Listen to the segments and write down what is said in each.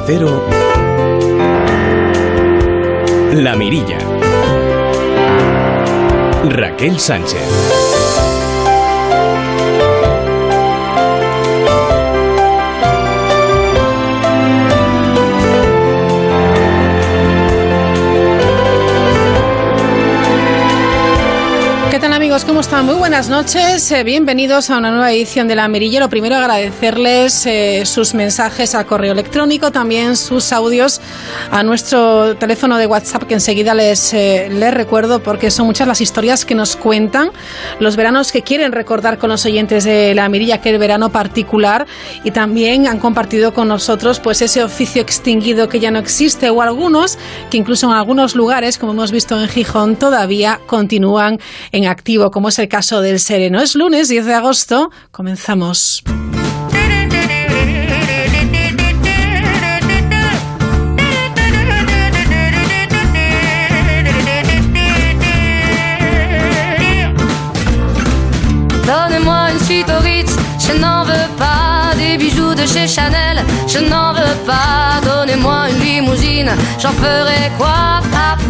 Cero, La Mirilla. Raquel Sánchez. ¿Qué tal, amigos? ¿Cómo están? Muy buenas noches. Bienvenidos a una nueva edición de La Mirilla. Lo primero, agradecerles sus mensajes a correo electrónico, también sus audios a nuestro teléfono de WhatsApp, que enseguida les recuerdo, porque son muchas las historias que nos cuentan los veranos que quieren recordar con los oyentes de La Mirilla, aquel verano particular, y también han compartido con nosotros pues ese oficio extinguido que ya no existe, o algunos que incluso en algunos lugares, como hemos visto en Gijón, todavía continúan en activo, como es el caso del sereno. Es lunes 10 de agosto, comenzamos. Donnez-moi une suite au Ritz, je n'en veux pas. Des bijoux de chez Chanel, je n'en veux pas. Donnez-moi une limousine, j'en ferai quoi?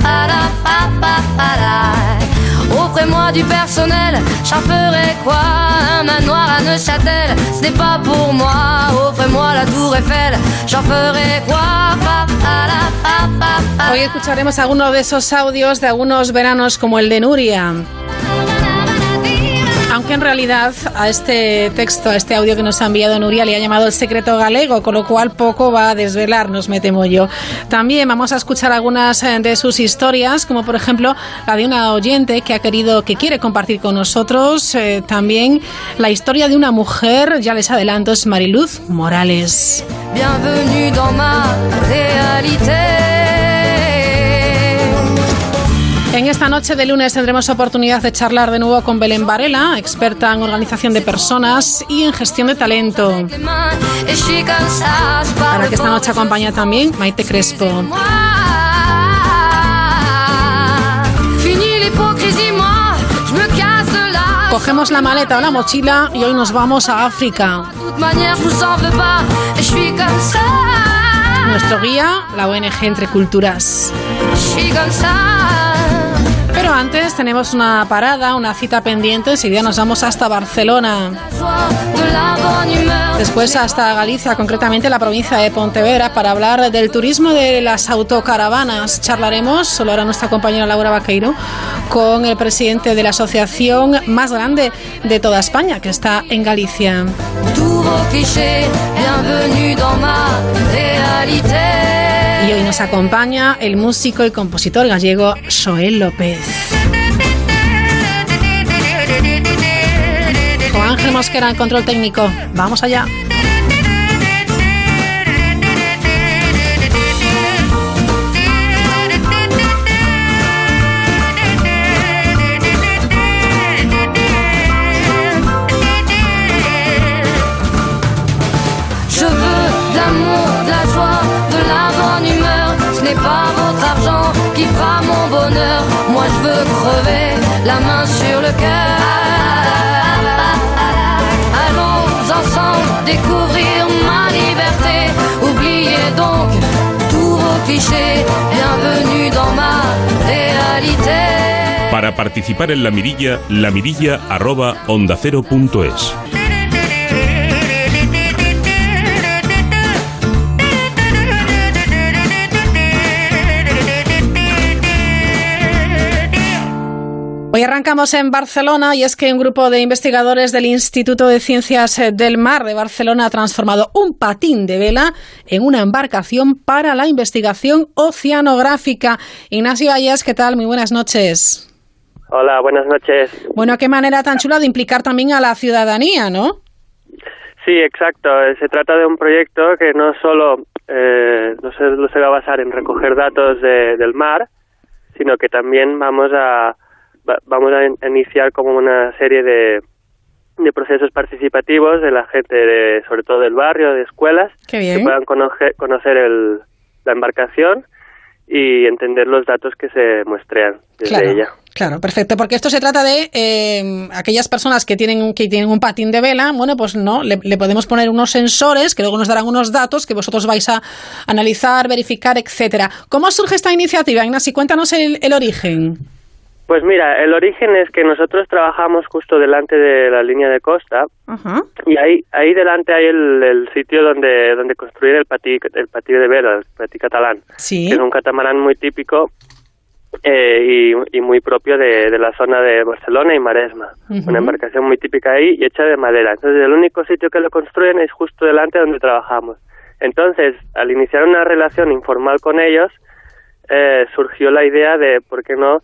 Offrez-moi du personnel, j'en ferai quoi? Un manoir à Neuchâtel, ce n'est pas pour moi. Offrez-moi la Tour Eiffel, j'en ferai quoi? Hoy escucharemos algunos de esos audios de algunos veranos, como el de Nuria. Aunque en realidad a este texto, a este audio que nos ha enviado Nuria, le ha llamado El secreto galego, con lo cual poco va a desvelarnos, me temo yo. También vamos a escuchar algunas de sus historias, como por ejemplo la de una oyente que quiere compartir con nosotros. También la historia de una mujer, ya les adelanto, es Mariluz Morales. Bienvenue dans ma réalité. En esta noche de lunes tendremos oportunidad de charlar de nuevo con Belén Varela, experta en organización de personas y en gestión de talento. Para que esta noche acompaña también Maite Crespo. Cogemos la maleta o la mochila y hoy nos vamos a África. Nuestro guía, la ONG Entre Culturas. Pero antes tenemos una parada, una cita pendiente. Enseguida nos vamos hasta Barcelona. Después hasta Galicia, concretamente la provincia de Pontevedra, para hablar del turismo de las autocaravanas. Charlaremos, solo ahora nuestra compañera Laura Vaqueiro, con el presidente de la asociación más grande de toda España, que está en Galicia. Y hoy nos acompaña el músico y compositor gallego Xoel López. Con Ángel Mosquera en control técnico. Vamos allá. Pas votre argent qui fera mon bonheur. Moi je veux crever la main sur le cœur. Allons ensemble découvrir ma liberté. Oubliez donc tous vos clichés. Bienvenue dans ma réalité. Para participar en La Mirilla, lamirilla@ondacero.es. Hoy arrancamos en Barcelona, y es que un grupo de investigadores del Instituto de Ciencias del Mar de Barcelona ha transformado un patín de vela en una embarcación para la investigación oceanográfica. Ignacio Ayas, ¿qué tal? Muy buenas noches. Hola, buenas noches. Bueno, qué manera tan chula de implicar también a la ciudadanía, ¿no? Sí, exacto. Se trata de un proyecto que no solo no se va a basar en recoger datos del mar, sino que también vamos a iniciar como una serie de procesos participativos de la gente, sobre todo del barrio, de escuelas, que puedan conocer la embarcación y entender los datos que se muestrean desde ella. Claro, perfecto, porque esto se trata de aquellas personas que tienen un patín de vela, bueno, pues no, le podemos poner unos sensores que luego nos darán unos datos que vosotros vais a analizar, verificar, etcétera. ¿Cómo surge esta iniciativa, Ignasi? Cuéntanos el origen. Pues mira, el origen es que nosotros trabajamos justo delante de la línea de costa. Uh-huh. Y ahí delante hay el sitio donde construir el patí de vela, el patí catalán, sí, que es un catamarán muy típico y muy propio de la zona de Barcelona y Maresma. Uh-huh. Una embarcación muy típica ahí y hecha de madera. Entonces el único sitio que lo construyen es justo delante donde trabajamos. Entonces, al iniciar una relación informal con ellos, surgió la idea de, ¿por qué no?,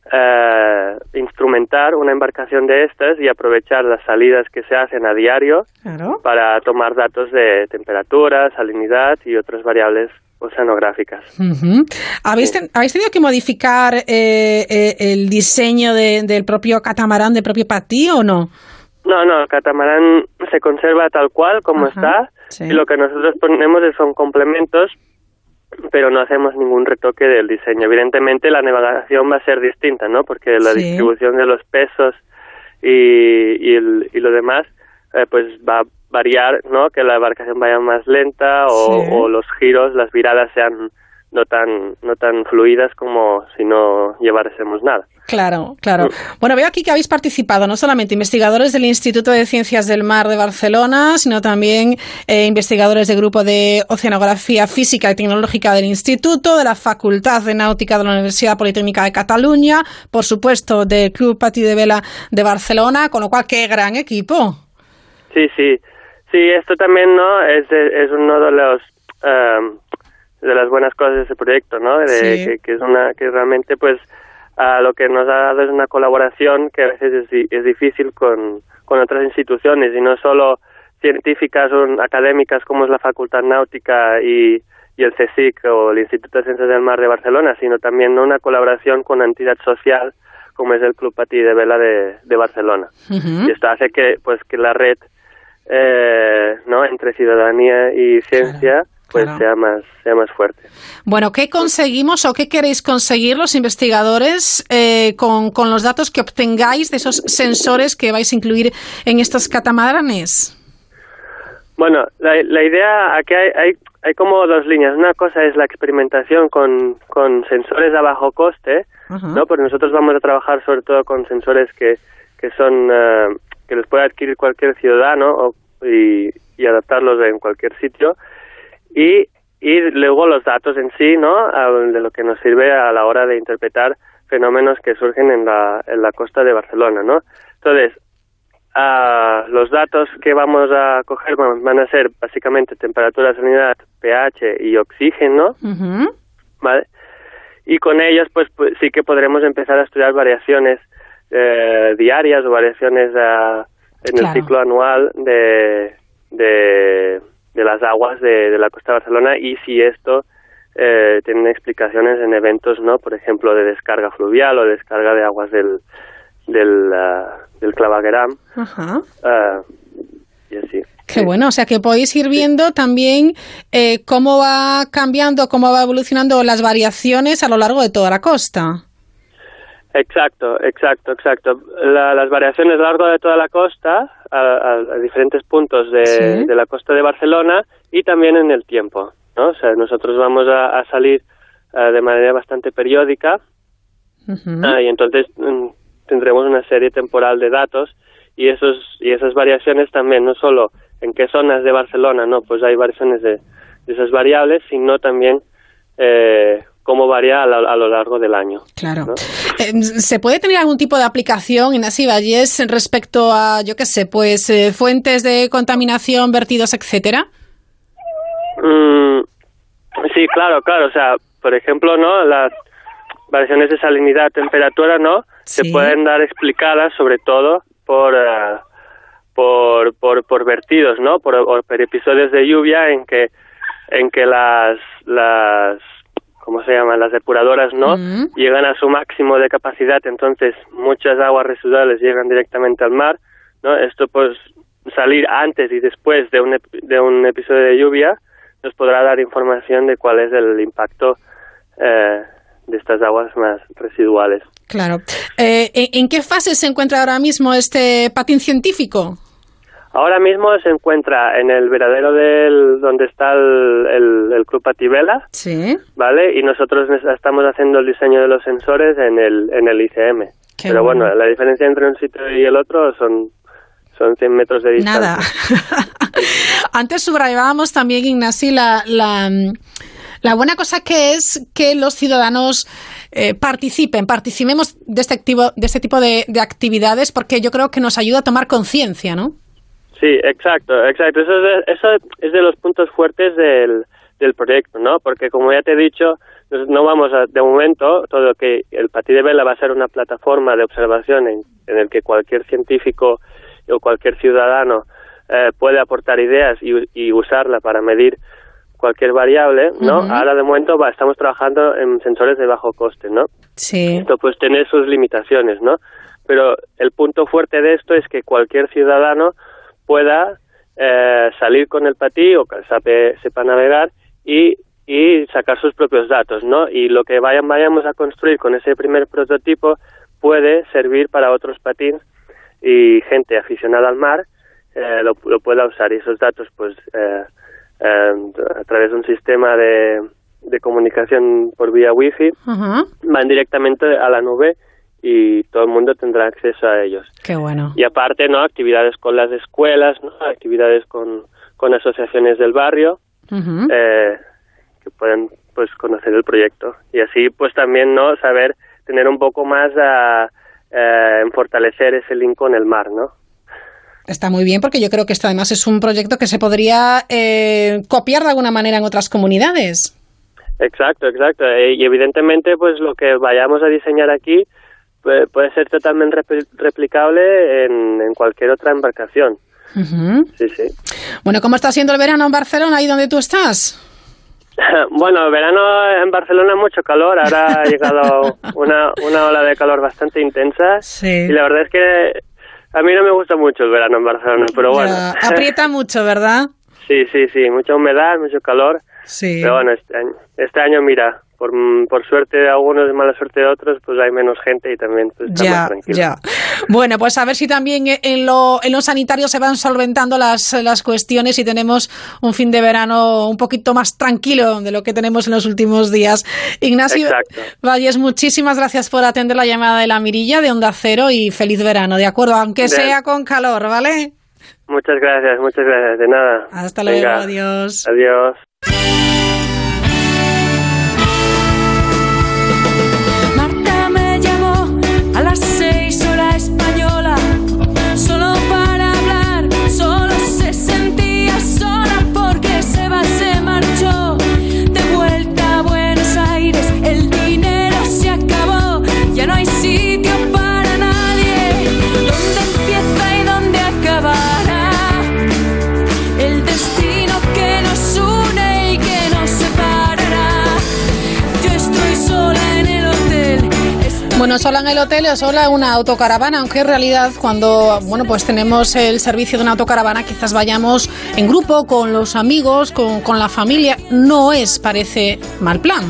instrumentar una embarcación de estas y aprovechar las salidas que se hacen a diario, claro, para tomar datos de temperatura, salinidad y otras variables oceanográficas. Uh-huh. ¿Habéis tenido que modificar el diseño del propio catamarán, del propio patí, o no? No, el catamarán se conserva tal cual como uh-huh, está, sí, y lo que nosotros ponemos son complementos, pero no hacemos ningún retoque del diseño. Evidentemente la navegación va a ser distinta, ¿no? Porque la sí, distribución de los pesos y lo demás pues va a variar, ¿no? Que la embarcación vaya más lenta o los giros, las viradas sean no tan fluidas como si no llevásemos nada. Claro. Bueno, veo aquí que habéis participado no solamente investigadores del Instituto de Ciencias del Mar de Barcelona, sino también investigadores del Grupo de Oceanografía Física y Tecnológica del Instituto, de la Facultad de Náutica de la Universidad Politécnica de Cataluña, por supuesto, del Club Patí de Vela de Barcelona, con lo cual, ¡qué gran equipo! Sí, esto también, ¿no? Es uno de las buenas cosas de ese proyecto, ¿no? Sí. Que realmente, pues, lo que nos ha dado es una colaboración que a veces es difícil con otras instituciones, y no solo científicas o académicas como es la Facultad Náutica y el CSIC o el Instituto de Ciencias del Mar de Barcelona, sino también una colaboración con una entidad social como es el Club Patí de Vela de Barcelona. Uh-huh. Y esto hace que la red ¿no? entre ciudadanía y ciencia, claro, sea más fuerte. Bueno, ¿qué conseguimos o qué queréis conseguir los investigadores con los datos que obtengáis de esos sensores que vais a incluir en estos catamaranes? Bueno, la idea, aquí hay como dos líneas. Una cosa es la experimentación con sensores a bajo coste, uh-huh, ¿no? Porque nosotros vamos a trabajar sobre todo con sensores que son que los puede adquirir cualquier ciudadano y adaptarlos en cualquier sitio. Y luego los datos en sí, ¿no? De lo que nos sirve a la hora de interpretar fenómenos que surgen en la costa de Barcelona, ¿no? Entonces, los datos que vamos a coger van a ser básicamente temperatura, salinidad, pH y oxígeno, uh-huh, ¿vale? Y con ellos, pues sí que podremos empezar a estudiar variaciones diarias o variaciones en el ciclo anual de las aguas de la costa de Barcelona, y si esto tiene explicaciones en eventos, ¿no? Por ejemplo, de descarga fluvial o descarga de aguas del clavegueram, uh-huh, y así. Qué bueno, o sea que podéis ir viendo también cómo va cambiando, cómo va evolucionando las variaciones a lo largo de toda la costa. Exacto. Las variaciones a lo largo de toda la costa, a diferentes puntos de la costa de Barcelona, y también en el tiempo, ¿no? O sea, nosotros vamos a salir de manera bastante periódica, uh-huh, y entonces tendremos una serie temporal de datos, y esas variaciones también, no solo en qué zonas de Barcelona, no, pues hay variaciones de esas variables, sino también cómo varía a lo largo del año. Claro. ¿No? ¿Se puede tener algún tipo de aplicación, Ignasi Vallés, respecto a, yo qué sé, pues fuentes de contaminación, vertidos, etcétera? Sí, claro. O sea, por ejemplo, ¿no? Las variaciones de salinidad, temperatura, ¿no? Sí. Se pueden dar explicadas sobre todo por vertidos, ¿no? Por episodios de lluvia en que las ¿cómo se llaman? Las depuradoras, ¿no? Uh-huh. Llegan a su máximo de capacidad, entonces muchas aguas residuales llegan directamente al mar, ¿no? Esto, pues, salir antes y después de un episodio de lluvia nos podrá dar información de cuál es el impacto estas aguas más residuales. Claro. ¿En qué fase se encuentra ahora mismo este patín científico? Ahora mismo se encuentra en el veradero donde está el Club Patibela, sí, ¿vale? Y nosotros estamos haciendo el diseño de los sensores en el ICM. Pero bueno, la diferencia entre un sitio y el otro son 100 metros de distancia. Nada. Antes subrayábamos también, Ignasi, la buena cosa que es que los ciudadanos participemos de este tipo de actividades, porque yo creo que nos ayuda a tomar conciencia, ¿no? Sí, exacto. Eso es de los puntos fuertes del proyecto, ¿no? Porque como ya te he dicho, no vamos de momento, todo que el Patí de Vela va a ser una plataforma de observación en el que cualquier científico o cualquier ciudadano puede aportar ideas y usarla para medir cualquier variable, ¿no? Uh-huh. Ahora de momento estamos trabajando en sensores de bajo coste, ¿no? Sí. Esto pues tiene sus limitaciones, ¿no? Pero el punto fuerte de esto es que cualquier ciudadano pueda salir con el patí o que sepa navegar y sacar sus propios datos, ¿no? Y lo que vayamos a construir con ese primer prototipo puede servir para otros patines y gente aficionada al mar lo pueda usar, y esos datos pues a través de un sistema de comunicación por vía wifi uh-huh. van directamente a la nube y todo el mundo tendrá acceso a ellos. Qué bueno. Y aparte, ¿no? Actividades con las escuelas, ¿no? Actividades con asociaciones del barrio uh-huh. Que pueden pues conocer el proyecto y así pues también no tener un poco más en fortalecer ese link con el mar, ¿no? Está muy bien, porque yo creo que esto además es un proyecto que se podría copiar de alguna manera en otras comunidades. Exacto. Y evidentemente pues lo que vayamos a diseñar aquí puede ser totalmente replicable en cualquier otra embarcación. Uh-huh. Sí. Bueno, ¿cómo está siendo el verano en Barcelona, ahí donde tú estás? Bueno, el verano en Barcelona mucho calor, ahora ha llegado una ola de calor bastante intensa. Sí. Y la verdad es que a mí no me gusta mucho el verano en Barcelona, pero bueno. Aprieta mucho, ¿verdad? Sí, mucha humedad, mucho calor. Sí. Pero bueno, este año mira, por suerte de algunos y mala suerte de otros, pues hay menos gente y también pues, está más tranquilo. Ya. Bueno, pues a ver si también en lo sanitario se van solventando las cuestiones y tenemos un fin de verano un poquito más tranquilo de lo que tenemos en los últimos días. Ignacio Valles, muchísimas gracias por atender la llamada de La Mirilla de Onda Cero y feliz verano, ¿de acuerdo? Aunque sea con calor, ¿vale? Muchas gracias, de nada. Hasta luego, adiós. Adiós. Marta me llamó a las 6 hora española, solo para hablar, solo se sentía sola porque se marchó de vuelta a Buenos Aires, el dinero se acabó, ya no hay sitio para nadie, ¿dónde empieza y dónde acabará el destino que nos une y que nos separará? Yo estoy sola en el hotel. Bueno, sola en el hotel o sola en una autocaravana, aunque en realidad cuando pues tenemos el servicio de una autocaravana quizás vayamos en grupo, con los amigos, con la familia, parece mal plan.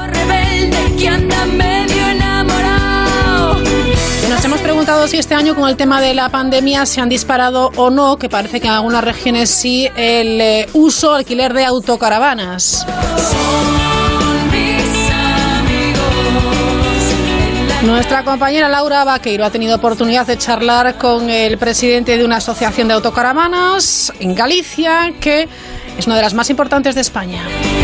Nos hemos preguntado si este año con el tema de la pandemia se han disparado o no, que parece que en algunas regiones sí, el alquiler de autocaravanas. Nuestra compañera Laura Vaqueiro ha tenido oportunidad de charlar con el presidente de una asociación de autocaravanas en Galicia, que es una de las más importantes de España.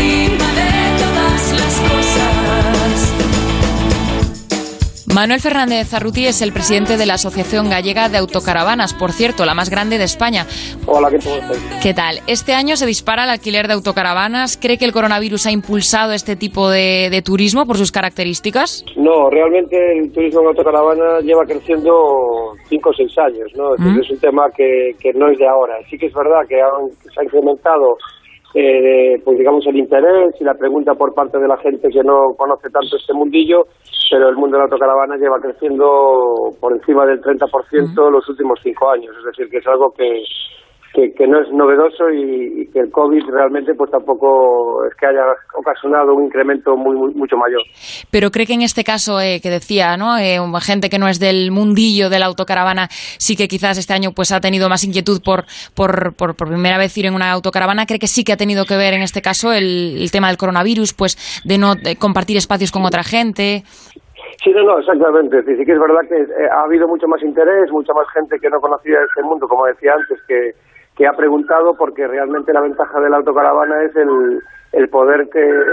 Manuel Fernández Arruti es el presidente de la Asociación Gallega de Autocaravanas, por cierto, la más grande de España. Hola, ¿qué tal? ¿Qué tal? Este año se dispara el alquiler de autocaravanas. ¿Cree que el coronavirus ha impulsado este tipo de turismo por sus características? No, realmente el turismo en autocaravana lleva creciendo 5 o 6 años, ¿no? Es un tema que no es de ahora. Sí que es verdad que se ha incrementado pues digamos el interés y la pregunta por parte de la gente que no conoce tanto este mundillo, pero el mundo de la autocaravana lleva creciendo por encima del 30% los últimos 5 años, es decir, que es algo que que no es novedoso y que el COVID realmente pues tampoco es que haya ocasionado un incremento mucho mayor. Pero cree que en este caso que decía, ¿no? Gente que no es del mundillo de la autocaravana sí que quizás este año pues ha tenido más inquietud por primera vez ir en una autocaravana. ¿Cree que sí que ha tenido que ver en este caso el tema del coronavirus, pues de no compartir espacios con otra gente? Sí, no, exactamente. Es decir, sí que es verdad que ha habido mucho más interés, mucha más gente que no conocía este mundo, como decía antes, que ha preguntado, porque realmente la ventaja de la autocaravana es el poder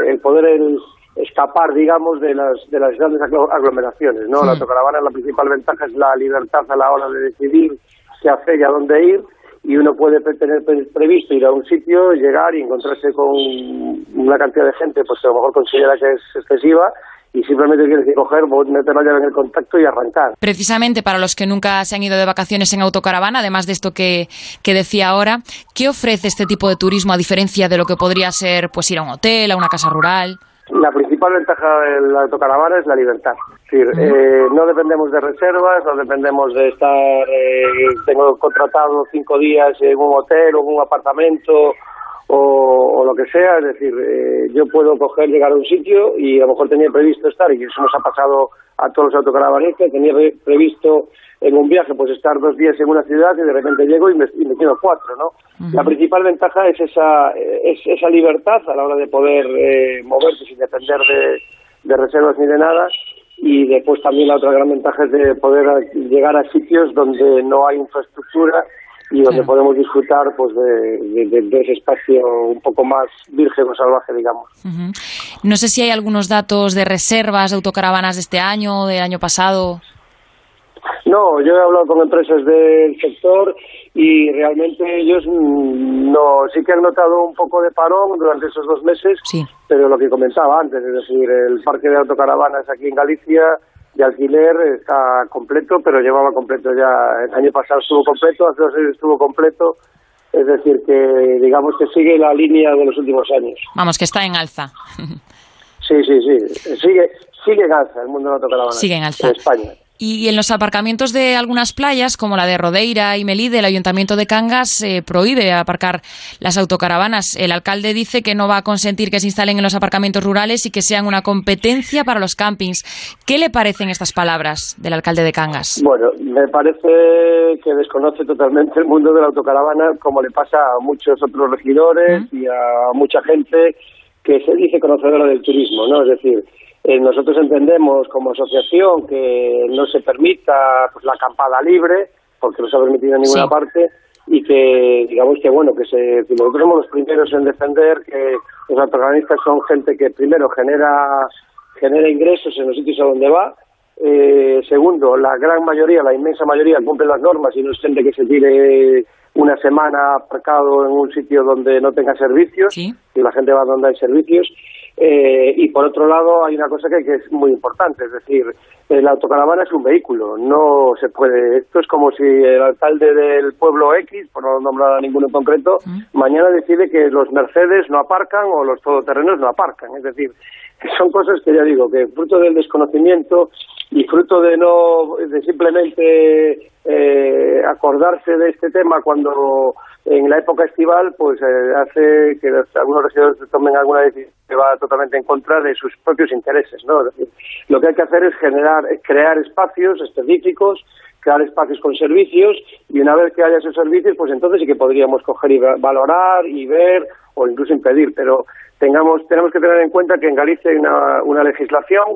escapar, digamos, de las grandes aglomeraciones, ¿no? La autocaravana, la principal ventaja es la libertad a la hora de decidir qué hacer y a dónde ir, y uno puede tener previsto ir a un sitio, llegar y encontrarse con una cantidad de gente pues que a lo mejor considera que es excesiva, y simplemente tienes que coger, meter la llave en el contacto y arrancar. Precisamente para los que nunca se han ido de vacaciones en autocaravana, además de esto que decía ahora, ¿qué ofrece este tipo de turismo a diferencia de lo que podría ser pues ir a un hotel, a una casa rural? La principal ventaja de la autocaravana es la libertad. Es decir, no dependemos de reservas, no dependemos de estar, tengo contratado 5 días en un hotel o en un apartamento o lo que sea. Es decir, yo puedo llegar a un sitio y a lo mejor tenía previsto estar, y eso nos ha pasado a todos los autocaravanistas, tenía previsto en un viaje pues estar 2 días en una ciudad y de repente llego y me quedo 4, ¿no? La principal ventaja es esa libertad a la hora de poder moverse sin depender de reservas ni de nada, y después también la otra gran ventaja es de poder llegar a sitios donde no hay infraestructura y donde podemos disfrutar pues de ese espacio un poco más virgen o salvaje, digamos. No sé si hay algunos datos de reservas de autocaravanas de este año o del año pasado. No, yo he hablado con empresas del sector y realmente ellos sí que han notado un poco de parón durante esos 2 meses, sí. Pero lo que comentaba antes, es decir, el parque de autocaravanas aquí en Galicia de alquiler está completo, pero llevaba completo ya, el año pasado estuvo completo, hace 2 años estuvo completo, es decir, que digamos que sigue la línea de los últimos años. Vamos, que está en alza. Sí, sigue en alza el mundo de la autocaravana. Sigue en alza. En España. Y en los aparcamientos de algunas playas, como la de Rodeira y Melide, el Ayuntamiento de Cangas prohíbe aparcar las autocaravanas. El alcalde dice que no va a consentir que se instalen en los aparcamientos rurales y que sean una competencia para los campings. ¿Qué le parecen estas palabras del alcalde de Cangas? Bueno, me parece que desconoce totalmente el mundo de la autocaravana, como le pasa a muchos otros regidores y a mucha gente que se dice conocedora del turismo, ¿no? Es decir, nosotros entendemos como asociación que no se permita pues la acampada libre, porque no se ha permitido en ninguna parte, y que digamos que bueno, que nosotros somos los primeros en defender que los autocaravanistas son gente que primero genera ingresos en los sitios a donde va, segundo, la inmensa mayoría cumple las normas y no es gente que se tire una semana aparcado en un sitio donde no tenga servicios, y la gente va donde hay servicios. Y por otro lado hay una cosa que es muy importante, es decir, la autocaravana es un vehículo, no se puede, esto es como si el alcalde del pueblo X, por no nombrar a ninguno en concreto, mañana decide que los Mercedes no aparcan o los todoterrenos no aparcan, es decir, son cosas que ya digo, que fruto del desconocimiento y fruto de simplemente acordarse de este tema cuando en la época estival, pues hace que algunos regidores tomen alguna decisión que va totalmente en contra de sus propios intereses, ¿no? Es decir, lo que hay que hacer es crear espacios específicos, crear espacios con servicios, y una vez que haya esos servicios, pues entonces sí que podríamos coger y valorar y ver o incluso impedir, pero tenemos que tener en cuenta que en Galicia hay una legislación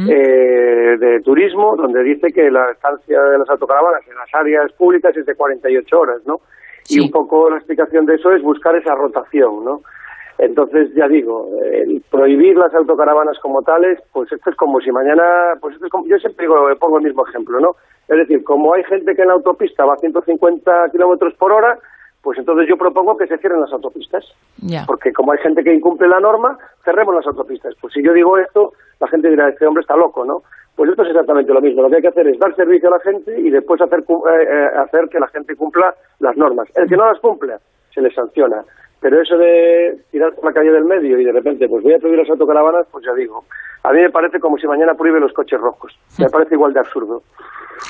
de turismo donde dice que la estancia de las autocaravanas en las áreas públicas es de 48 horas, ¿no? Y un poco la explicación de eso es buscar esa rotación, ¿no? Entonces, ya digo, prohibir las autocaravanas como tales, pues esto es como si mañana, yo siempre pongo el mismo ejemplo, ¿no? Es decir, como hay gente que en la autopista va a 150 kilómetros por hora, pues entonces yo propongo que se cierren las autopistas. Porque como hay gente que incumple la norma, cerremos las autopistas. Pues si yo digo esto, la gente dirá, este hombre está loco, ¿no? Pues esto es exactamente lo mismo. Lo que hay que hacer es dar servicio a la gente y después hacer que la gente cumpla las normas. El que no las cumpla, se le sanciona. Pero eso de tirar por la calle del medio y de repente, pues voy a prohibir las autocaravanas, pues ya digo, a mí me parece como si mañana prohíbe los coches rojos. Me parece igual de absurdo.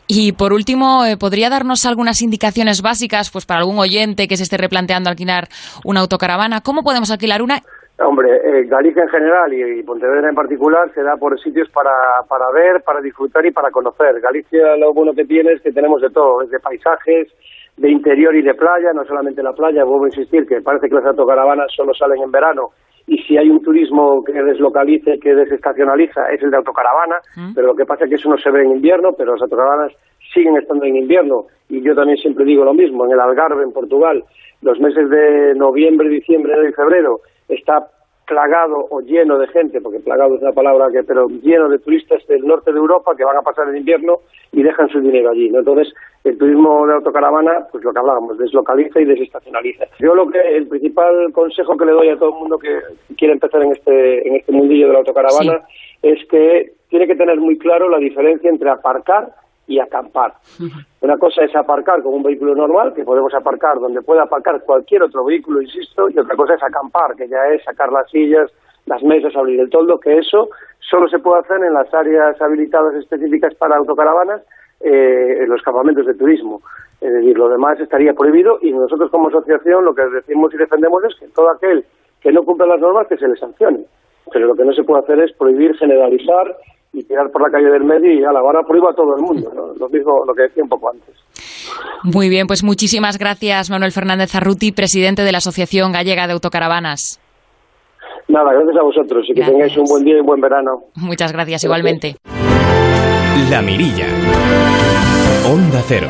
Y por último, ¿podría darnos algunas indicaciones básicas pues para algún oyente que se esté replanteando alquilar una autocaravana? ¿Cómo podemos alquilar una? Hombre, Galicia en general y Pontevedra en particular se da por sitios para ver, para disfrutar y para conocer. Galicia lo bueno que tiene es que tenemos de todo, desde paisajes, de interior y de playa, no solamente la playa. Vuelvo a insistir que parece que las autocaravanas solo salen en verano, y si hay un turismo que deslocalice, que desestacionaliza, es el de autocaravana, pero lo que pasa es que eso no se ve en invierno, pero las autocaravanas siguen estando en invierno, y yo también siempre digo lo mismo. En el Algarve, en Portugal, los meses de noviembre, diciembre, enero y febrero está plagado o lleno de gente, porque plagado es una palabra pero lleno de turistas del norte de Europa que van a pasar el invierno y dejan su dinero allí, ¿no? Entonces, el turismo de autocaravana, pues lo que hablábamos, deslocaliza y desestacionaliza. Yo el principal consejo que le doy a todo el mundo que quiere empezar en este mundillo de la autocaravana es que tiene que tener muy claro la diferencia entre aparcar y acampar. Una cosa es aparcar con un vehículo normal, que podemos aparcar donde pueda aparcar cualquier otro vehículo, insisto, y otra cosa es acampar, que ya es sacar las sillas, las mesas, abrir el toldo, que eso solo se puede hacer en las áreas habilitadas específicas para autocaravanas, en los campamentos de turismo. Es decir, lo demás estaría prohibido, y nosotros como asociación lo que decimos y defendemos es que todo aquel que no cumpla las normas, que se le sancione. Pero lo que no se puede hacer es prohibir, generalizar y tirar por la calle del medio y ahora prohíbo a todo el mundo, ¿no? Lo mismo, lo que decía un poco antes. Muy bien, pues muchísimas gracias, Manuel Fernández Arruti, presidente de la Asociación Gallega de Autocaravanas. Nada, gracias a vosotros y que tengáis un buen día y un buen verano. Muchas gracias, igualmente. La Mirilla. Onda Cero.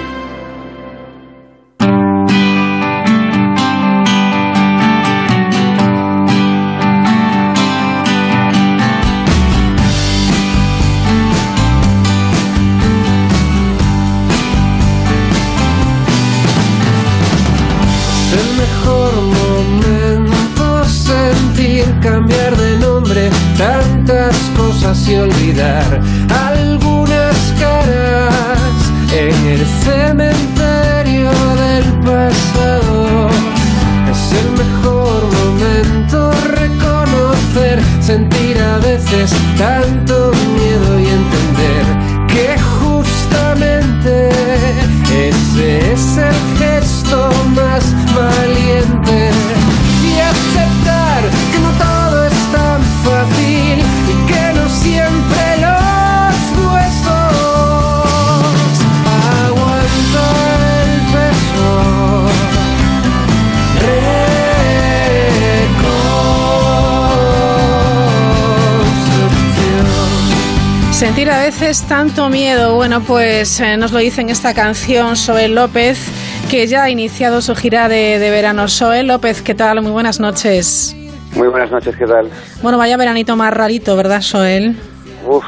Cambiar de nombre, tantas cosas y olvidar algunas caras en el cementerio del pasado. Es el mejor momento reconocer, sentir a veces tanto miedo y entender que justamente ese es el gesto más valiente. Y aceptar que no todo es tan fácil y que no siempre los huesos aguantan el peso. Reconstrucción. Sentir a veces tanto miedo. Bueno, pues nos lo dice en esta canción Soel López, que ya ha iniciado su gira de verano. Soel López, ¿qué tal? Muy buenas noches. Muy buenas noches, ¿qué tal? Bueno, vaya veranito más rarito, ¿verdad, Soel? Uf,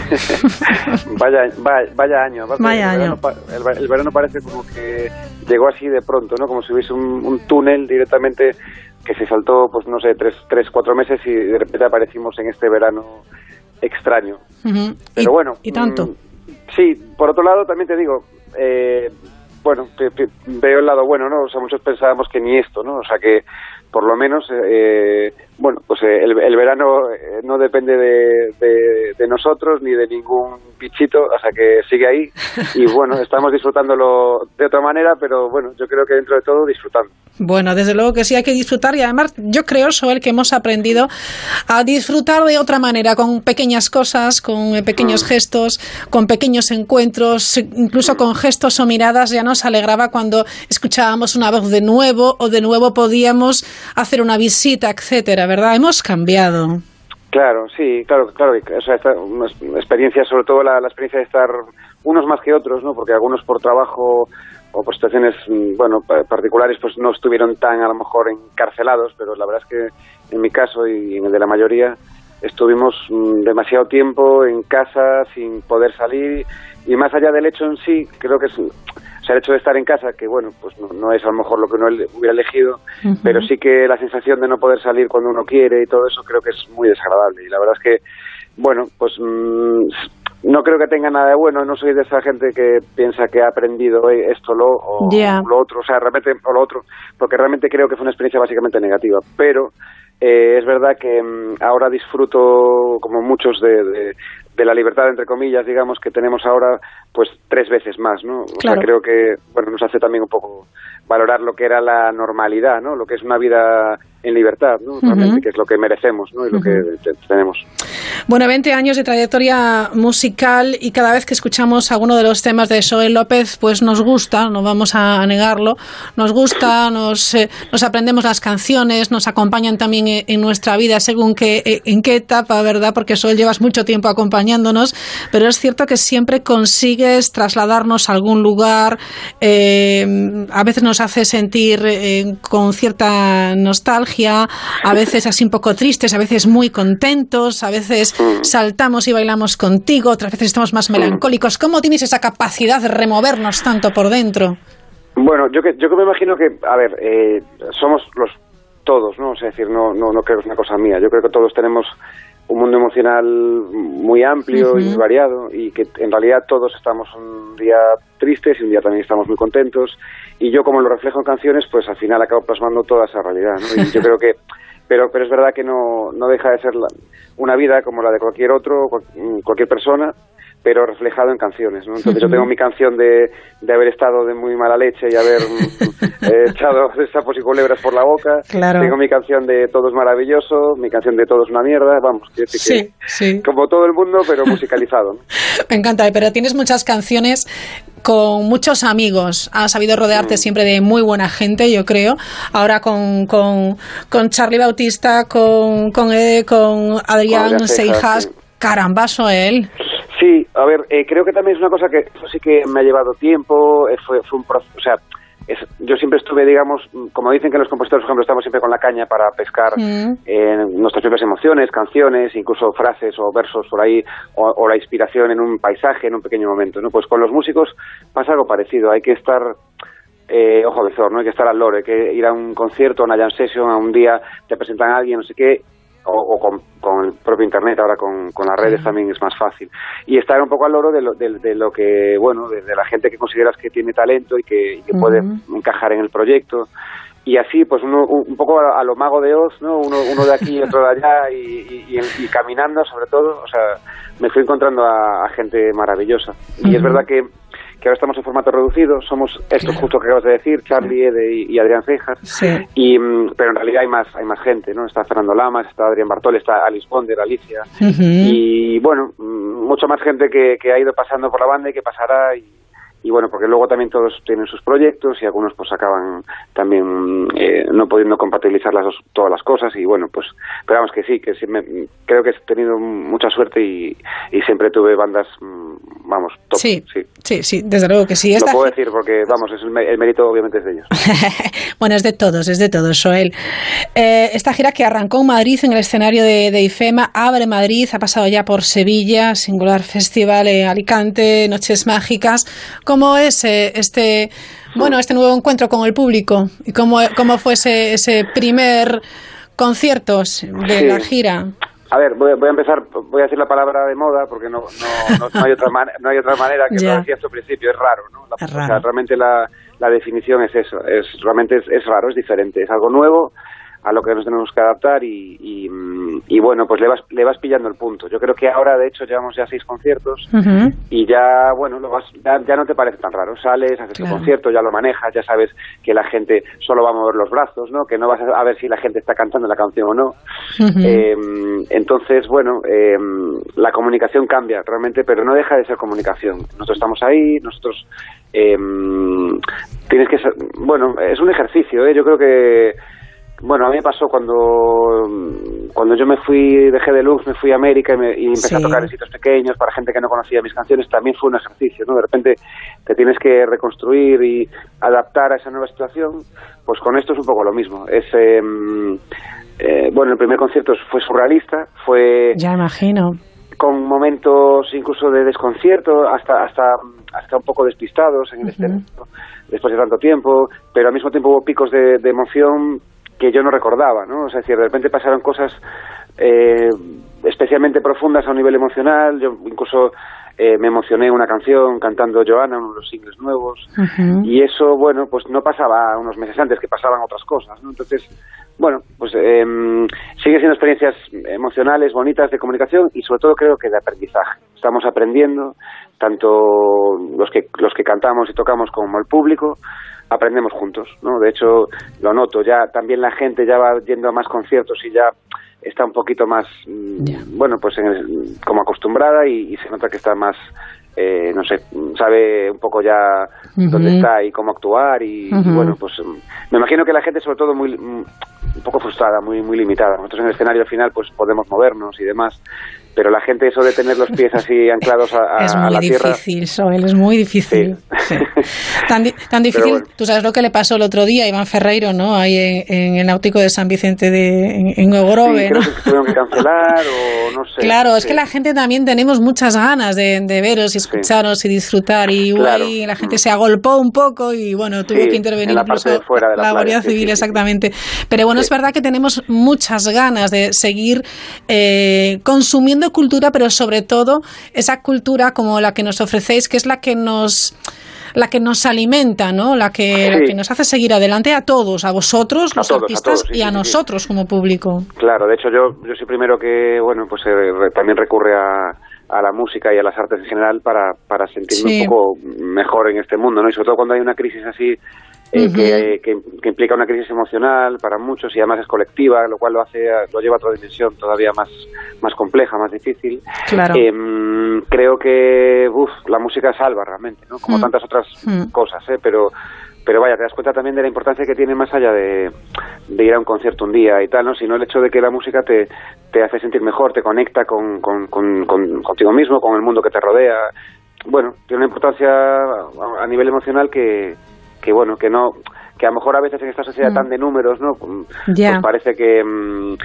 vaya año. Vaya año. El verano parece como que llegó así de pronto, ¿no? Como si hubiese un túnel directamente que se saltó, pues no sé, 3-4 meses y de repente aparecimos en este verano extraño. Pero bueno. ¿Y tanto? Sí, por otro lado también te digo, bueno, veo el lado bueno, ¿no? O sea, muchos pensábamos que ni esto, ¿no? O sea, que por lo menos, bueno, pues el verano no depende de nosotros ni de ningún bichito, o sea, que sigue ahí. Y bueno, estamos disfrutándolo de otra manera, pero bueno, yo creo que dentro de todo disfrutando. Bueno, desde luego que sí hay que disfrutar, y además yo creo, Soel, que hemos aprendido a disfrutar de otra manera, con pequeñas cosas, con pequeños gestos, con pequeños encuentros, incluso con gestos o miradas. Ya nos alegraba cuando escuchábamos una voz de nuevo, o de nuevo podíamos hacer una visita, etcétera, ¿verdad? Hemos cambiado. Claro, sí, claro. O sea, una experiencia, sobre todo la experiencia de estar unos más que otros, ¿no? Porque algunos por trabajo o por situaciones, bueno, particulares, pues no estuvieron tan, a lo mejor, encarcelados, pero la verdad es que en mi caso y en el de la mayoría estuvimos demasiado tiempo en casa sin poder salir, y más allá del hecho en sí, creo que es... O sea, el hecho de estar en casa, que bueno, pues no es a lo mejor lo que uno hubiera elegido, pero sí que la sensación de no poder salir cuando uno quiere y todo eso creo que es muy desagradable. Y la verdad es que, bueno, pues no creo que tenga nada de bueno. No soy de esa gente que piensa que ha aprendido esto lo otro, o sea, realmente, o lo otro, porque realmente creo que fue una experiencia básicamente negativa. Pero es verdad que ahora disfruto, como muchos, de de la libertad, entre comillas, digamos, que tenemos ahora, pues 3 veces más, ¿no? O sea, creo que, bueno, nos hace también un poco valorar lo que era la normalidad, ¿no? Lo que es una vida en libertad, ¿no? Realmente, que es lo que merecemos, ¿no? Y lo que tenemos. Bueno, 20 años de trayectoria musical y cada vez que escuchamos alguno de los temas de Joel López, pues nos gusta, no vamos a negarlo, nos gusta, nos aprendemos las canciones, nos acompañan también en nuestra vida según en qué etapa, ¿verdad? Porque Joel llevas mucho tiempo acompañándonos, pero es cierto que siempre consigues trasladarnos a algún lugar, a veces nos hace sentir con cierta nostalgia, a veces así un poco tristes, a veces muy contentos, a veces saltamos y bailamos contigo, otras veces estamos más melancólicos. ¿Cómo tienes esa capacidad de removernos tanto por dentro? Bueno, yo que me imagino que, a ver, somos todos, ¿no? O sea, es decir, no creo que es una cosa mía. Yo creo que todos tenemos un mundo emocional muy amplio y muy variado, y que en realidad todos estamos un día tristes y un día también estamos muy contentos, y yo, como lo reflejo en canciones, pues al final acabo plasmando toda esa realidad, ¿no? Y yo creo que pero es verdad que no deja de ser una vida como la de cualquier persona, pero reflejado en canciones, ¿no? Entonces yo tengo mi canción de haber estado de muy mala leche y haber echado sapos y culebras por la boca. Claro. Tengo mi canción de Todo es maravilloso, mi canción de Todo es una mierda, vamos, quiero decir que como todo el mundo, pero musicalizado, ¿no? Me encanta, pero tienes muchas canciones con muchos amigos, has sabido rodearte siempre de muy buena gente, yo creo. Ahora con Charlie Bautista, con Adrián Seijas, caramba, Joel. Sí, a ver, creo que también es una cosa que eso sí que me ha llevado tiempo, fue un proceso, o sea, yo siempre estuve, digamos, como dicen que los compositores, por ejemplo, estamos siempre con la caña para pescar nuestras propias emociones, canciones, incluso frases o versos por ahí, o la inspiración en un paisaje, en un pequeño momento, ¿no? Pues con los músicos pasa algo parecido, hay que estar ojo de zor, ¿no? Hay que estar al loro, hay que ir a un concierto, a una jam session, a un día te presentan a alguien, no sé qué, o con el propio internet, ahora con las redes también es más fácil, y estar un poco al loro de lo que, bueno, de la gente que consideras que tiene talento y que puede encajar en el proyecto, y así pues uno un poco a lo Mago de Oz, ¿no? Uno de aquí y otro de allá, y caminando, sobre todo, o sea, me fui encontrando a gente maravillosa, y es verdad que ahora estamos en formato reducido, somos estos justo que acabas de decir, Charlie, Ede y Adrián Seijas, pero en realidad hay más gente, ¿no? Está Fernando Lamas, está Adrián Bartol, está Alice Bonder, Alicia, y bueno, mucha más gente que ha ido pasando por la banda y que pasará, y bueno, porque luego también todos tienen sus proyectos y algunos pues acaban también no pudiendo compatibilizar todas las cosas, y bueno, pues, pero vamos, que sí creo que he tenido mucha suerte y siempre tuve bandas, vamos, top. Sí, desde luego que sí. Lo puedo decir porque, vamos, el mérito obviamente es de ellos. Bueno, es de todos, Joel. Esta gira que arrancó en Madrid, en el escenario de IFEMA, abre Madrid, ha pasado ya por Sevilla, Singular Festival, Alicante, Noches Mágicas. ¿Cómo es este nuevo encuentro con el público? ¿Y cómo fue ese primer concierto de la gira? A ver, voy a decir la palabra de moda porque no hay otra manera, que lo decías al principio, es raro, ¿no? O sea, realmente la definición es eso, realmente es raro, es diferente, es algo nuevo a lo que nos tenemos que adaptar, y bueno, pues le vas pillando el punto. Yo creo que ahora, de hecho, llevamos ya 6 conciertos y ya, bueno, ya no te parece tan raro. Sales, haces tu concierto, ya lo manejas, ya sabes que la gente solo va a mover los brazos, ¿no? Que no vas a ver si la gente está cantando la canción o no. Entonces, bueno, la comunicación cambia realmente, pero no deja de ser comunicación. Nosotros estamos ahí, nosotros tienes que ser, bueno, es un ejercicio, yo creo que, bueno, a mí me pasó cuando yo dejé de Luz, me fui a América y empecé a tocar en sitios pequeños para gente que no conocía mis canciones, también fue un ejercicio, ¿no? De repente te tienes que reconstruir y adaptar a esa nueva situación, pues con esto es un poco lo mismo. Bueno, el primer concierto fue surrealista, ya imagino, con momentos incluso de desconcierto, hasta un poco despistados en el escenario, después de tanto tiempo, pero al mismo tiempo hubo picos de emoción que yo no recordaba, ¿no? O sea, es decir, de repente pasaron cosas especialmente profundas a un nivel emocional. Yo incluso me emocioné en una canción cantando Johanna, uno de los singles nuevos, y eso, bueno, pues no pasaba unos meses antes, que pasaban otras cosas, ¿no? Entonces, bueno, pues siguen siendo experiencias emocionales, bonitas, de comunicación y sobre todo creo que de aprendizaje. Estamos aprendiendo, tanto los que cantamos y tocamos como el público, aprendemos juntos, ¿no? De hecho, lo noto, ya también la gente ya va yendo a más conciertos y ya está un poquito más, bueno, pues como acostumbrada y se nota que está más, no sé, sabe un poco ya dónde está y cómo actuar y bueno, pues me imagino que la gente sobre todo un poco frustrada, muy limitada. Nosotros en el escenario al final pues podemos movernos y demás, pero la gente eso de tener los pies así anclados a la tierra... Es muy difícil, Joel, es muy difícil. Sí. Tan difícil, bueno. Tú sabes lo que le pasó el otro día a Iván Ferreiro, ¿no? Ahí en el Náutico de San Vicente en Ogrove, sí, ¿no? Creo que tuvieron que cancelar o no sé. Claro, es que la gente también tenemos muchas ganas de veros y escucharos y disfrutar y igual claro. La gente se agolpó un poco y bueno, tuvo que intervenir en la incluso parte de fuera de la Guardia Civil, exactamente. Pero bueno, es verdad que tenemos muchas ganas de seguir consumiendo cultura, pero sobre todo esa cultura como la que nos ofrecéis, que es la que nos alimenta, ¿no? La que nos hace seguir adelante a todos, a vosotros, los artistas, y a nosotros como público. Claro, de hecho yo soy primero que, bueno, pues también recurre a la música y a las artes en general para sentirme un poco mejor en este mundo, ¿no? Y sobre todo cuando hay una crisis así que implica una crisis emocional para muchos y además es colectiva, lo cual lo lleva a otra dimensión todavía más compleja, más difícil. Claro. Creo que la música salva realmente, ¿no? Como tantas otras cosas, pero vaya, te das cuenta también de la importancia que tiene más allá de ir a un concierto un día y tal, ¿no? Sino el hecho de que la música te hace sentir mejor, te conecta contigo mismo, con el mundo que te rodea. Bueno, tiene una importancia a nivel emocional que bueno, que a lo mejor a veces en esta sociedad tan de números, ¿no? Pues parece que no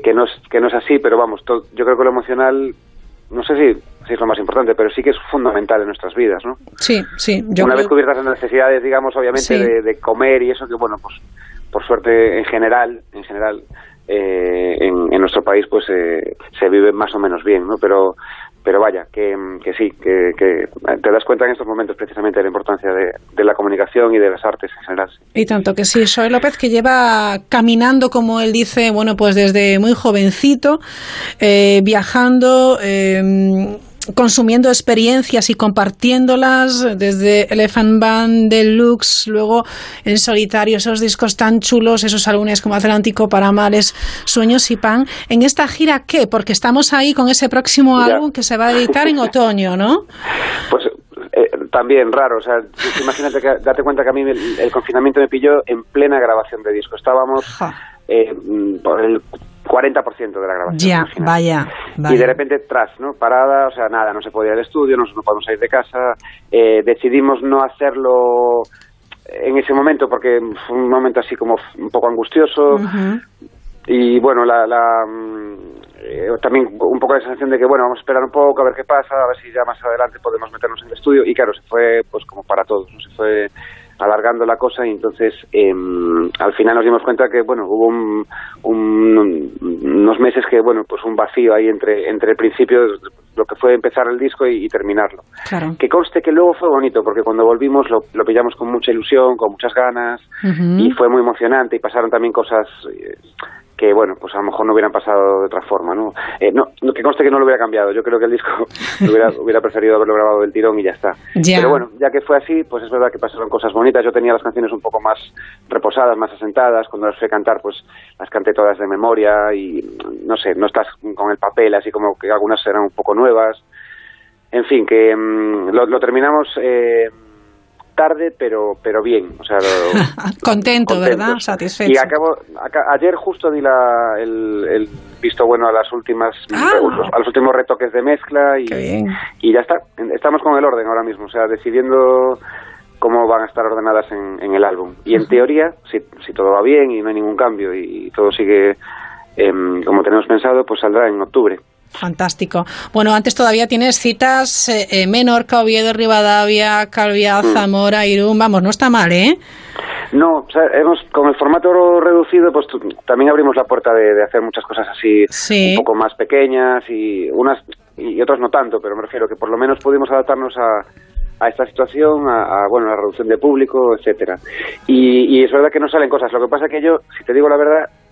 es así, pero vamos, yo creo que lo emocional, no sé si es lo más importante, pero sí que es fundamental en nuestras vidas, ¿no? Sí. Una vez cubiertas las necesidades, digamos, obviamente, de comer y eso, que bueno, pues por suerte en general en nuestro país pues se vive más o menos bien, ¿no? Pero vaya, que sí, que te das cuenta en estos momentos precisamente de la importancia de la comunicación y de las artes en general. Y tanto que sí, Joel López, que lleva caminando, como él dice, bueno, pues desde muy jovencito, viajando, consumiendo experiencias y compartiéndolas, desde Elephant Band, Deluxe, luego en solitario esos discos tan chulos, esos álbumes como Atlántico, Paramales, Sueños y Pan. En esta gira, ¿qué? Porque estamos ahí con ese próximo álbum que se va a editar en otoño, ¿no? Pues también raro, o sea, imagínate, date cuenta que a mí el confinamiento me pilló en plena grabación de disco. Estábamos por el 40% de la grabación. Vaya. Y de repente, ¿no? Parada, o sea, nada, no se podía ir al estudio, no podemos salir de casa. Decidimos no hacerlo en ese momento porque fue un momento así como un poco angustioso. Y bueno, también un poco la sensación de que, bueno, vamos a esperar un poco a ver qué pasa, a ver si ya más adelante podemos meternos en el estudio. Y claro, se fue pues como para todos, ¿no? Se fue alargando la cosa y entonces al final nos dimos cuenta que bueno, hubo unos meses que bueno, pues un vacío ahí entre el principio, lo que fue empezar el disco y terminarlo. Claro. Que conste que luego fue bonito porque cuando volvimos lo pillamos con mucha ilusión, con muchas ganas y fue muy emocionante y pasaron también cosas que bueno, pues a lo mejor no hubieran pasado de otra forma, ¿no? Que conste que no lo hubiera cambiado. Yo creo que el disco hubiera preferido haberlo grabado del tirón y ya está. Pero bueno, ya que fue así, pues es verdad que pasaron cosas bonitas. Yo tenía las canciones un poco más reposadas, más asentadas. Cuando las fui a cantar, pues las canté todas de memoria y no sé, no estás con el papel, así como que algunas eran un poco nuevas. En fin, que lo terminamos tarde, pero bien, o sea, contento, ¿verdad? Satisfecho. Y ayer justo di el visto bueno a los últimos retoques de mezcla y ya está. Estamos con el orden ahora mismo, o sea, decidiendo cómo van a estar ordenadas en el álbum. Y en teoría, si todo va bien y no hay ningún cambio y todo sigue como tenemos pensado, pues saldrá en octubre. Fantástico. Bueno, antes todavía tienes citas Menorca, Oviedo, Rivadavia, Calviá, Zamora, Irún. Vamos, no está mal, ¿eh? No, o sea, con el formato reducido, pues también abrimos la puerta de hacer muchas cosas así un poco más pequeñas y otras no tanto, pero me refiero que por lo menos pudimos adaptarnos a esta situación, a la reducción de público, etcétera. Y es verdad que no salen cosas. Lo que pasa es que yo, si te digo la verdad,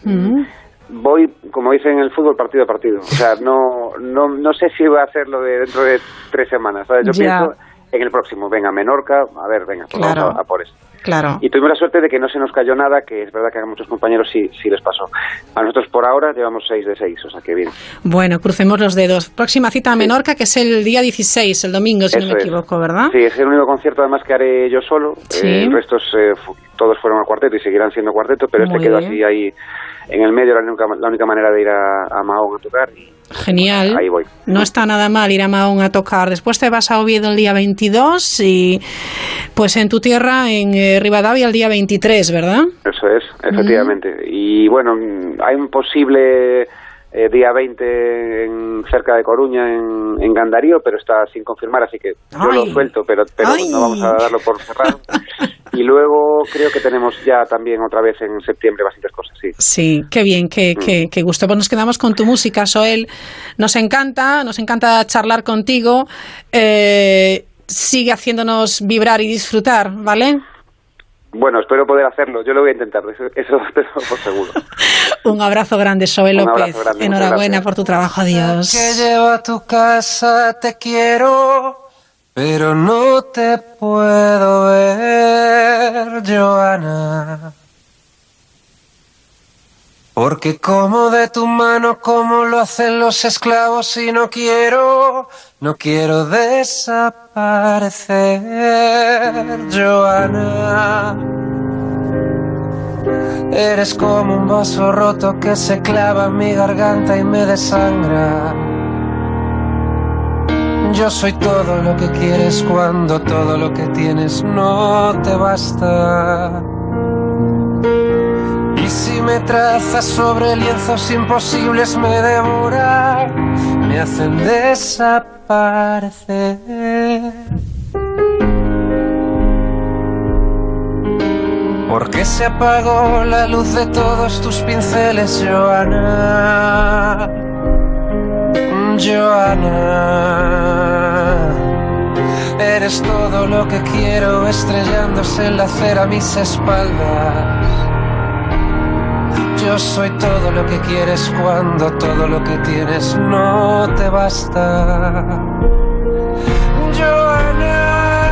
voy, como dicen en el fútbol, partido a partido. O sea, no sé si voy a hacerlo dentro de 3 semanas, ¿sabes? Yo pienso en el próximo, venga, Menorca, a ver, venga, pues vamos a por eso. Claro. Y tuvimos la suerte de que no se nos cayó nada, que es verdad que a muchos compañeros sí les pasó. A nosotros por ahora llevamos 6 de 6, o sea que bien. Bueno, crucemos los dedos. Próxima cita a Menorca, que es el día 16, el domingo, si no me equivoco, ¿verdad? Sí, es el único concierto además que haré yo solo. El resto todos fueron al cuarteto y seguirán siendo cuarteto, pero quedó así ahí en el medio, la única manera de ir a Mahón a tocar. Genial. Ahí voy. No está nada mal ir a Mahón a tocar. Después te vas a Oviedo el día 22 y pues en tu tierra, en Rivadavia, el día 23, ¿verdad? Eso es, efectivamente. Y bueno, hay un posible día 20 cerca de Coruña, en Gandarío, pero está sin confirmar, así que yo lo suelto, pero no vamos a darlo por cerrado. Y luego creo que tenemos ya también otra vez en septiembre bastantes cosas, sí. Sí, qué bien, qué gusto. Pues nos quedamos con tu música, Soel. Nos encanta charlar contigo. Sigue haciéndonos vibrar y disfrutar, ¿vale? Bueno, espero poder hacerlo. Yo lo voy a intentar, eso espero por seguro. Un abrazo grande, Soel López. Enhorabuena por tu trabajo. Adiós. Que llevo a tu casa, te quiero, pero no te puedo ver, Joana. Porque como de tu mano, como lo hacen los esclavos, y no quiero desaparecer, Joana. Eres como un vaso roto que se clava en mi garganta y me desangra. Yo soy todo lo que quieres cuando todo lo que tienes no te basta. Y si me trazas sobre lienzos imposibles me devoran, me hacen desaparecer. Porque se apagó la luz de todos tus pinceles, Joana. Joana, eres todo lo que quiero estrellándose en la acera a mis espaldas. Yo soy todo lo que quieres cuando todo lo que tienes no te basta. Joana.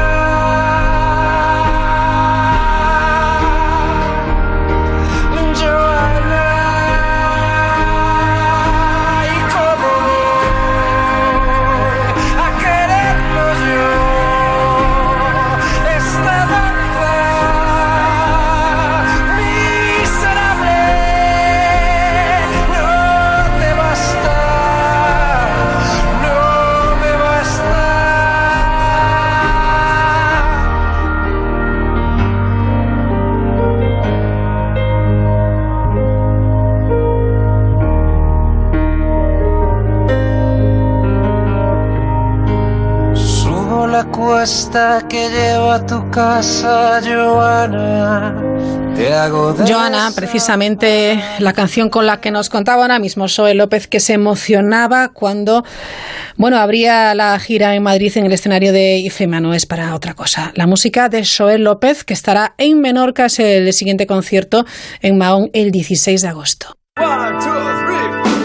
Cuesta que lleva a tu casa, Joana. Joana, precisamente la canción con la que nos contaba ahora mismo Soel López, que se emocionaba cuando, abría la gira en Madrid en el escenario de IFEMA, no es para otra cosa. La música de Soel López, que estará en Menorca, es el siguiente concierto en Mahón el 16 de agosto. 1, 2, 3.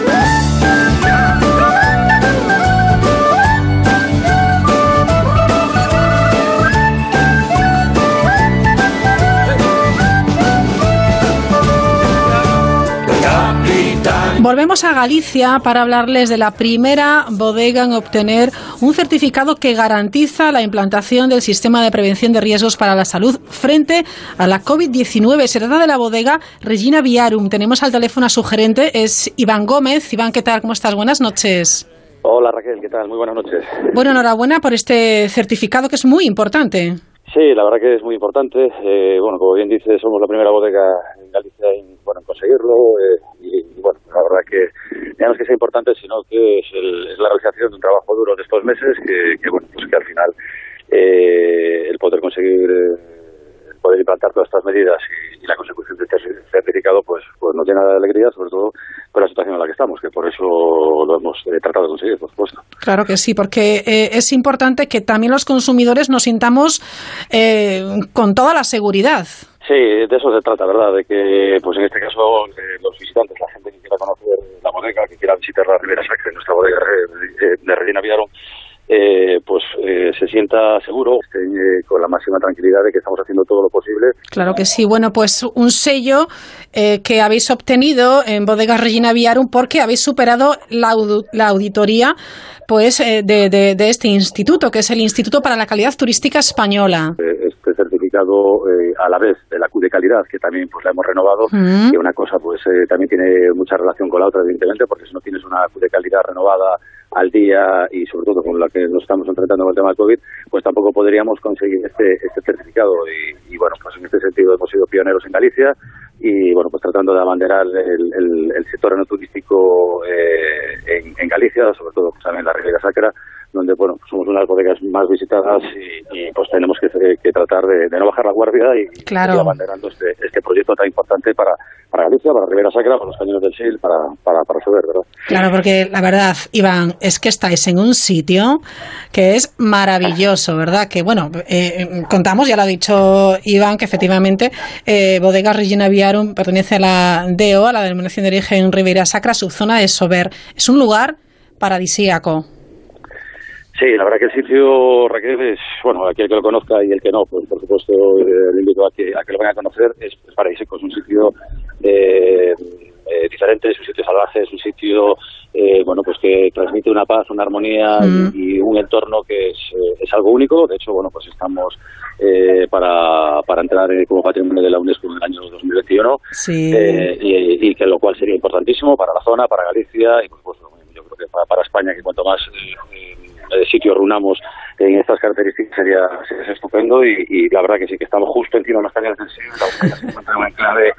Volvemos a Galicia para hablarles de la primera bodega en obtener un certificado que garantiza la implantación del sistema de prevención de riesgos para la salud frente a la COVID-19. Se trata de la bodega Regina Viarum. Tenemos al teléfono a su gerente, es Iván Gómez. Iván, ¿qué tal? ¿Cómo estás? Buenas noches. Hola Raquel, ¿qué tal? Muy buenas noches. Bueno, enhorabuena por este certificado que es muy importante. Sí, la verdad que es muy importante. Como bien dice, somos la primera bodega en Galicia en conseguirlo. La verdad que ya no es que sea importante, sino que es la realización de un trabajo duro de estos meses que al final el poder conseguir poder implantar todas estas medidas y la consecución de este certificado pues nos llena de alegría, sobre todo por la situación en la que estamos, que por eso lo hemos tratado de conseguir, por supuesto. Claro que sí, porque es importante que también los consumidores nos sintamos con toda la seguridad. Sí, de eso se trata, ¿verdad? De que, pues en este caso, los visitantes, la gente que quiera conocer la bodega, que quiera visitar la Ribera Sacra, nuestra bodega de Regina Viarum, se sienta seguro, con la máxima tranquilidad de que estamos haciendo todo lo posible. Claro que sí. Bueno, pues un sello que habéis obtenido en Bodegas Regina Viarum porque habéis superado la auditoría de este instituto, que es el Instituto para la Calidad Turística Española. Este certificado, a la vez de la Q de calidad, que también pues la hemos renovado, y una cosa también tiene mucha relación con la otra, evidentemente, porque si no tienes una Q de calidad renovada al día y sobre todo con la que nos estamos enfrentando con el tema del COVID, pues tampoco podríamos conseguir este certificado y bueno, pues en este sentido hemos sido pioneros en Galicia y bueno, pues tratando de abanderar el sector enoturístico en Galicia, sobre todo pues, también la Ribera Sacra, donde bueno, somos una de las bodegas más visitadas y pues tenemos que tratar de no bajar la guardia y ir abanderando este proyecto tan importante para Galicia, para Ribera Sacra, para los cañones del Sil, para Sober, ¿verdad? Claro, porque la verdad, Iván, es que estáis en un sitio que es maravilloso, ¿verdad? Que bueno, contamos, ya lo ha dicho Iván, que efectivamente Bodegas Regina Viarum pertenece a la DO, a la Denominación de Origen Ribera Sacra, subzona de Sober. Es un lugar paradisíaco. Sí, la verdad que el sitio, Raquel, es, bueno, aquel que lo conozca y el que no, pues por supuesto le invito a que lo venga a conocer, es paradisíaco, es un sitio diferente, es un sitio salvaje, es un sitio pues que transmite una paz, una armonía y un entorno que es algo único. De hecho, bueno, pues estamos para entrar como patrimonio de la UNESCO en el año 2021, sí. Y que lo cual sería importantísimo para la zona, para Galicia y pues yo creo que para España, que cuanto más sitios reunamos en estas características sería estupendo y la verdad que sí, que estamos justo encima de unas cañas del Sil, la bodega se encuentra en un enclave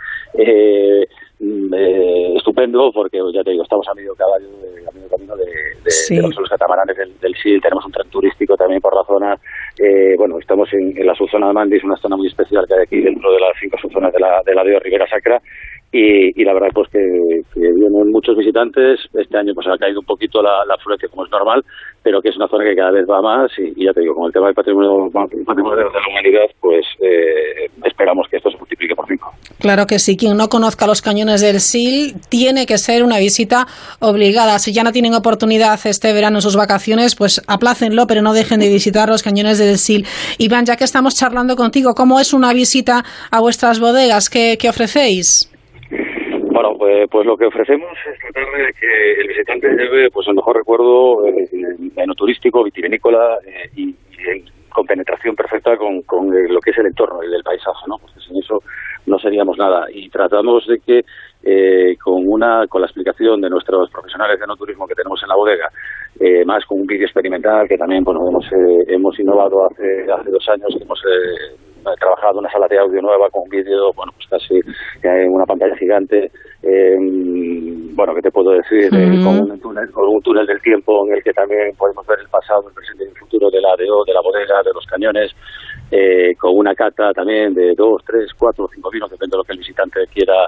estupendo porque ya te digo, estamos a medio camino de los catamaranes del Sil, tenemos un tren turístico también por la zona, estamos en la subzona de Mandis, una zona muy especial que hay aquí dentro de las 5 subzonas de la DO Ribera Sacra. Y la verdad pues que vienen muchos visitantes. Este año pues ha caído un poquito la afluencia como es normal, pero que es una zona que cada vez va más y ya te digo, con el tema del patrimonio de la humanidad, pues esperamos que esto se multiplique por 5. Claro que sí, quien no conozca los cañones del Sil tiene que ser una visita obligada. Si ya no tienen oportunidad este verano en sus vacaciones, pues aplácenlo, pero no dejen de visitar los cañones del Sil. Iván, ya que estamos charlando contigo, ¿cómo es una visita a vuestras bodegas? ¿Qué ofrecéis? Bueno, pues lo que ofrecemos es tratar de que el visitante lleve pues el mejor recuerdo enoturístico, vitivinícola y con penetración perfecta con lo que es el entorno, el paisaje, ¿no? Porque sin eso no seríamos nada. Y tratamos de que con la explicación de nuestros profesionales de enoturismo que tenemos en la bodega, más con un vídeo experimental que también hemos innovado hace 2 años, que hemos trabajado una sala de audio nueva con un vídeo, pues casi en una pantalla gigante, ¿qué te puedo decir? Con un túnel del tiempo en el que también podemos ver el pasado, el presente y el futuro de la DO, de la bodega, de los cañones, con una cata también de 2, 3, 4, 5 vinos, depende de lo que el visitante quiera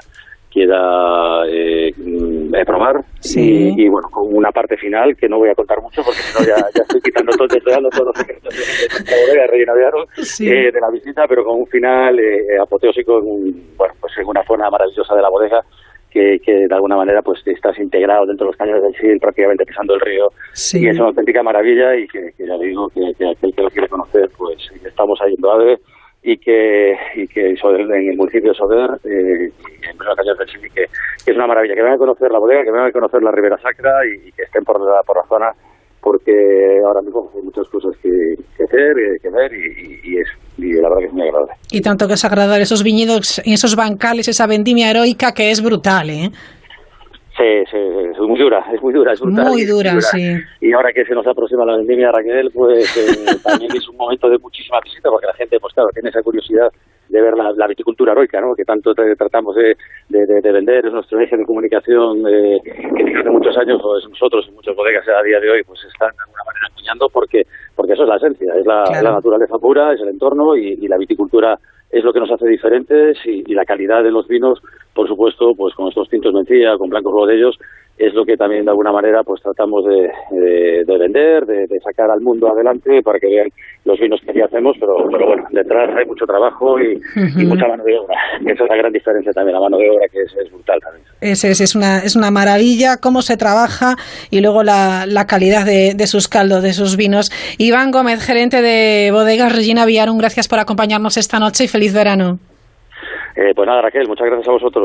probar, sí. y con una parte final que no voy a contar mucho porque si no ya estoy quitando todos los secretos de la bodega de Regina Viarum, sí. De la visita, pero con un final apoteósico en una zona maravillosa de la bodega que de alguna manera pues estás integrado dentro de los cañones del Sil, prácticamente pisando el río, sí. Y es una auténtica maravilla y que ya digo que aquel que lo quiere conocer, pues estamos ahí en Doade y que en el municipio de Sober, en los cañones del Sil, que es una maravilla, que vengan a conocer la bodega, que vengan a conocer la Ribera Sacra y que estén por la zona, porque ahora mismo hay muchas cosas que hacer, que ver y la verdad que es muy agradable. Y tanto que es agradable esos viñedos, en esos bancales, esa vendimia heroica que es brutal, ¿eh? Sí, es muy dura, es brutal. Muy dura, sí. Y ahora que se nos aproxima la vendimia, Raquel, pues también es un momento de muchísima visita, porque la gente, pues claro, tiene esa curiosidad de ver la viticultura heroica, ¿no? Que tanto tratamos de vender, es nuestro eje de comunicación que desde hace muchos años, pues nosotros en muchas bodegas a día de hoy, pues están de alguna manera acuñando porque eso es la esencia, es la naturaleza pura, es el entorno y la viticultura es lo que nos hace diferentes y la calidad de los vinos, por supuesto, pues con estos tintos mencía, con blancos bodellos, es lo que también de alguna manera pues tratamos de vender, de sacar al mundo adelante para que vean los vinos que aquí hacemos, pero bueno, detrás hay mucho trabajo y mucha mano de obra. Esa es la gran diferencia también, la mano de obra que es brutal también. Es una maravilla cómo se trabaja y luego la calidad de sus caldos, de sus vinos. Iván Gómez, gerente de Bodegas Regina Viarum, gracias por acompañarnos esta noche y feliz verano. Pues nada, Raquel, muchas gracias a vosotros.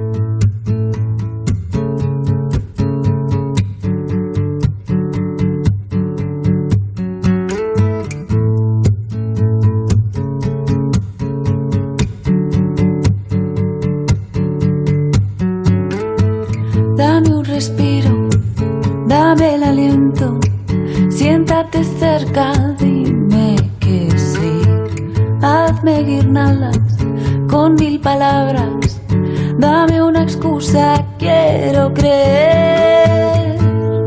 Dame un respiro, dame el aliento, siéntate cerca, dime que sí. Hazme guirnaldas con 1000 palabras, dame una excusa, quiero creer.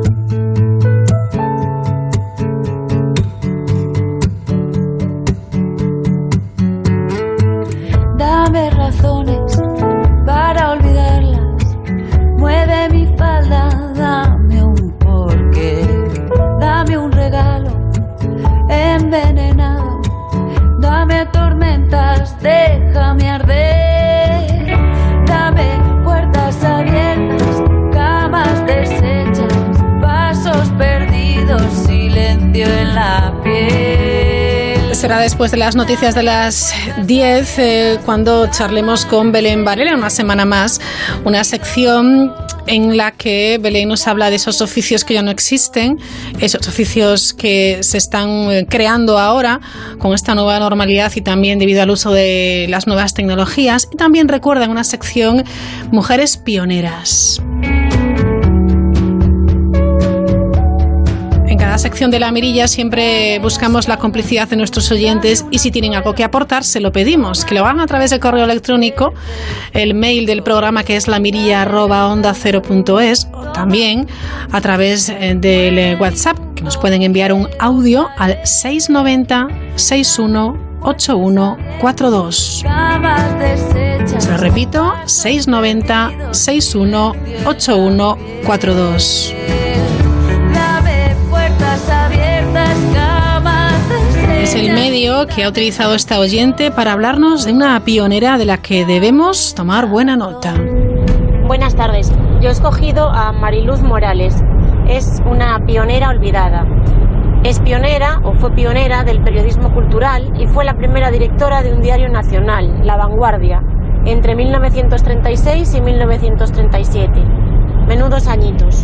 Dame razones para olvidarlas, mueve mi falda, dame un porqué, dame un regalo envenenado, dame tormentas, déjame arder, dame puertas abiertas, camas deshechas, pasos perdidos, silencio en la piel. Será después de las noticias de las 10 cuando charlemos con Belén Varela, una semana más, una sección en la que Belén nos habla de esos oficios que ya no existen, esos oficios que se están creando ahora con esta nueva normalidad y también debido al uso de las nuevas tecnologías. Y también recuerda en una sección Mujeres Pioneras. En cada sección de La Mirilla siempre buscamos la complicidad de nuestros oyentes y si tienen algo que aportar se lo pedimos, que lo hagan a través de correo electrónico, el mail del programa que es lamirilla@ondacero.es, o también a través del WhatsApp, que nos pueden enviar un audio al 690 61 8142. Se lo repito, 690 61 8142. Es el medio que ha utilizado esta oyente para hablarnos de una pionera de la que debemos tomar buena nota. Buenas tardes. Yo he escogido a Mariluz Morales. Es una pionera olvidada. Es pionera o fue pionera del periodismo cultural y fue la primera directora de un diario nacional, La Vanguardia, entre 1936 y 1937. Menudos añitos.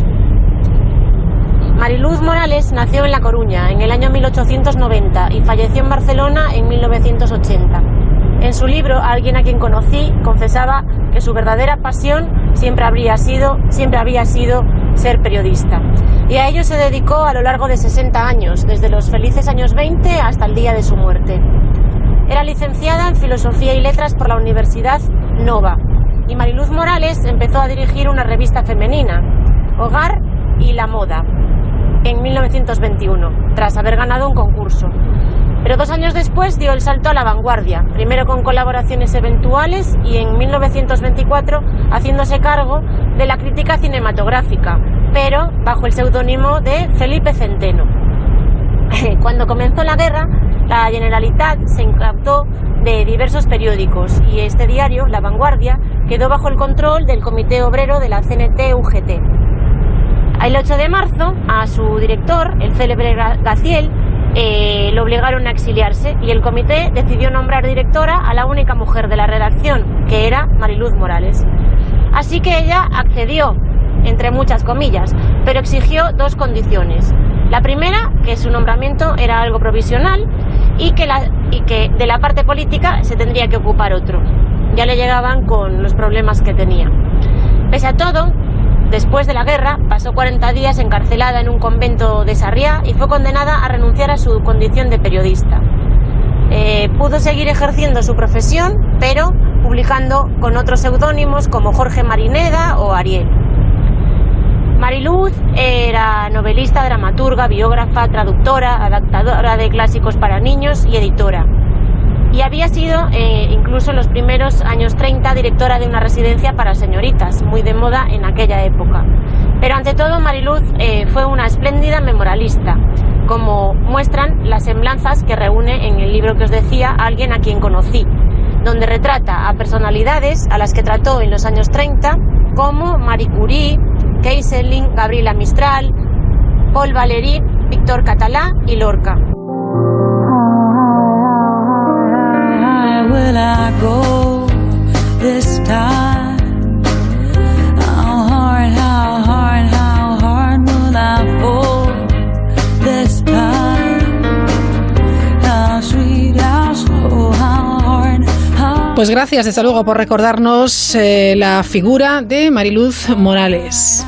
Mariluz Morales nació en La Coruña en el año 1890 y falleció en Barcelona en 1980. En su libro Alguien a quien conocí confesaba que su verdadera pasión siempre había sido ser periodista. Y a ello se dedicó a lo largo de 60 años, desde los felices años 20 hasta el día de su muerte. Era licenciada en Filosofía y Letras por la Universidad Nova y Mariluz Morales empezó a dirigir una revista femenina, Hogar y la Moda, en 1921, tras haber ganado un concurso. Pero 2 años después dio el salto a La Vanguardia, primero con colaboraciones eventuales y en 1924 haciéndose cargo de la crítica cinematográfica, pero bajo el seudónimo de Felipe Centeno. Cuando comenzó la guerra, la Generalitat se incautó de diversos periódicos y este diario, La Vanguardia, quedó bajo el control del Comité Obrero de la CNT-UGT. El 8 de marzo, a su director, el célebre Gaziel, lo obligaron a exiliarse y el comité decidió nombrar directora a la única mujer de la redacción, que era Mariluz Morales. Así que ella accedió, entre muchas comillas, pero exigió 2 condiciones. La primera, que su nombramiento era algo provisional y que de la parte política se tendría que ocupar otro. Ya le llegaban con los problemas que tenía. Pese a todo, después de la guerra, pasó 40 días encarcelada en un convento de Sarriá y fue condenada a renunciar a su condición de periodista. Pudo seguir ejerciendo su profesión, pero publicando con otros seudónimos como Jorge Marineda o Ariel. Mariluz era novelista, dramaturga, biógrafa, traductora, adaptadora de clásicos para niños y editora. y había sido incluso en los primeros años 30 directora de una residencia para señoritas, muy de moda en aquella época. Pero ante todo Mariluz fue una espléndida memorialista, como muestran las semblanzas que reúne en el libro que os decía, Alguien a quien conocí, donde retrata a personalidades a las que trató en los años 30, como Marie Curie, Keyserling, Gabriela Mistral, Paul Valéry, Víctor Català y Lorca. Will I go this time? How hard will I fall this time? How sweet, how slow, how hard, how... Pues gracias, desde luego, por recordarnos la figura de Mariluz Morales.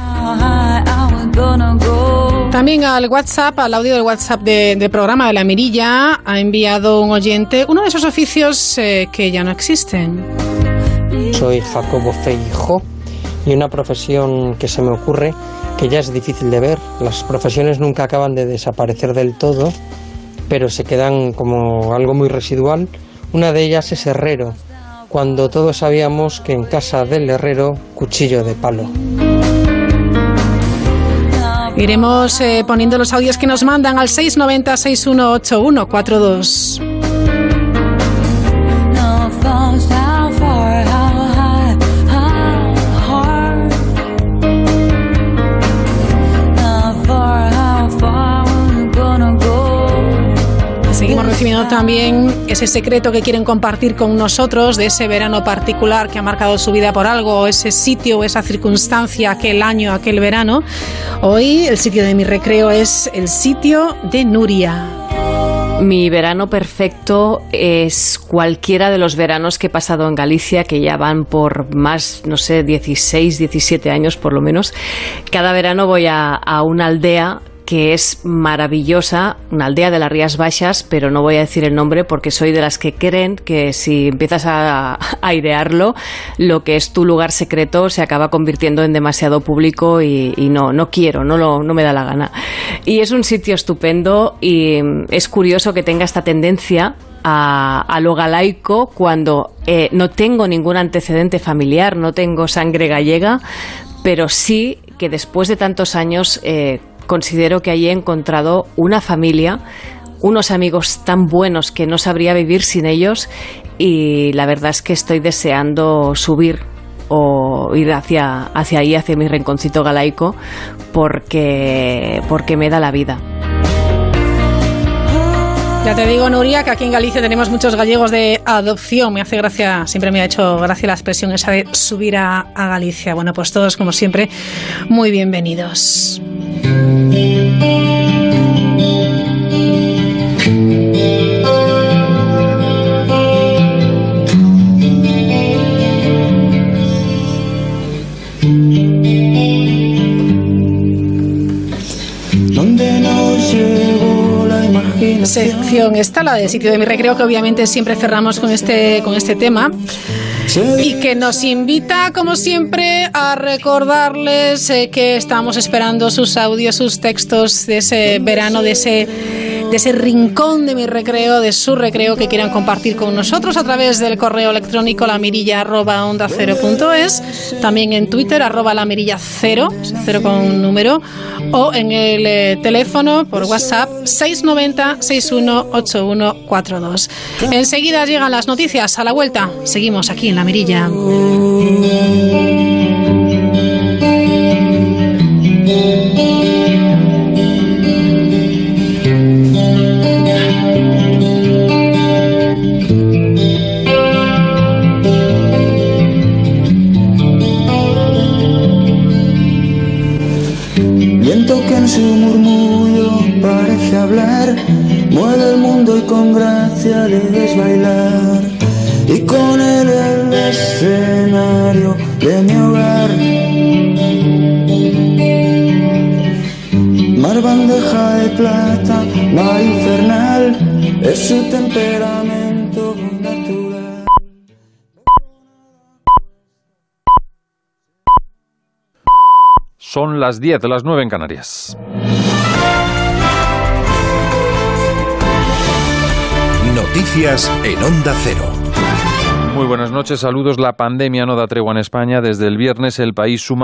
También al WhatsApp, al audio del WhatsApp del programa de La Mirilla, ha enviado un oyente uno de esos oficios que ya no existen. Soy Jacobo Feijó y una profesión que se me ocurre, que ya es difícil de ver. Las profesiones nunca acaban de desaparecer del todo, pero se quedan como algo muy residual. Una de ellas es herrero, cuando todos sabíamos que en casa del herrero, cuchillo de palo. Iremos poniendo los audios que nos mandan al 690-618142. Seguimos recibiendo también ese secreto que quieren compartir con nosotros de ese verano particular que ha marcado su vida por algo, o ese sitio o esa circunstancia, aquel año, aquel verano. Hoy el sitio de mi recreo es el sitio de Nuria. Mi verano perfecto es cualquiera de los veranos que he pasado en Galicia, que ya van por más, 16, 17 años por lo menos. Cada verano voy a una aldea que es maravillosa, una aldea de las Rías Baixas, pero no voy a decir el nombre porque soy de las que creen que si empiezas a airearlo, lo que es tu lugar secreto se acaba convirtiendo en demasiado público y no quiero, no me da la gana. Y es un sitio estupendo y es curioso que tenga esta tendencia a lo galaico cuando no tengo ningún antecedente familiar, no tengo sangre gallega, pero sí que después de tantos años considero que allí he encontrado una familia, unos amigos tan buenos que no sabría vivir sin ellos, y la verdad es que estoy deseando subir o ir hacia ahí, hacia mi rinconcito galaico, porque me da la vida. Ya te digo, Nuria, que aquí en Galicia tenemos muchos gallegos de adopción. Me hace gracia, siempre me ha hecho gracia la expresión esa de subir a Galicia. Bueno, pues todos, como siempre, muy bienvenidos. Sección está la del sitio de mi recreo, que obviamente siempre cerramos con este tema, y que nos invita, como siempre, a recordarles que estamos esperando sus audios, sus textos de ese verano, de ese rincón de mi recreo, de su recreo, que quieran compartir con nosotros a través del correo electrónico lamirilla@ondacero.es, también en Twitter @lamirilla0, 0 con número, o en el teléfono por WhatsApp 690-618142. Enseguida llegan las noticias. A la vuelta seguimos aquí en La Mirilla. Que en su murmullo parece hablar, mueve el mundo y con gracia le desbailar, y con él el escenario de mi hogar. Mar bandeja de plata, mar infernal, es su temperamento natural. Son las 10, las 9 en Canarias. Noticias en Onda Cero. Muy buenas noches, saludos. La pandemia no da tregua en España. Desde el viernes el país suma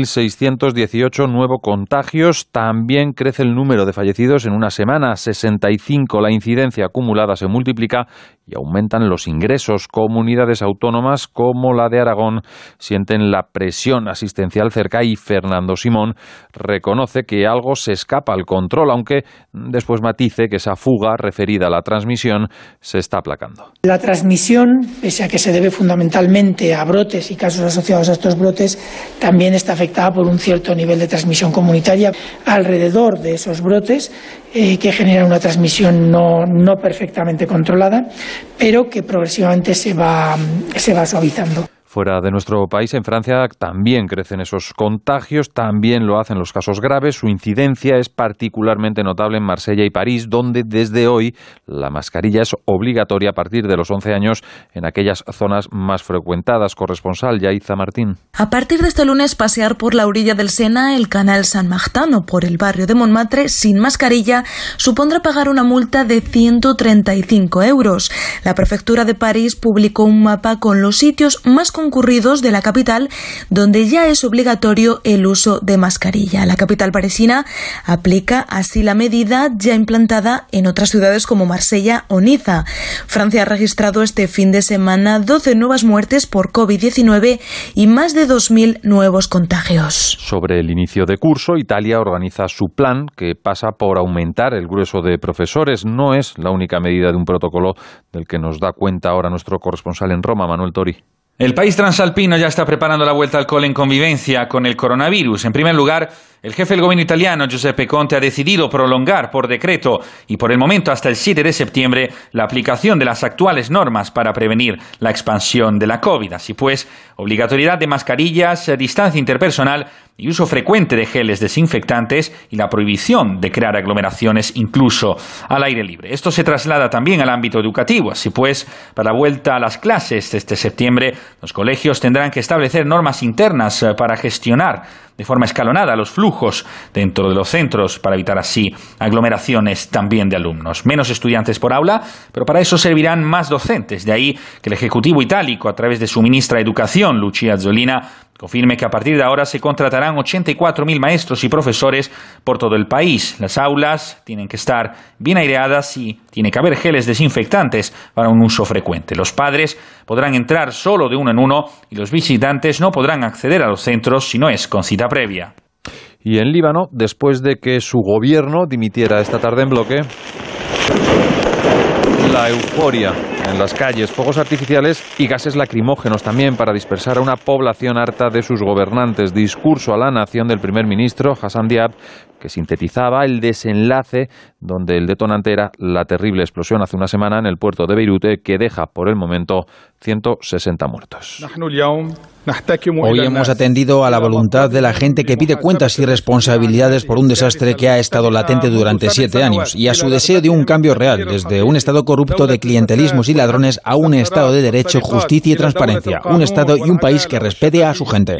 8.618 nuevos contagios. También crece el número de fallecidos en una semana, 65. La incidencia acumulada se multiplica y aumentan los ingresos. Comunidades autónomas como la de Aragón sienten la presión asistencial cerca y Fernando Simón reconoce que algo se escapa al control, aunque después matice que esa fuga referida a la transmisión se está aplacando. La transmisión, pese a que se debe fundamentalmente a brotes y casos asociados a estos brotes, también está afectada por un cierto nivel de transmisión comunitaria alrededor de esos brotes que generan una transmisión no perfectamente controlada, pero que progresivamente se va suavizando. Fuera de nuestro país, en Francia, también crecen esos contagios, también lo hacen los casos graves. Su incidencia es particularmente notable en Marsella y París, donde desde hoy la mascarilla es obligatoria a partir de los 11 años en aquellas zonas más frecuentadas. Corresponsal Yaiza Martín. A partir de este lunes, pasear por la orilla del Sena, el canal Saint-Martin o por el barrio de Montmartre sin mascarilla supondrá pagar una multa de 135 €. La prefectura de París publicó un mapa con los sitios más concurridos de la capital, donde ya es obligatorio el uso de mascarilla. La capital parisina aplica así la medida ya implantada en otras ciudades como Marsella o Niza. Francia ha registrado este fin de semana 12 nuevas muertes por COVID-19 y más de 2.000 nuevos contagios. Sobre el inicio de curso, Italia organiza su plan, que pasa por aumentar el grueso de profesores. No es la única medida de un protocolo del que nos da cuenta ahora nuestro corresponsal en Roma, Manuel Tori. El país transalpino ya está preparando la vuelta al cole en convivencia con el coronavirus. En primer lugar, el jefe del gobierno italiano, Giuseppe Conte, ha decidido prolongar por decreto y por el momento hasta el 7 de septiembre la aplicación de las actuales normas para prevenir la expansión de la COVID. Así pues, obligatoriedad de mascarillas, distancia interpersonal y uso frecuente de geles desinfectantes y la prohibición de crear aglomeraciones incluso al aire libre. Esto se traslada también al ámbito educativo. Así pues, para la vuelta a las clases este septiembre, los colegios tendrán que establecer normas internas para gestionar de forma escalonada los flujos dentro de los centros para evitar así aglomeraciones también de alumnos. Menos estudiantes por aula, pero para eso servirán más docentes. De ahí que el Ejecutivo itálico, a través de su ministra de Educación, Lucia Azzolina, confirme que a partir de ahora se contratarán 84.000 maestros y profesores por todo el país. Las aulas tienen que estar bien aireadas y tiene que haber geles desinfectantes para un uso frecuente. Los padres podrán entrar solo de uno en uno y los visitantes no podrán acceder a los centros si no es con cita previa. Y en Líbano, después de que su gobierno dimitiera esta tarde en bloque, la euforia en las calles, fuegos artificiales y gases lacrimógenos también para dispersar a una población harta de sus gobernantes. Discurso a la nación del primer ministro Hassan Diab, que sintetizaba el desenlace donde el detonante era la terrible explosión hace una semana en el puerto de Beirut, que deja por el momento 160 muertos. Hoy hemos atendido a la voluntad de la gente que pide cuentas y responsabilidades por un desastre que ha estado latente durante 7 años y a su deseo de un cambio real, desde un Estado corrupto de clientelismos y ladrones a un Estado de derecho, justicia y transparencia, un Estado y un país que respete a su gente.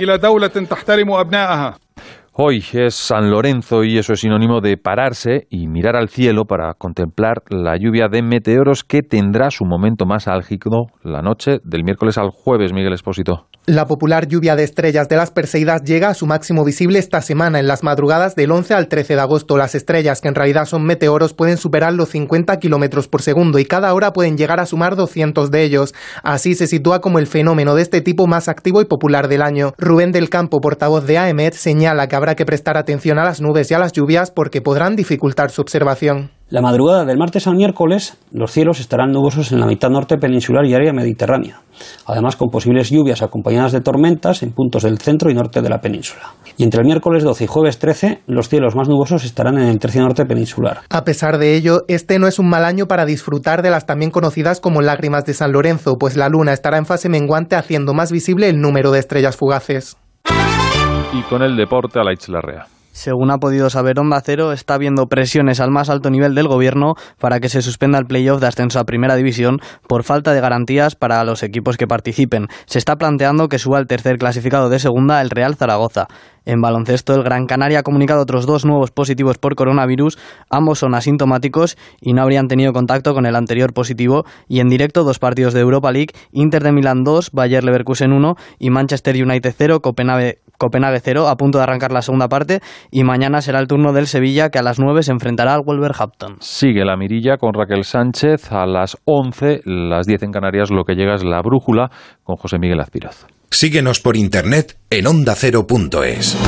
Hoy es San Lorenzo y eso es sinónimo de pararse y mirar al cielo para contemplar la lluvia de meteoros que tendrá su momento más álgido la noche del miércoles al jueves. Miguel Expósito. La popular lluvia de estrellas de las Perseidas llega a su máximo visible esta semana, en las madrugadas del 11 al 13 de agosto. Las estrellas, que en realidad son meteoros, pueden superar los 50 kilómetros por segundo y cada hora pueden llegar a sumar 200 de ellos. Así se sitúa como el fenómeno de este tipo más activo y popular del año. Rubén del Campo, portavoz de AEMET, señala que habrá que prestar atención a las nubes y a las lluvias porque podrán dificultar su observación. La madrugada del martes al miércoles, los cielos estarán nubosos en la mitad norte peninsular y área mediterránea, además con posibles lluvias acompañadas de tormentas en puntos del centro y norte de la península. Y entre el miércoles 12 y jueves 13, los cielos más nubosos estarán en el tercio norte peninsular. A pesar de ello, este no es un mal año para disfrutar de las también conocidas como lágrimas de San Lorenzo, pues la luna estará en fase menguante, haciendo más visible el número de estrellas fugaces. Y con el deporte, Alaich Larrea. Según ha podido saber Onda Cero, está habiendo presiones al más alto nivel del gobierno para que se suspenda el playoff de ascenso a Primera División por falta de garantías para los equipos que participen. Se está planteando que suba el tercer clasificado de Segunda, el Real Zaragoza. En baloncesto, el Gran Canaria ha comunicado otros 2 nuevos positivos por coronavirus. Ambos son asintomáticos y no habrían tenido contacto con el anterior positivo. Y en directo, 2 partidos de Europa League: Inter de Milán 2, Bayer Leverkusen 1 y Manchester United 0, Copenhague 0, a punto de arrancar la segunda parte. Y mañana será el turno del Sevilla, que a las 9 se enfrentará al Wolverhampton. Sigue la mirilla con Raquel Sánchez. A las 11, las 10 en Canarias, lo que llega es la brújula con José Miguel Azpiroz. Síguenos por internet en ondacero.es.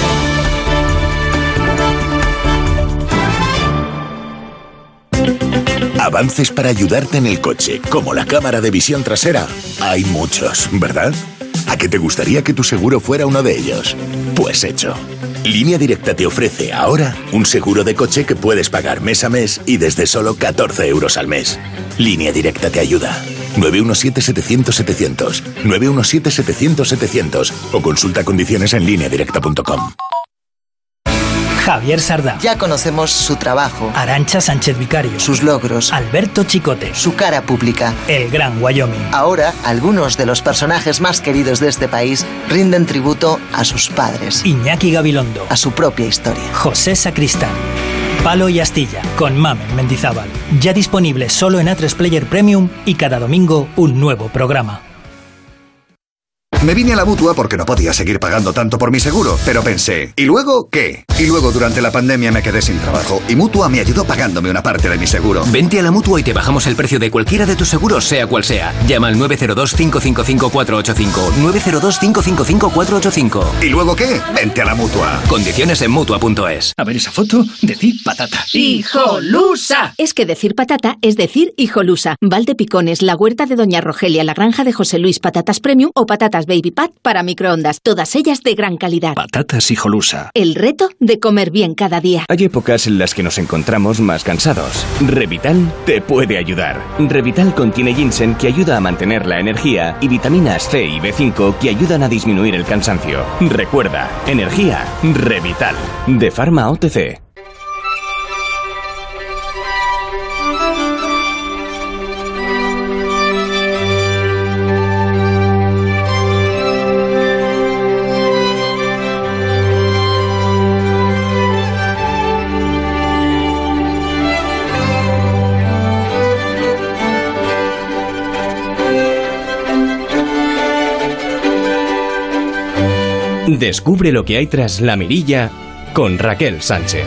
Avances para ayudarte en el coche, como la cámara de visión trasera. Hay muchos, ¿verdad? ¿A qué te gustaría que tu seguro fuera uno de ellos? Pues hecho. Línea Directa te ofrece ahora un seguro de coche que puedes pagar mes a mes y desde solo 14 euros al mes. Línea Directa te ayuda. 917-700-700. 917-700-700. O consulta condiciones en lineadirecta.com. Javier Sardá. Ya conocemos su trabajo. Arantxa Sánchez Vicario. Sus logros. Alberto Chicote. Su cara pública. El Gran Wyoming. Ahora, algunos de los personajes más queridos de este país rinden tributo a sus padres. Iñaki Gabilondo. A su propia historia. José Sacristán. Palo y Astilla, con Mamen Mendizábal. Ya disponible solo en A3 Player Premium y cada domingo un nuevo programa. Me vine a la Mutua porque no podía seguir pagando tanto por mi seguro, pero pensé, ¿y luego qué? Y luego durante la pandemia me quedé sin trabajo y Mutua me ayudó pagándome una parte de mi seguro. Vente a la Mutua y te bajamos el precio de cualquiera de tus seguros, sea cual sea. Llama al 902-555-485. 902-555-485. ¿Y luego qué? Vente a la Mutua. Condiciones en Mutua.es. A ver esa foto, decir patata. ¡Hijolusa! Es que decir patata es decir hijolusa. Valdepicones, la huerta de Doña Rogelia, la granja de José Luis, patatas premium o patatas Baby Pat para microondas, todas ellas de gran calidad. Patatas hijolusa. El reto de comer bien cada día. Hay épocas en las que nos encontramos más cansados. Revital te puede ayudar. Revital contiene ginseng, que ayuda a mantener la energía, y vitaminas C y B5, que ayudan a disminuir el cansancio. Recuerda, energía, Revital, de Pharma OTC. Descubre lo que hay tras la mirilla con Raquel Sánchez.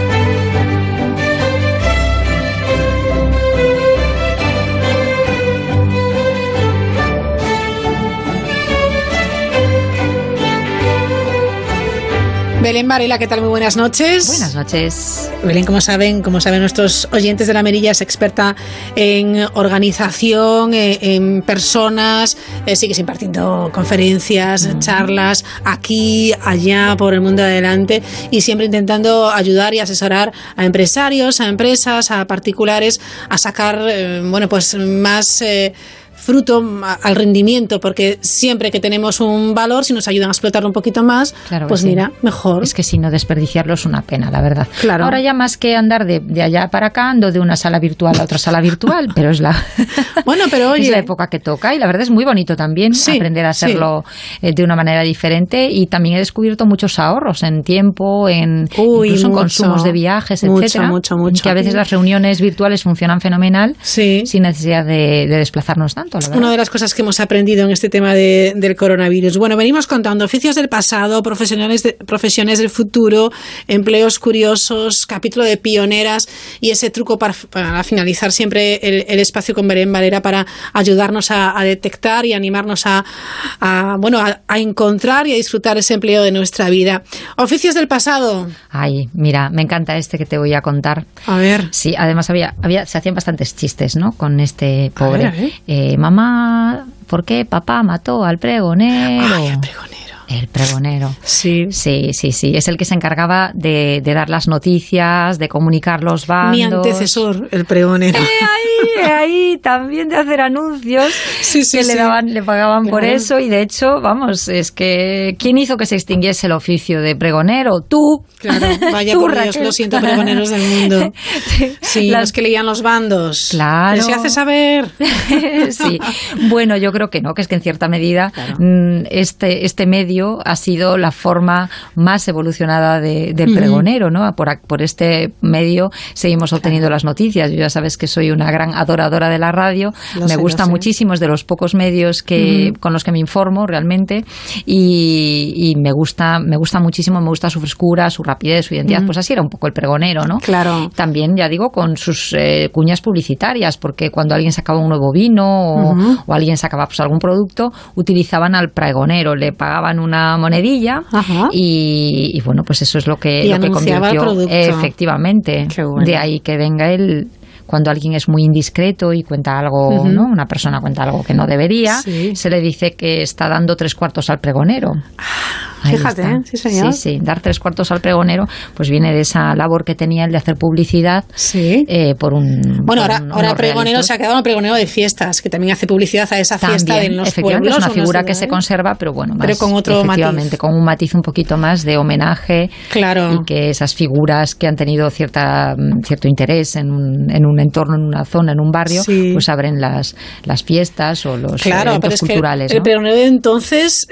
Belén Varela, ¿qué tal? Muy buenas noches. Buenas noches. Belén, como saben nuestros oyentes de La Mirilla, es experta en organización, en personas, sigues impartiendo conferencias, charlas, aquí, allá, por el mundo adelante, y siempre intentando ayudar y asesorar a empresarios, a empresas, a particulares, a sacar, pues más fruto al rendimiento, porque siempre que tenemos un valor, si nos ayudan a explotarlo un poquito más, claro, pues sí, mira, mejor. Es que si no, desperdiciarlo es una pena, la verdad. Claro. Ahora ya más que andar de allá para acá, ando de una sala virtual a otra sala virtual, pero es la bueno, pero oye, es la época que toca, y la verdad es muy bonito también aprender a hacerlo de una manera diferente, y también he descubierto muchos ahorros en tiempo, incluso en consumos de viajes, etcétera, mucho, que a veces las reuniones virtuales funcionan fenomenal sin necesidad de desplazarnos tanto. Una de las cosas que hemos aprendido en este tema del coronavirus. Bueno, venimos contando oficios del pasado, profesiones del futuro, empleos curiosos, capítulo de pioneras y ese truco para finalizar siempre el espacio con Belén Varela para ayudarnos a detectar y animarnos a encontrar y a disfrutar ese empleo de nuestra vida. Oficios del pasado. Ay, mira, me encanta este que te voy a contar. A ver. Sí, además se hacían bastantes chistes, ¿no? Con este pobre. Mamá, ¿por qué papá mató al pregonero? Ay, el pregonero. El pregonero. Sí. Sí. Es el que se encargaba de dar las noticias, de comunicar los bandos. Mi antecesor, el pregonero. Ahí también de hacer anuncios que le pagaban por eso. Y de hecho, vamos, es que ¿quién hizo que se extinguiese el oficio de pregonero? Tú. Claro, vaya tú, por Raquel. Dios, lo siento, pregoneros del mundo. Sí, los que leían los bandos. Claro. ¿Se hace saber? Sí. Bueno, yo creo que no, que es que en cierta medida este medio ha sido la forma más evolucionada del pregonero, ¿no? Por este medio seguimos obteniendo las noticias. Yo ya sabes que soy una gran adoradora de la radio. Me gusta muchísimo, es de los pocos medios con los que me informo realmente y me gusta muchísimo, me gusta su frescura, su rapidez, su identidad. Pues así era un poco el pregonero, ¿no? Claro. También, ya digo, con sus cuñas publicitarias, porque cuando alguien sacaba un nuevo vino o alguien sacaba pues algún producto, utilizaban al pregonero, le pagaban una monedilla y bueno, pues eso es lo que anunciaba convirtió. el producto. Efectivamente. Qué bueno. De ahí que venga cuando alguien es muy indiscreto y cuenta algo, ¿no? Una persona cuenta algo que no debería, se le dice que está dando 3/4 al pregonero. Fíjate, sí señor. Sí, dar 3/4 al pregonero, pues viene de esa labor que tenía el de hacer publicidad por un... Bueno, ahora pregonero se ha quedado un pregonero de fiestas, que también hace publicidad a esa fiesta de los pueblos. Es una figura que se conserva, pero bueno, más, con otro efectivamente, matiz. con un matiz un poquito más de homenaje. Claro. Y que esas figuras que han tenido cierto interés en un entorno, en una zona, en un barrio, pues abren las fiestas o los eventos culturales. El pregonero de entonces...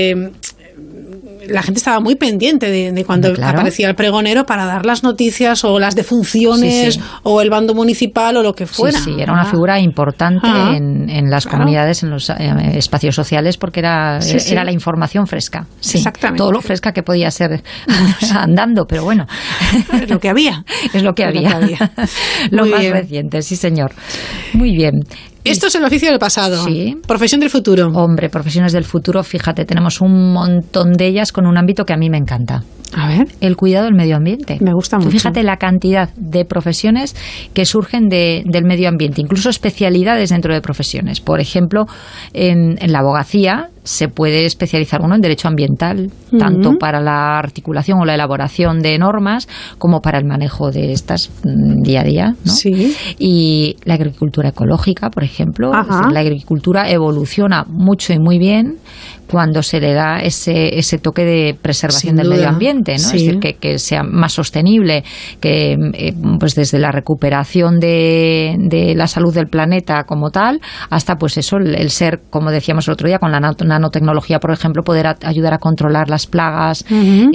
la gente estaba muy pendiente de cuando aparecía el pregonero para dar las noticias o las defunciones o el bando municipal o lo que fuera. Sí, era una figura importante en las comunidades, en los espacios sociales, porque era la información fresca. Sí, exactamente. Todo lo fresca que podía ser andando, pero bueno. Es lo que había. Es lo que había. Lo más reciente, sí señor. Muy bien. Esto es el oficio del pasado. Sí. Profesión del futuro. Hombre, profesiones del futuro, fíjate, tenemos un montón de ellas con un ámbito que a mí me encanta. A ver. El cuidado del medio ambiente. Me gusta mucho. Fíjate la cantidad de profesiones que surgen del medio ambiente, incluso especialidades dentro de profesiones. Por ejemplo, en la abogacía se puede especializar uno en derecho ambiental, tanto para la articulación o la elaboración de normas como para el manejo de estas día a día, ¿no? Sí. Y la agricultura ecológica, por ejemplo. Es decir, la agricultura evoluciona mucho y muy bien cuando se le da ese toque de preservación del medio ambiente, ¿no? Sí. Es decir, que sea más sostenible, que pues desde la recuperación de la salud del planeta como tal, hasta pues eso, el ser, como decíamos el otro día, con la nanotecnología, por ejemplo, poder ayudar a controlar las plagas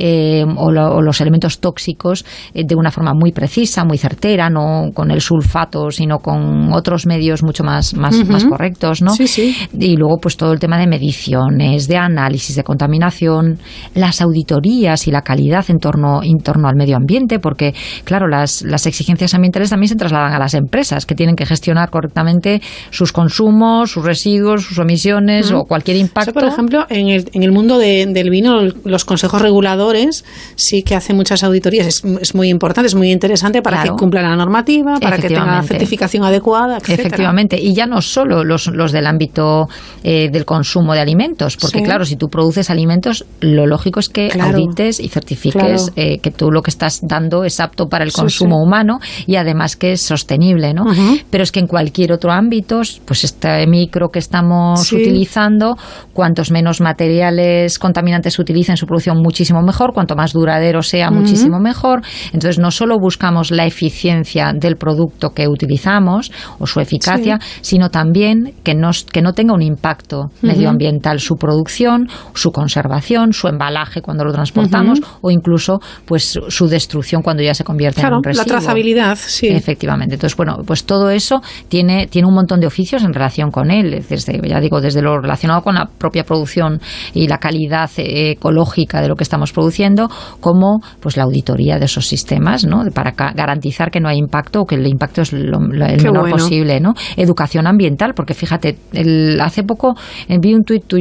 o los elementos tóxicos de una forma muy precisa, muy certera, no con el sulfato, sino con otros medios mucho más correctos, ¿no? Sí, sí. Y luego pues todo el tema de mediciones, de análisis de contaminación, las auditorías y la calidad en torno al medio ambiente, porque claro, las exigencias ambientales también se trasladan a las empresas, que tienen que gestionar correctamente sus consumos, sus residuos, sus emisiones o cualquier impacto. Por ejemplo, en el mundo del vino, los consejos reguladores sí que hacen muchas auditorías. Es muy importante, es muy interesante para que cumpla la normativa, para que tenga la certificación adecuada, etcétera. Efectivamente. Y ya no solo los del ámbito del consumo de alimentos, porque claro, si tú produces alimentos, lo lógico es que audites y certifiques que tú lo que estás dando es apto para el consumo humano y además que es sostenible, ¿no? Pero es que en cualquier otro ámbito, pues este micro que estamos utilizando, cuantos menos materiales contaminantes se utilicen en su producción, muchísimo mejor, cuanto más duradero sea, muchísimo mejor. Entonces, no solo buscamos la eficiencia del producto que utilizamos o su eficacia, sino también que no tenga un impacto medioambiental su producción, su conservación, su embalaje cuando lo transportamos o incluso pues su destrucción cuando ya se convierte en un residuo. La trazabilidad, Efectivamente. Entonces, bueno, pues todo eso tiene un montón de oficios en relación con él, desde lo relacionado con la propia producción y la calidad ecológica de lo que estamos produciendo, como pues la auditoría de esos sistemas, ¿no? Para garantizar que no hay impacto o que el impacto es el menor posible, ¿no? Educación ambiental, porque fíjate, hace poco vi un tuit tuyo sobre la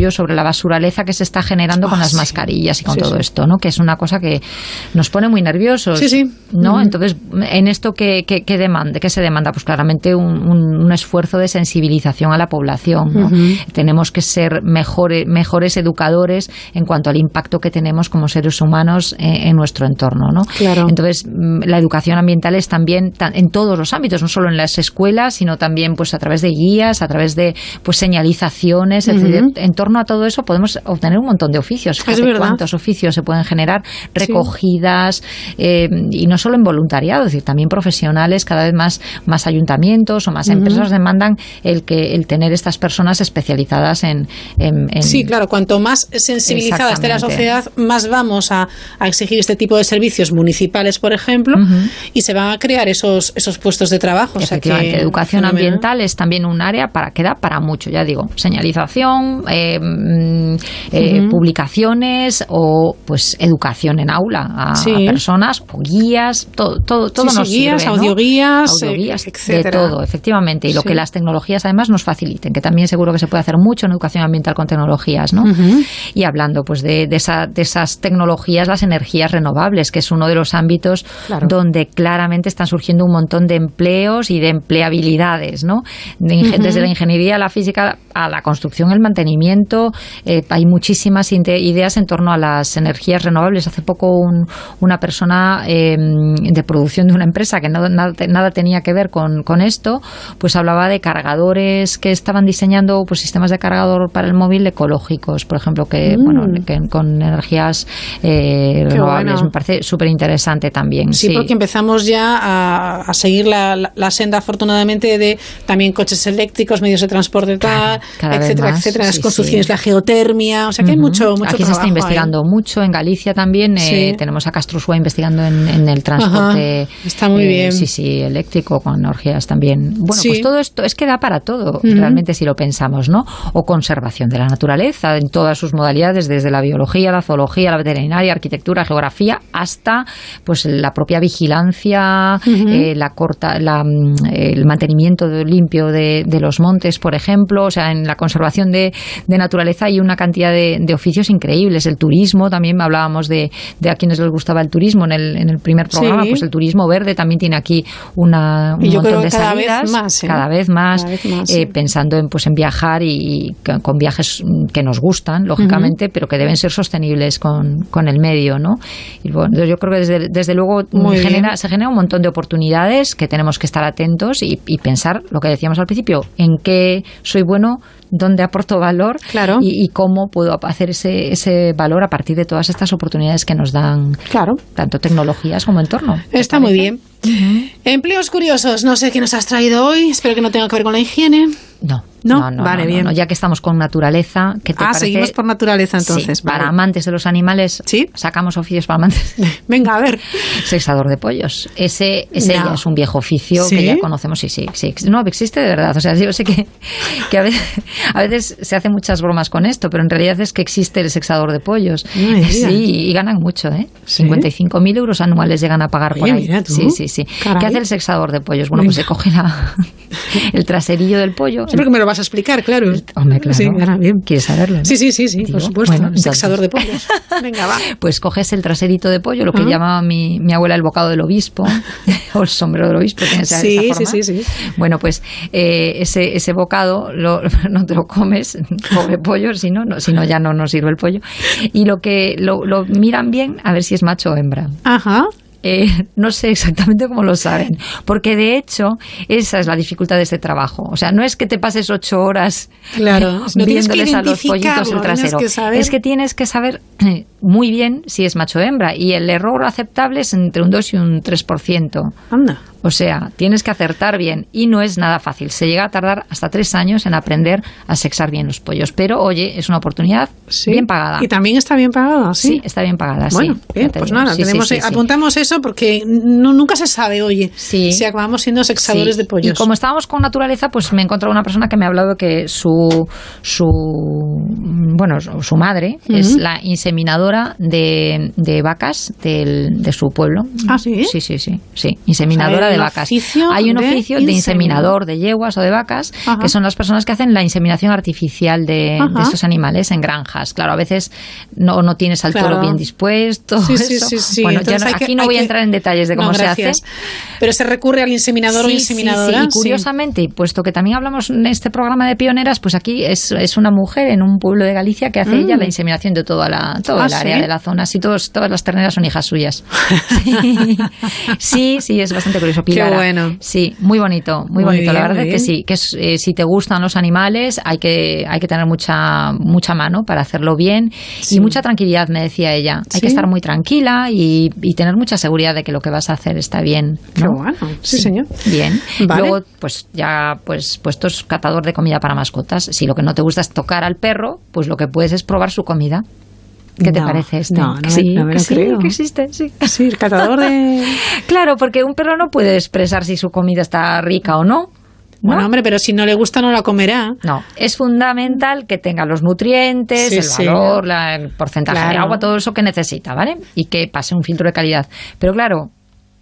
basuraleza que se está generando con las mascarillas y con todo esto, ¿no? Que es una cosa que nos pone muy nerviosos, ¿no? Entonces, en esto ¿qué se demanda? Pues claramente un esfuerzo de sensibilización a la población, ¿no? Tenemos que ser mejores educadores en cuanto al impacto que tenemos como seres humanos en nuestro entorno, ¿no? Claro. Entonces, la educación ambiental es también en todos los ámbitos, no solo en las escuelas, sino también pues a través de guías, a través de pues señalizaciones, etcétera. En torno a todo eso podemos obtener un montón de oficios. Fíjate cuántos oficios se pueden generar, recogidas, y no solo en voluntariado, es decir, también profesionales, cada vez más ayuntamientos o más empresas demandan el tener estas personas especializadas en Sí, claro, cuanto más sensibilizada esté la sociedad, más vamos a exigir este tipo de servicios municipales, por ejemplo, y se van a crear esos puestos de trabajo. Efectivamente, o sea que, educación ambiental es también un área que da para mucho, ya digo, señalización, publicaciones o pues educación en aula a personas, o guías, todo nos guías, sirve, ¿no? audioguías, etcétera. De todo, efectivamente, y lo que las tecnologías además nos faciliten, que también seguro que se puede hacer mucho en educación ambiental con tecnologías, ¿no? Y hablando pues de esas tecnologías, las energías renovables, que es uno de los ámbitos donde claramente están surgiendo un montón de empleos y de empleabilidades, ¿no? Desde la ingeniería, la física, a la construcción, el mantenimiento, hay muchísimas ideas en torno a las energías renovables. Hace poco una persona de producción de una empresa que nada tenía que ver con esto, pues hablaba de cargadores que estaban diseñando pues sistemas de cargador para el móvil ecológicos, por ejemplo, que con energías renovables. Me parece súper interesante también. Sí, porque empezamos ya a seguir la senda, afortunadamente, de también coches eléctricos, medios de transporte, etcétera, las construcciones, la geotermia, o sea que hay mucho Aquí se está investigando mucho, en Galicia también, tenemos a Castrosua investigando en el transporte. Está muy bien. Sí, eléctrico, con energías también. Bueno, pues todo esto es que da para todo, realmente, si lo pensamos, ¿no? O conservación de la naturaleza en todas sus modalidades, desde la biología, la zoología, la veterinaria, arquitectura, geografía, hasta pues la propia vigilancia, el mantenimiento limpio de los montes, por ejemplo. O sea, en la conservación de naturaleza hay una cantidad de oficios increíbles. El turismo, también hablábamos de a quienes les gustaba el turismo en el primer programa, pues el turismo verde también tiene aquí un montón de salidas, cada vez más, pensando en viajar y con viajes que nos gustan, lógicamente, pero que deben ser sostenibles con el medio, ¿no? Y bueno, yo creo que desde luego se genera un montón de oportunidades que tenemos que estar atentos y pensar lo que decíamos al principio, en qué soy bueno, dónde aporto valor y cómo puedo hacer ese valor a partir de todas estas oportunidades que nos dan tanto tecnologías como entorno. Está muy bien. Empleos curiosos, no sé qué nos has traído hoy, espero que no tenga que ver con la higiene. No, vale, bien. Ya que estamos con naturaleza, ¿qué te parece? Seguimos por naturaleza entonces. Sí, para amantes de los animales, sacamos oficios para amantes. Venga, a ver. Sexador de pollos. Ese ya es un viejo oficio que ya conocemos. Sí. No, existe de verdad. O sea, yo sé que a veces se hacen muchas bromas con esto, pero en realidad es que existe el sexador de pollos. Y ganan mucho, ¿eh? 55.000 euros anuales llegan a pagar por ahí. Mira tú. Sí. ¿Qué hace el sexador de pollos? Bueno, pues se coge el traserillo del pollo. Siempre que me lo vas a explicar, claro. Hombre, claro. Sí, bien. ¿Quieres saberlo? ¿No? Sí, por supuesto. Bueno, sexador de pollos. Venga, va. Pues coges el traserito de pollo, lo que llamaba mi abuela el bocado del obispo, o el sombrero del obispo, tiene esa forma. Sí. Bueno, pues ese bocado no te lo comes, pobre pollo, si no ya no nos sirve el pollo. Y lo miran bien a ver si es macho o hembra. Ajá. No sé exactamente cómo lo saben, porque de hecho esa es la dificultad de este trabajo. O sea, no es que te pases 8 horas viéndoles a los pollitos el trasero, es que tienes que saber muy bien si es macho o hembra, y el error aceptable es entre un 2 y un 3%. Anda. O sea, tienes que acertar bien y no es nada fácil. Se llega a tardar hasta 3 años en aprender a sexar bien los pollos. Pero, oye, es una oportunidad bien pagada. Y también está bien pagada, ¿sí? Sí, está bien pagada, bueno, bien, pues nada, apuntamos eso porque nunca se sabe, oye, si acabamos siendo sexadores de pollos. Y como estábamos con naturaleza, pues me he encontrado una persona que me ha hablado que su madre es la inseminadora inseminadora de vacas de su pueblo. ¿Ah, sí? Sí, inseminadora de vacas. Hay un oficio de inseminador de yeguas o de vacas, que son las personas que hacen la inseminación artificial de estos animales en granjas. Claro, a veces no tienes al toro bien dispuesto. Sí. Bueno, aquí no voy a entrar en detalles de cómo se hace. Pero se recurre al inseminador o inseminadora. Sí. Y curiosamente, y puesto que también hablamos en este programa de pioneras, pues aquí es una mujer en un pueblo de Galicia que hace ella la inseminación de todo el área de la zona. Sí, todas las terneras son hijas suyas. Sí, es bastante curioso. Pilar. Qué bueno. Sí, muy bonito. Muy bonito. La verdad es que sí, que si te gustan los animales hay que tener mucha mano para hacerlo bien y mucha tranquilidad, me decía ella. Hay que estar muy tranquila y tener mucha seguridad de que lo que vas a hacer está bien, ¿no? Qué bueno. Sí, señor. Bien. Vale. Luego, pues ya, puesto es catador de comida para mascotas. Si lo que no te gusta es tocar al perro, pues lo que puedes es probar su comida. ¿Qué te parece este? No me lo creo. Que existe, sí. Sí, el catador de... Claro, porque un perro no puede expresar si su comida está rica o no. Bueno, hombre, pero si no le gusta no la comerá. No, es fundamental que tenga los nutrientes, el valor, el porcentaje de agua, todo eso que necesita, ¿vale? Y que pase un filtro de calidad. Pero claro,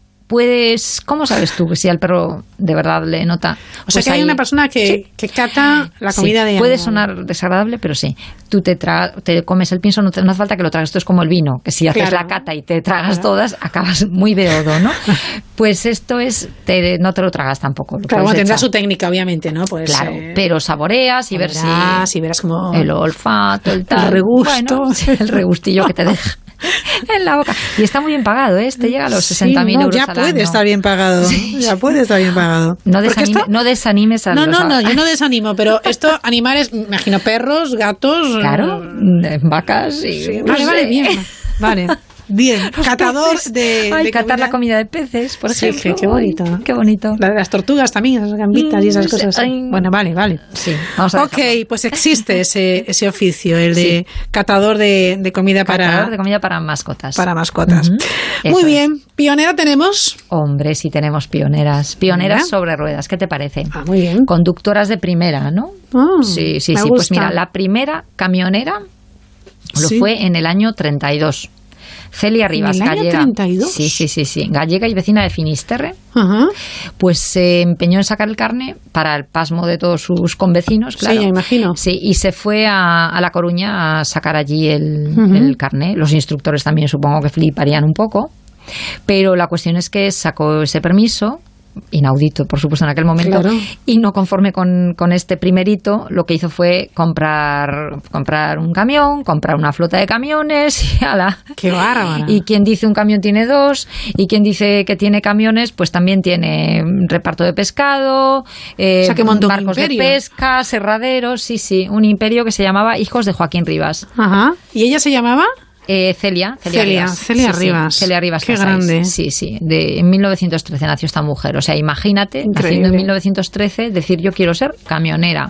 ¿cómo sabes tú si al perro de verdad le nota? O sea, que hay una persona que cata la comida de... Puede sonar desagradable, pero sí. Tú te comes el pienso, no hace falta que lo tragues. Esto es como el vino, que si haces la cata y te tragas todas, acabas muy beodo, ¿no? Pues esto no te lo tragas tampoco. Claro, tendrá su técnica, obviamente, ¿no? Pues, claro, pero saboreas y ver si verás como... El olfato, el tal... El regusto. Bueno, el regustillo que te deja en la boca. Y está muy bien pagado, ¿eh? Te llega a los 60.000 euros ya al año. Puede estar bien pagado. Sí. Ya puede estar bien pagado. No desanimes a los... No, yo no desanimo, pero animales, me imagino perros, gatos... Claro, vacas y... Sí. Vale, bien. Vale. Bien, catador de catar comida. La comida de peces, por ejemplo. Sí, qué bonito. Qué bonito. La de las tortugas también, esas gambitas y esas cosas. Bueno, vale. Sí, vamos a pues existe ese oficio, el de catador de comida catador de comida para mascotas. Para mascotas. Muy bien. ¿Pionera tenemos? Hombre, sí tenemos pioneras. Pioneras sobre ruedas, ¿qué te parece? Muy bien. Conductoras de primera, ¿no? Sí. Pues mira, la primera camionera lo fue en el año 32. Celia Rivas, ¿en el gallega. año 32? Sí, gallega y vecina de Finisterre. Pues se empeñó en sacar el carné para el pasmo de todos sus convecinos, claro. Sí, ya imagino. Sí, y se fue a La Coruña a sacar allí el carné. Los instructores también supongo que fliparían un poco, pero la cuestión es que sacó ese permiso, inaudito, por supuesto, en aquel momento, y no conforme con este primer hito, lo que hizo fue comprar un camión, comprar una flota de camiones y ¡ala! ¡Qué bárbara! Y quien dice un camión tiene dos, y quien dice que tiene camiones, pues también tiene reparto de pescado, o sea, que montó barcos de pesca, serraderos, un imperio que se llamaba Hijos de Joaquín Rivas. ¿Y ella se llamaba? Celia Rivas. Celia Rivas. Qué grande. Sí. En 1913 nació esta mujer. O sea, imagínate, naciendo en 1913, decir yo quiero ser camionera.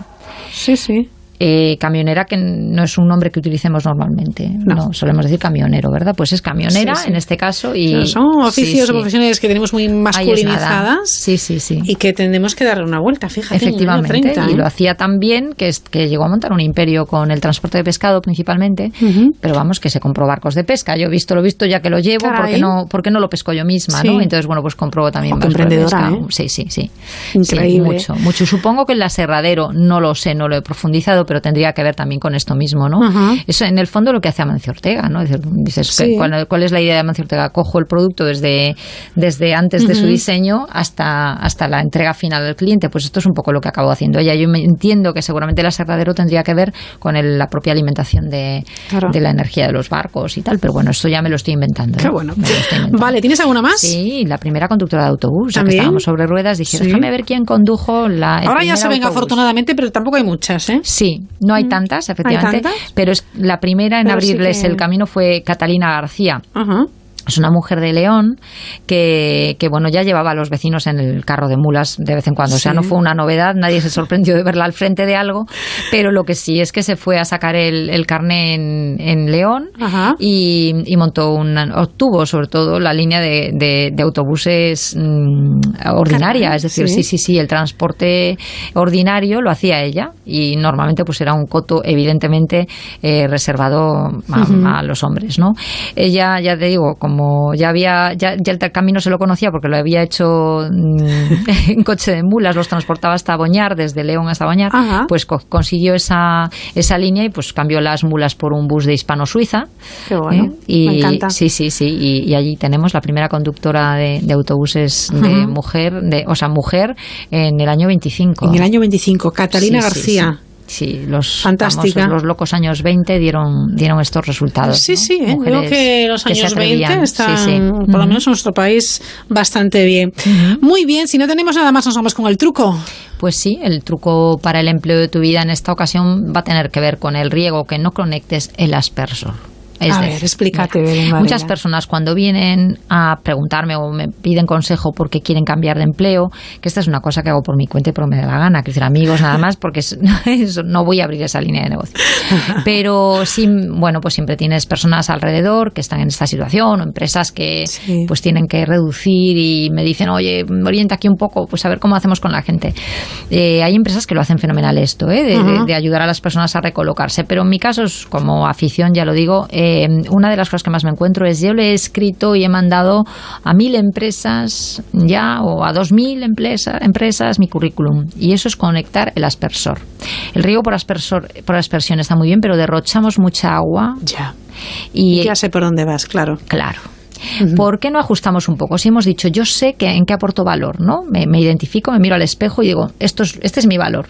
Sí. Camionera, que no es un nombre que utilicemos normalmente. No, solemos decir camionero, ¿verdad? Pues es camionera en este caso. Y son oficios o profesiones que tenemos muy masculinizadas. Sí. Y que tendremos que darle una vuelta, fíjate. Efectivamente. En el 30, y lo hacía tan bien que llegó a montar un imperio con el transporte de pescado principalmente. Pero vamos, que se compró barcos de pesca. Yo lo visto ya que lo llevo, porque no lo pesco yo misma, ¿no? Entonces, bueno, pues compro también barcos de pesca. Sí. Increíble. Sí, mucho. Supongo que el aserradero, no lo sé, no lo he profundizado, pero tendría que ver también con esto mismo, ¿no? Eso en el fondo lo que hace Amancio Ortega, ¿no? Dices, ¿cuál es la idea de Amancio Ortega? Cojo el producto desde antes de su diseño hasta la entrega final al cliente. Pues esto es un poco lo que acabó haciendo ella. Yo entiendo que seguramente el aserradero tendría que ver con la propia alimentación de la energía de los barcos y tal, pero bueno, esto ya me lo estoy inventando. Qué bueno. Vale, ¿tienes alguna más? Sí, la primera conductora de autobús, ya que estábamos sobre ruedas, dije, déjame ver quién condujo la... Ahora ya se ven afortunadamente, pero tampoco hay muchas, ¿eh? Sí, no hay tantas, efectivamente, pero es la primera en abrirles el camino fue Catalina García. Es una mujer de León que bueno, ya llevaba a los vecinos en el carro de mulas de vez en cuando. O sea, no fue una novedad, nadie se sorprendió de verla al frente de algo, pero lo que sí es que se fue a sacar el carné en León y montó obtuvo sobre todo la línea de autobuses ordinaria. Es decir, sí, el transporte ordinario lo hacía ella y normalmente pues era un coto evidentemente reservado a los hombres, ¿no? Ella, ya te digo, como ya el camino se lo conocía porque lo había hecho en coche de mulas, los transportaba hasta Boñar, desde León hasta Boñar, pues consiguió esa línea y pues cambió las mulas por un bus de Hispano-Suiza. Qué bueno, me encanta. Sí, y allí tenemos la primera conductora de autobuses de mujer en el año 25. En el año 25, Catalina García. Sí, los locos años 20 dieron estos resultados. Sí, ¿no? Creo que los años 20 están, por lo menos en nuestro país, bastante bien. Muy bien, si no tenemos nada más, nos vamos con el truco. Pues sí, el truco para el empleo de tu vida en esta ocasión va a tener que ver con el riego que no conectes el aspersor. A ver, explícate, Belén. Muchas personas cuando vienen a preguntarme o me piden consejo porque quieren cambiar de empleo, que esta es una cosa que hago por mi cuenta y por me da la gana, que decir amigos nada más, porque no voy a abrir esa línea de negocio. Pero sí, bueno, pues siempre tienes personas alrededor que están en esta situación o empresas que pues tienen que reducir y me dicen, oye, orienta aquí un poco, pues a ver cómo hacemos con la gente. Hay empresas que lo hacen fenomenal esto, de ayudar a las personas a recolocarse, pero en mi caso es como afición, ya lo digo, una de las cosas que más me encuentro es yo le he escrito y he mandado a 1.000 empresas ya o a 2.000 empresas mi currículum y eso es conectar el aspersor. El riego por aspersión está muy bien, pero derrochamos mucha agua. Y ya sé por dónde vas, claro. ¿Por qué no ajustamos un poco? Si hemos dicho, yo sé en qué aporto valor, ¿no? Me identifico, me miro al espejo y digo, este es mi valor.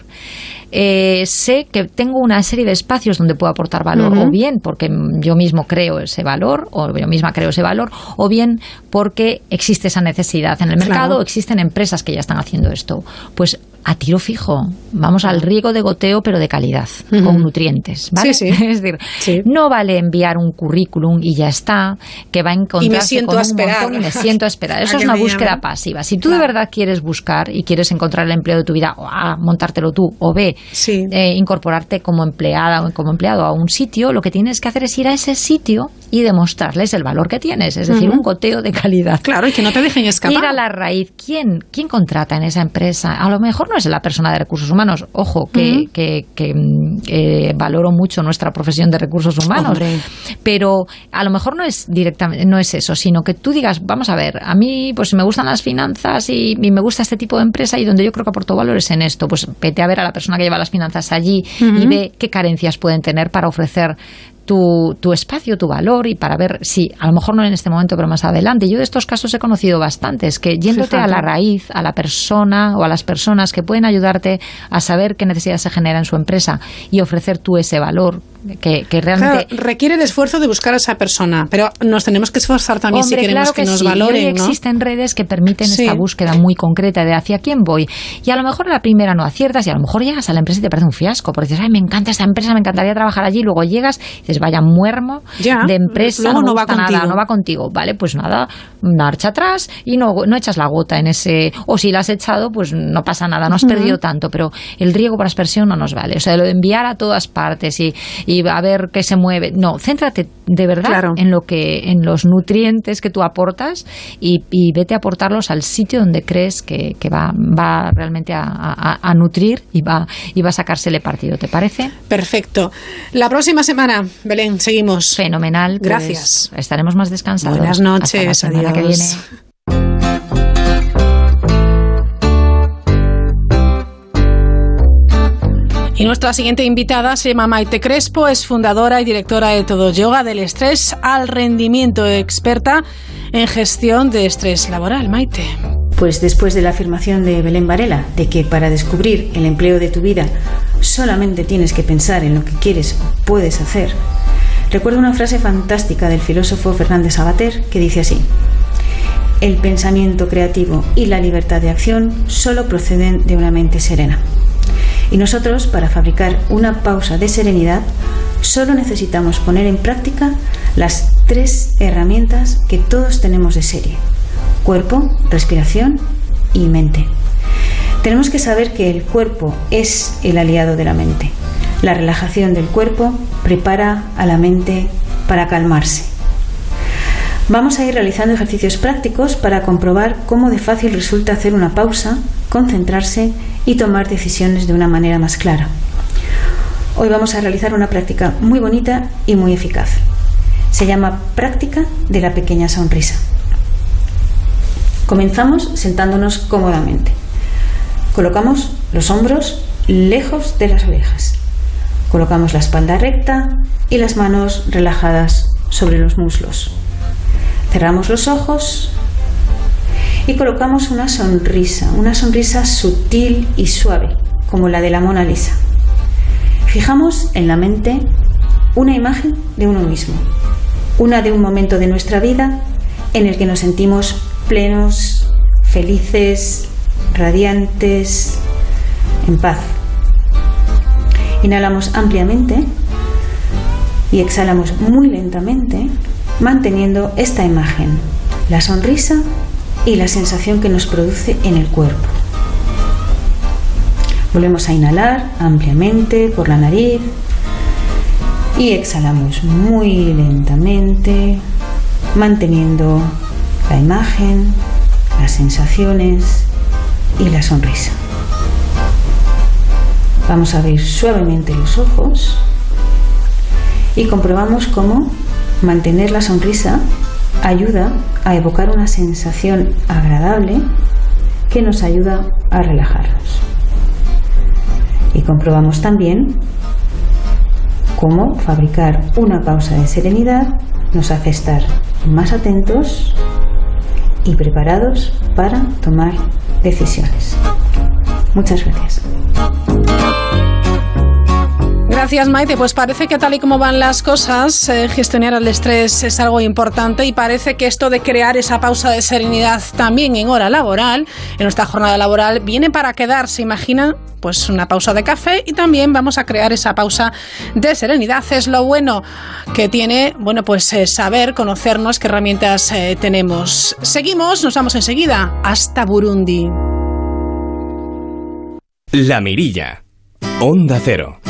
Sé que tengo una serie de espacios donde puedo aportar valor, o bien porque yo mismo creo ese valor, o yo misma creo ese valor, o bien porque existe esa necesidad en el mercado, o existen empresas que ya están haciendo esto. Pues a tiro fijo, vamos al riego de goteo, pero de calidad, con nutrientes, ¿vale? Es decir, no vale enviar un currículum y ya está, que va a encontrarse con un montón y me siento a esperar. Eso es una búsqueda pasiva. Si tú de verdad quieres buscar y quieres encontrar el empleo de tu vida, o A, montártelo tú, o B, incorporarte como empleada o como empleado a un sitio, lo que tienes que hacer es ir a ese sitio y demostrarles el valor que tienes, es decir, un goteo de calidad. Claro, y que no te dejen escapar. Ir a la raíz. ¿Quién contrata en esa empresa? A lo mejor no es la persona de recursos humanos. Ojo, que valoro mucho nuestra profesión de recursos humanos, pero a lo mejor no es directamente, no es eso, sino que tú digas, vamos a ver, a mí pues me gustan las finanzas y me gusta este tipo de empresa y donde yo creo que aporto valor es en esto. Pues vete a ver a la persona que lleva las finanzas allí y ve qué carencias pueden tener para ofrecer tu espacio, tu valor y para ver si, a lo mejor no en este momento, pero más adelante. Yo de estos casos he conocido bastantes, que yéndote a la raíz, a la persona o a las personas que pueden ayudarte a saber qué necesidades se genera en su empresa y ofrecer tú ese valor que realmente... Claro, requiere el esfuerzo de buscar a esa persona, pero nos tenemos que esforzar también si queremos que nos valoren, ¿no? Existen redes que permiten esta búsqueda muy concreta de hacia quién voy. Y a lo mejor a la primera no aciertas y a lo mejor llegas a la empresa y te parece un fiasco, porque dices, ay, me encanta esta empresa, me encantaría trabajar allí, y luego llegas y dices, vaya muermo de empresa, no va contigo. Nada, no va contigo. Vale, pues nada, marcha atrás y no echas la gota en ese... O si la has echado, pues no pasa nada, no has perdido tanto, pero el riego por aspersión no nos vale. O sea, lo de enviar a todas partes y a ver qué se mueve. No, céntrate de verdad en los nutrientes que tú aportas y vete a aportarlos al sitio donde crees que va realmente a nutrir y va a sacársele partido. ¿Te parece? Perfecto. La próxima semana, Belén, seguimos. Fenomenal. Gracias. Pues estaremos más descansados. Buenas noches. Hasta la semana que viene. Y nuestra siguiente invitada se llama Maite Crespo, es fundadora y directora de Todo Yoga, del estrés al rendimiento, experta en gestión de estrés laboral. Maite. Pues después de la afirmación de Belén Varela, de que para descubrir el empleo de tu vida solamente tienes que pensar en lo que quieres o puedes hacer, recuerdo una frase fantástica del filósofo Fernández Savater que dice así: el pensamiento creativo y la libertad de acción solo proceden de una mente serena. Y nosotros, para fabricar una pausa de serenidad, solo necesitamos poner en práctica las 3 herramientas que todos tenemos de serie: cuerpo, respiración y mente. Tenemos que saber que el cuerpo es el aliado de la mente. La relajación del cuerpo prepara a la mente para calmarse. Vamos a ir realizando ejercicios prácticos para comprobar cómo de fácil resulta hacer una pausa, concentrarse y tomar decisiones de una manera más clara. Hoy vamos a realizar una práctica muy bonita y muy eficaz. Se llama práctica de la pequeña sonrisa. Comenzamos sentándonos cómodamente. Colocamos los hombros lejos de las orejas. Colocamos la espalda recta y las manos relajadas sobre los muslos. Cerramos los ojos y colocamos una sonrisa sutil y suave, como la de la Mona Lisa. Fijamos en la mente una imagen de uno mismo, una de un momento de nuestra vida en el que nos sentimos plenos, felices, radiantes, en paz. Inhalamos ampliamente y exhalamos muy lentamente, manteniendo esta imagen, la sonrisa y la sensación que nos produce en el cuerpo. Volvemos a inhalar ampliamente por la nariz y exhalamos muy lentamente, manteniendo la imagen, las sensaciones y la sonrisa. Vamos a abrir suavemente los ojos y comprobamos cómo mantener la sonrisa ayuda a evocar una sensación agradable que nos ayuda a relajarnos. Y comprobamos también cómo fabricar una pausa de serenidad nos hace estar más atentos y preparados para tomar decisiones. Muchas gracias. Gracias, Maite. Pues parece que tal y como van las cosas, gestionar el estrés es algo importante y parece que esto de crear esa pausa de serenidad también en hora laboral, en nuestra jornada laboral, viene para quedarse. Imaginan, pues una pausa de café y también vamos a crear esa pausa de serenidad. Es lo bueno que tiene, bueno, pues saber, conocernos qué herramientas tenemos. Seguimos, nos vamos enseguida hasta Burundi. La Mirilla, Onda Cero.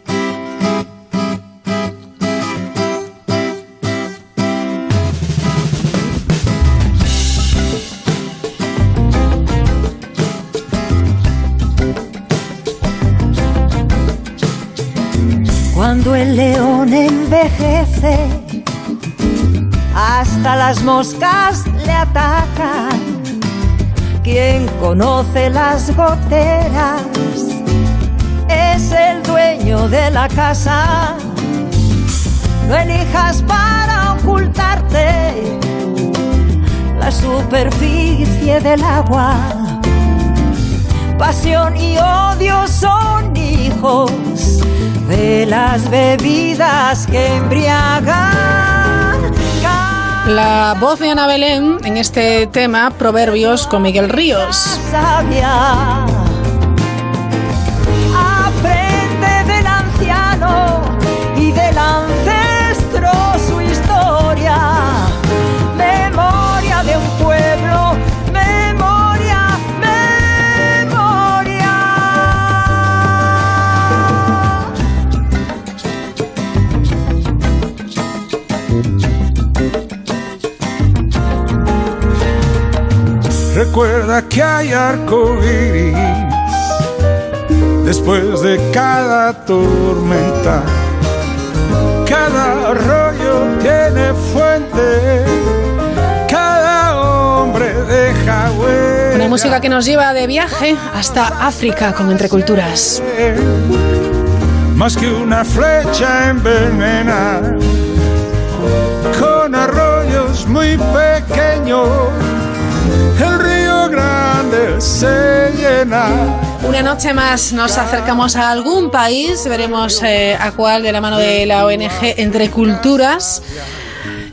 Cuando el león envejece, hasta las moscas le atacan. Quien conoce las goteras es el dueño de la casa. No elijas para ocultarte la superficie del agua. Pasión y odio son hijos de las bebidas que embriagan. La voz de Ana Belén en este tema, Proverbios, con Miguel Ríos. Sabia, aprende del anciano y del ancestro su historia. Memoria de un pueblo, memoria, memoria. Recuerda que hay arcoíris después de cada tormenta. Cada arroyo tiene fuente, cada hombre deja huella. Una música que nos lleva de viaje hasta África con Entre Culturas. Más que una flecha envenena, con arroyos muy pequeños, el río Grande se llena. Una noche más nos acercamos a algún país, veremos a cuál, de la mano de la ONG Entre Culturas.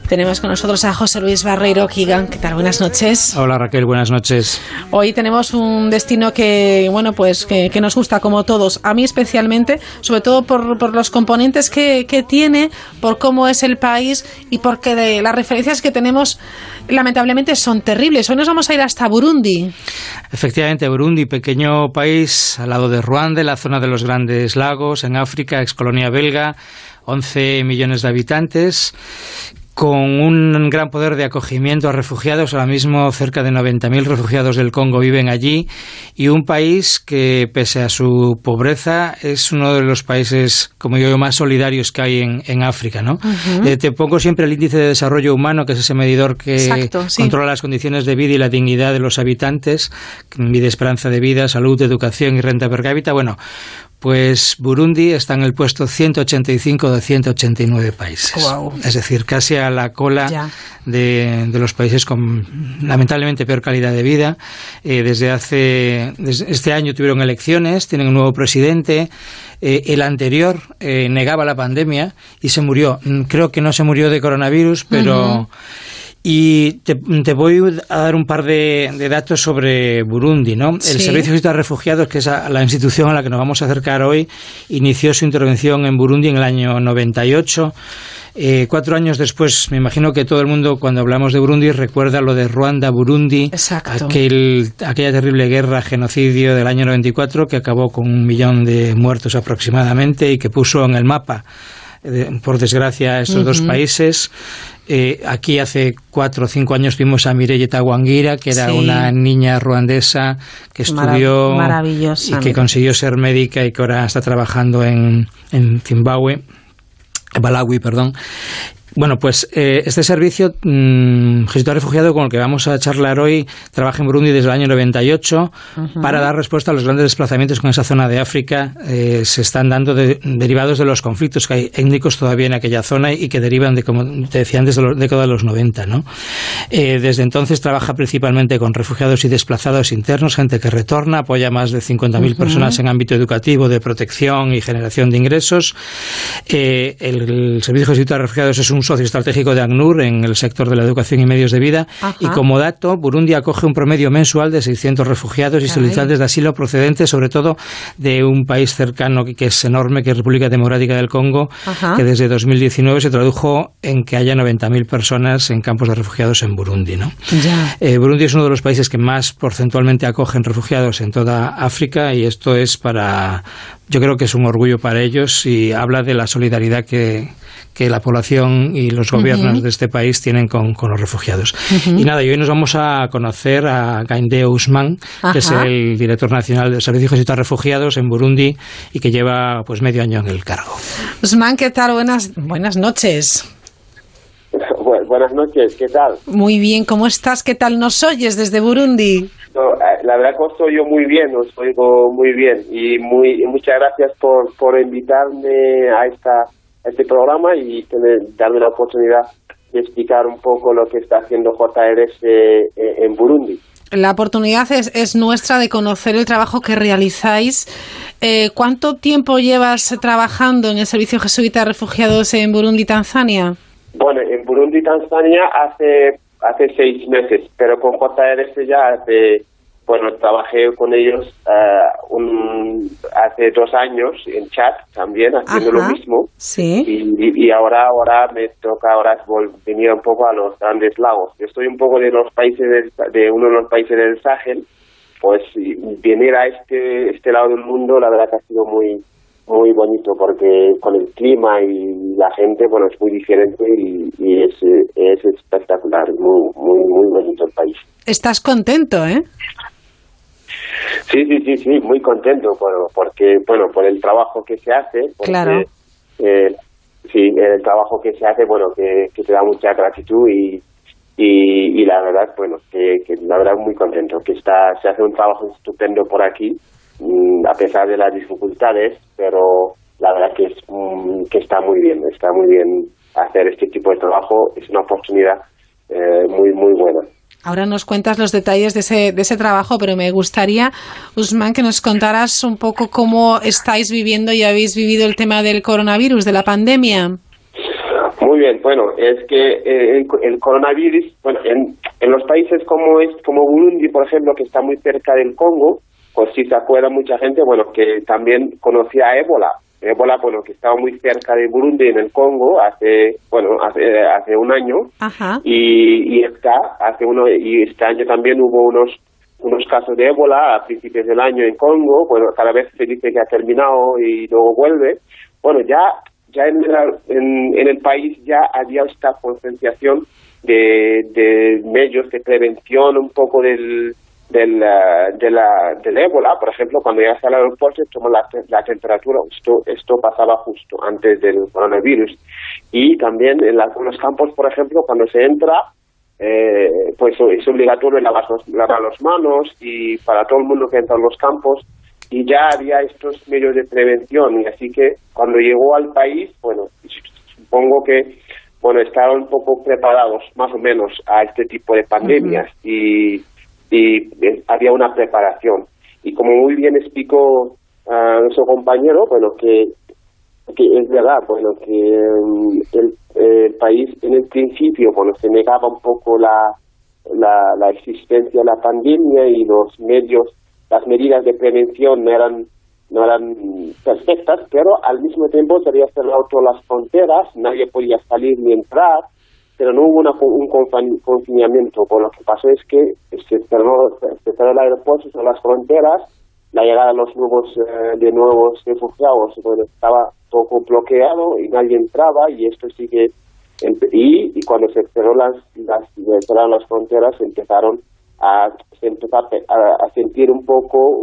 Tenemos con nosotros a José Luis Barreiro Kigan. ¿Qué tal? Buenas noches. Hola Raquel, buenas noches. Hoy tenemos un destino que, bueno, pues que nos gusta como todos. A mí especialmente, sobre todo por los componentes que tiene, por cómo es el país y porque las referencias que tenemos lamentablemente son terribles. Hoy nos vamos a ir hasta Burundi. Efectivamente, Burundi, pequeño país al lado de Ruanda, en la zona de los Grandes Lagos, en África, excolonia belga, 11 millones de habitantes, con un gran poder de acogimiento a refugiados. Ahora mismo cerca de 90.000 refugiados del Congo viven allí, y un país que, pese a su pobreza, es uno de los países, como digo, más solidarios que hay en África, ¿no? Uh-huh. Te pongo siempre el índice de desarrollo humano, que es ese medidor que controla las condiciones de vida y la dignidad de los habitantes, mide esperanza de vida, salud, educación y renta per cápita. Bueno, pues Burundi está en el puesto 185 de 189 países. Wow. Es decir, casi a la cola de los países con lamentablemente peor calidad de vida. Desde este año tuvieron elecciones, tienen un nuevo presidente. El anterior negaba la pandemia y se murió. Creo que no se murió de coronavirus, pero... Uh-huh. Y te voy a dar un par de datos sobre Burundi, ¿no? El Servicio de Refugiados, que es la institución a la que nos vamos a acercar hoy, inició su intervención en Burundi en el año 98. 4 años después, me imagino que todo el mundo, cuando hablamos de Burundi, recuerda lo de Ruanda, Burundi, aquella terrible guerra, genocidio del año 94, que acabó con 1 millón de muertos aproximadamente y que puso en el mapa, por desgracia, estos dos países. Aquí hace 4 o 5 años vimos a Mireille Tawangira, que era una niña ruandesa que estudió y que consiguió ser médica y que ahora está trabajando en Malawi. Bueno, pues este servicio Ejército de Refugiado, con el que vamos a charlar hoy, trabaja en Burundi desde el año 98 para dar respuesta a los grandes desplazamientos que en esa zona de África se están dando derivados de los conflictos que hay étnicos todavía en aquella zona y que derivan de, como te decía antes, de la década de los 90, ¿no? Desde entonces trabaja principalmente con refugiados y desplazados internos, gente que retorna, apoya a más de 50.000 personas en ámbito educativo, de protección y generación de ingresos. El Servicio Ejército de Refugiados es un socio estratégico de ACNUR en el sector de la educación y medios de vida. Y como dato, Burundi acoge un promedio mensual de 600 refugiados y solicitantes de asilo procedentes sobre todo de un país cercano que es enorme, que es República Democrática del Congo, que desde 2019 se tradujo en que haya 90.000 personas en campos de refugiados en Burundi, ¿no? Burundi es uno de los países que más porcentualmente acogen refugiados en toda África, y esto es yo creo que es un orgullo para ellos y habla de la solidaridad que la población y los gobiernos de este país tienen con los refugiados. Y nada, y hoy nos vamos a conocer a Gainde Ousmane, que es el director nacional del Servicio Ejército de Refugiados en Burundi y que lleva pues medio año en el cargo. Ousmane, ¿qué tal? Buenas noches. Buenas noches, ¿qué tal? Muy bien, ¿cómo estás? ¿Qué tal nos oyes desde Burundi? La verdad que os oigo muy bien, y muchas gracias por invitarme a este programa y darme la oportunidad de explicar un poco lo que está haciendo JRS en Burundi. La oportunidad es nuestra de conocer el trabajo que realizáis. ¿Cuánto tiempo llevas trabajando en el Servicio Jesuita de Refugiados en Burundi, Tanzania? Bueno, en Burundi, Tanzania hace 6 meses, pero con JRS ya trabajé con ellos hace 2 años en Chad también, haciendo lo mismo. Y ahora me toca venir un poco a los Grandes Lagos. Yo estoy un poco de uno de los países del Sahel, pues venir a este lado del mundo, la verdad que ha sido muy bonito, porque con el clima y la gente, es muy diferente y es espectacular, muy bonito el país. ¿Estás contento, Sí, muy contento, porque por el trabajo que se hace. Claro. El trabajo que se hace, que te da mucha gratitud y la verdad, que la verdad muy contento, que se hace un trabajo estupendo por aquí, a pesar de las dificultades, pero la verdad que está muy bien hacer este tipo de trabajo, es una oportunidad muy buena. Ahora nos cuentas los detalles de ese trabajo, pero me gustaría, Ousmane, que nos contaras un poco cómo estáis viviendo y habéis vivido el tema del coronavirus, de la pandemia. Muy bien, bueno, es que el coronavirus, bueno, en los países como Burundi, por ejemplo, que está muy cerca del Congo, pues si se acuerda mucha gente, bueno, que también conocía a ébola, bueno, que estaba muy cerca de Burundi en el Congo hace un año. Ajá. Y este año también hubo unos casos de ébola a principios del año en Congo. Bueno, cada vez se dice que ha terminado y luego vuelve. Bueno, ya en el país ya había esta concienciación de medios de prevención un poco del ébola. Por ejemplo, cuando llegas al aeropuerto toma la temperatura. Esto pasaba justo antes del coronavirus. Y también en algunos campos, por ejemplo, cuando se entra, pues es obligatorio lavar las manos, y para todo el mundo que entra en los campos. Y ya había estos medios de prevención, y así que cuando llegó al país, bueno, supongo que estaban un poco preparados más o menos a este tipo de pandemias. Uh-huh. y había una preparación. Y como muy bien explicó nuestro compañero, bueno, que es verdad, bueno, que el país en el principio, bueno, se negaba un poco la existencia de la pandemia, y los medios, las medidas de prevención no eran perfectas, pero al mismo tiempo se había cerrado todas las fronteras, nadie podía salir ni entrar, pero no hubo un confinamiento. Por lo que pasó es que se cerró el aeropuerto, se cerró las fronteras, la llegada de los nuevos refugiados, bueno, estaba poco bloqueado y nadie entraba, y esto sigue. Y cuando se cerraron las fronteras, se empezó a sentir un poco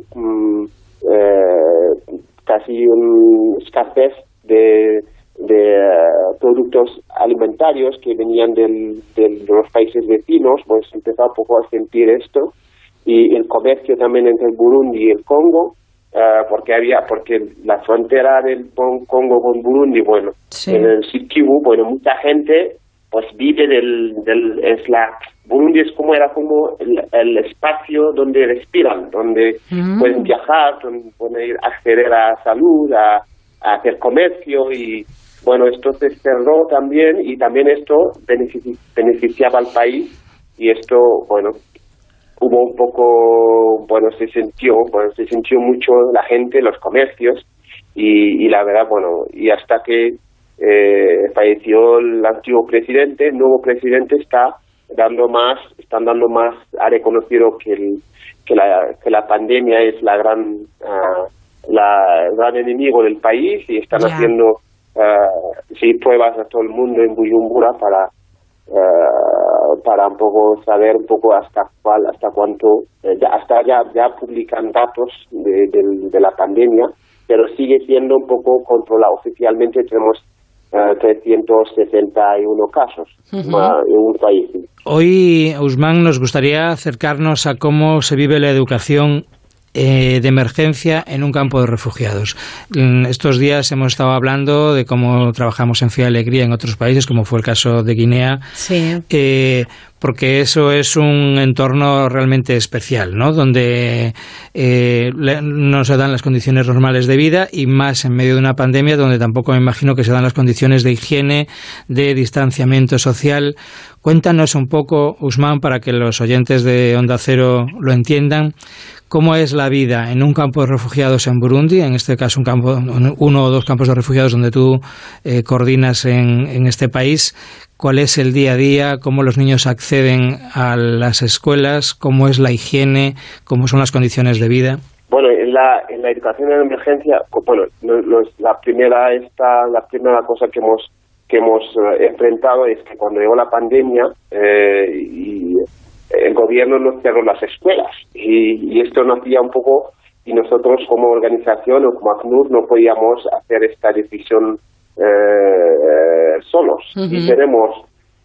casi una escasez de productos alimentarios que venían de los países vecinos. Pues empezó un poco a sentir esto, y el comercio también entre el Burundi y el Congo, porque la frontera del Congo con Burundi, bueno, sí. En el Sud Kivu, bueno, mucha gente pues vive Burundi era como el espacio donde respiran, donde pueden viajar, donde pueden acceder a salud, a hacer comercio, y bueno, esto se cerró también, y también esto beneficiaba al país, y esto, bueno, hubo un poco, bueno, se sintió mucho la gente, los comercios, y la verdad, bueno, y hasta que falleció el antiguo presidente, el nuevo presidente están dando más, ha reconocido que la pandemia es la gran enemigo del país, y están haciendo pruebas a todo el mundo en Bujumbura para un poco saber un poco hasta cuánto, ya publican datos de la pandemia, pero sigue siendo un poco controlado. Oficialmente tenemos 361 casos en un país. Hoy, Ousmane, nos gustaría acercarnos a cómo se vive la educación de emergencia en un campo de refugiados. Estos días hemos estado hablando de cómo trabajamos en Fe y Alegría en otros países, como fue el caso de Guinea, sí. Porque eso es un entorno realmente especial, ¿no? Donde no se dan las condiciones normales de vida, y más en medio de una pandemia donde tampoco me imagino que se dan las condiciones de higiene, de distanciamiento social. Cuéntanos un poco, Ousmane, para que los oyentes de Onda Cero lo entiendan, cómo es la vida en un campo de refugiados en Burundi, en este caso uno o dos campos de refugiados donde tú coordinas en este país. ¿Cuál es el día a día? ¿Cómo los niños acceden a las escuelas? ¿Cómo es la higiene? ¿Cómo son las condiciones de vida? Bueno, en la educación en emergencia, bueno, la primera cosa que hemos enfrentado es que cuando llegó la pandemia, y el gobierno nos cerró las escuelas, y esto nos hacía un poco, y nosotros como organización o como ACNUR no podíamos hacer esta decisión solos. Y tenemos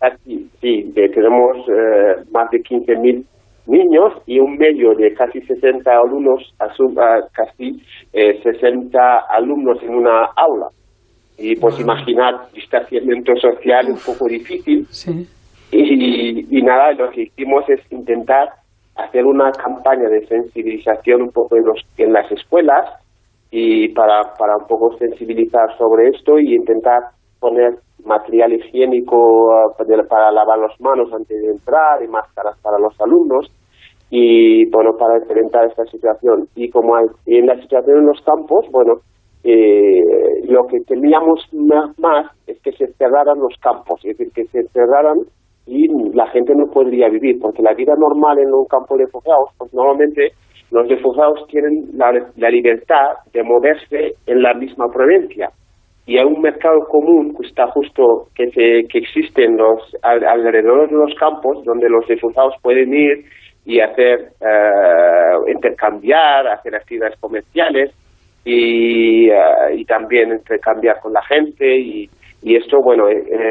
más de 15.000 niños y un medio de casi 60 alumnos, casi 60 alumnos en una aula. Y pues imaginar distanciamiento social un poco difícil. Sí. Y nada, lo que hicimos es intentar hacer una campaña de sensibilización un poco en las escuelas, y para un poco sensibilizar sobre esto, y intentar poner material higiénico para lavar las manos antes de entrar y máscaras para los alumnos y bueno, para enfrentar esta situación. Y como en la situación en los campos, bueno, lo que temíamos más es que se cerraran los campos, es decir, que se cerraran y la gente no podría vivir, porque la vida normal en un campo de refugiados, pues normalmente los refugiados tienen la libertad de moverse en la misma provincia. Y hay un mercado común que está justo, que existe alrededor de los campos, donde los refugiados pueden ir y hacer, intercambiar, hacer actividades comerciales y también intercambiar con la gente y esto, bueno,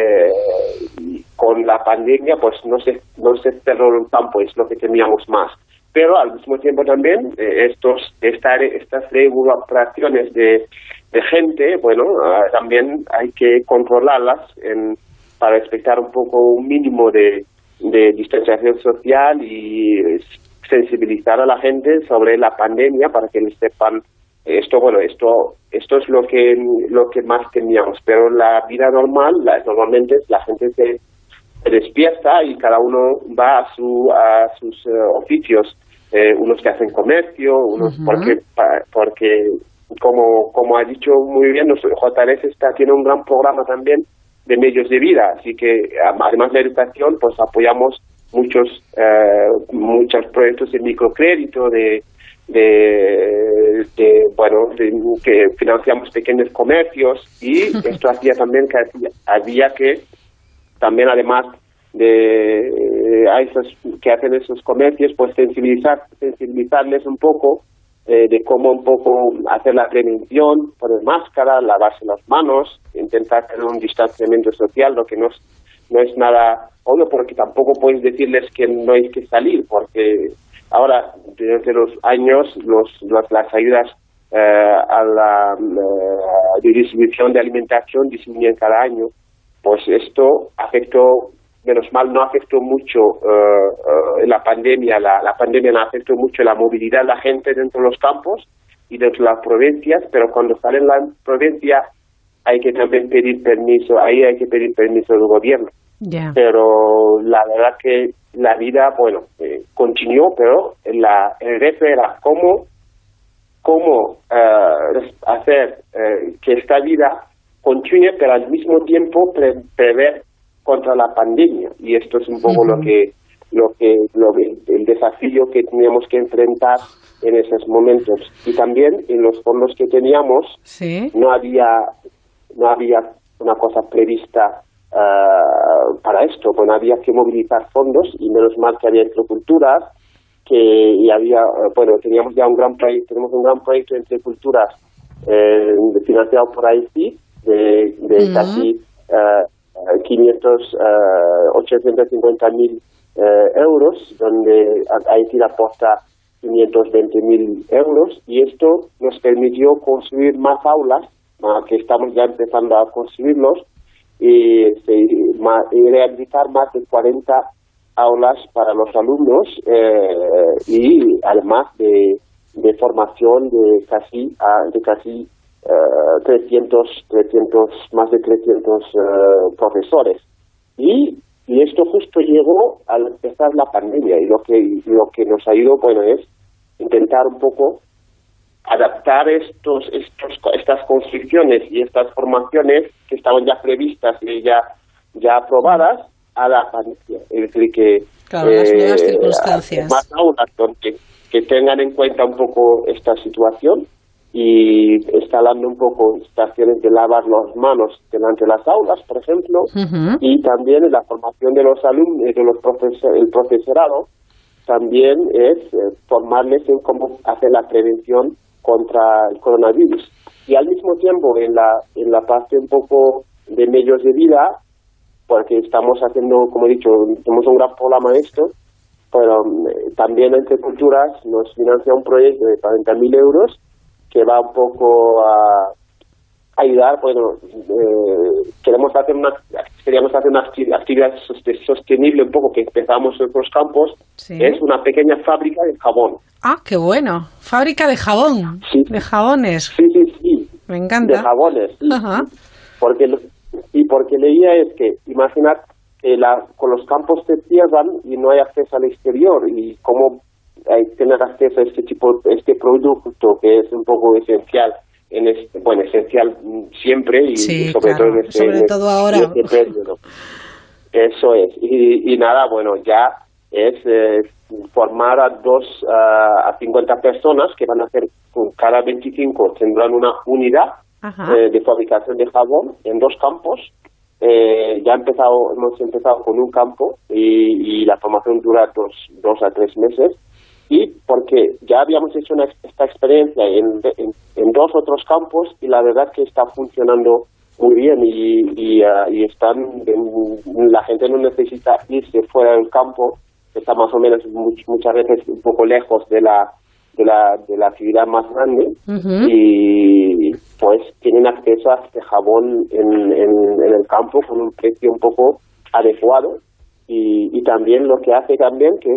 con la pandemia pues no se cerró el campo, es lo que temíamos más. Pero al mismo tiempo también estas regulaciones de gente, bueno, también hay que controlarlas para respetar un poco un mínimo de distanciación social y sensibilizar a la gente sobre la pandemia para que les sepan esto. Bueno, esto es lo que más teníamos, pero la vida normal, normalmente la gente se despierta y cada uno va a sus oficios, unos que hacen comercio, unos porque como ha dicho muy bien, JLS tiene un gran programa también de medios de vida, así que además de la educación, pues apoyamos muchos proyectos de microcrédito, que financiamos pequeños comercios y esto hacía también que había que también, además a esos que hacen esos comercios, pues sensibilizarles un poco de cómo un poco hacer la prevención, poner máscara, lavarse las manos, intentar tener un distanciamiento social, lo que no es nada obvio, porque tampoco puedes decirles que no hay que salir, porque ahora, desde los años, las ayudas a la distribución de alimentación disminuyen cada año, pues esto afectó, menos mal no afectó mucho la pandemia. La pandemia no afectó mucho la movilidad de la gente dentro de los campos y dentro de las provincias, pero cuando sale en la provincia hay que también pedir permiso, ahí hay que pedir permiso del gobierno. Yeah. Pero la verdad que la vida, bueno, continuó, pero el reto era cómo hacer que esta vida continúe, pero al mismo tiempo prever contra la pandemia. Y esto es un poco el desafío que teníamos que enfrentar en esos momentos. Y también en los fondos que teníamos, no había una cosa prevista para esto. Bueno, había que movilizar fondos y menos mal que había Entreculturas, y había, tenemos un gran proyecto entre culturas financiado por AICI de casi 850.000 euros, donde AICI aporta 520.000 euros, y esto nos permitió construir más aulas, que estamos ya empezando a construirlos, y rehabilitar más de 40 aulas para los alumnos, y además de formación de casi más de 300 profesores. Y esto justo llegó al empezar la pandemia, y lo que nos ayudó, es intentar un poco adaptar estas construcciones y estas formaciones que estaban ya previstas y ya aprobadas a la pandemia. Es decir, que las nuevas circunstancias, más aulas que tengan en cuenta un poco esta situación, y instalando un poco estaciones de lavar las manos delante de las aulas, por ejemplo, y también en la formación de los alumnos, el profesorado, también es formarles en cómo hacer la prevención contra el coronavirus. Y al mismo tiempo, en la parte un poco de medios de vida, porque estamos haciendo, como he dicho, tenemos un gran programa de esto, pero también Entre Culturas nos financia un proyecto de 40.000 euros que va un poco a ayudar. Queríamos hacer una actividad sostenible, un poco que empezamos en los campos. Es una pequeña fábrica de jabón. Ah, qué bueno, fábrica de jabón, de jabones. Sí. Me encanta. De jabones. Ajá. Porque Sí, porque leía es que, imaginad que con los campos se cierran y no hay acceso al exterior, y cómo hay que tener acceso a este producto que es un poco esencial, esencial siempre y sobre todo en todo ahora. En este periodo. Eso es. Y nada, bueno, ya es formar a 50 personas que van a hacer, cada 25 tendrán una unidad de fabricación de jabón en 2 campos. Hemos empezado con un campo y la formación dura 2 a 3 meses, y porque ya habíamos hecho esta experiencia en 2 otros campos y la verdad que está funcionando muy bien y la gente no necesita irse fuera del campo, que está más o menos muchas veces un poco lejos de la actividad más grande, y pues tienen acceso a este jabón en el campo con un precio un poco adecuado, y también lo que hace también que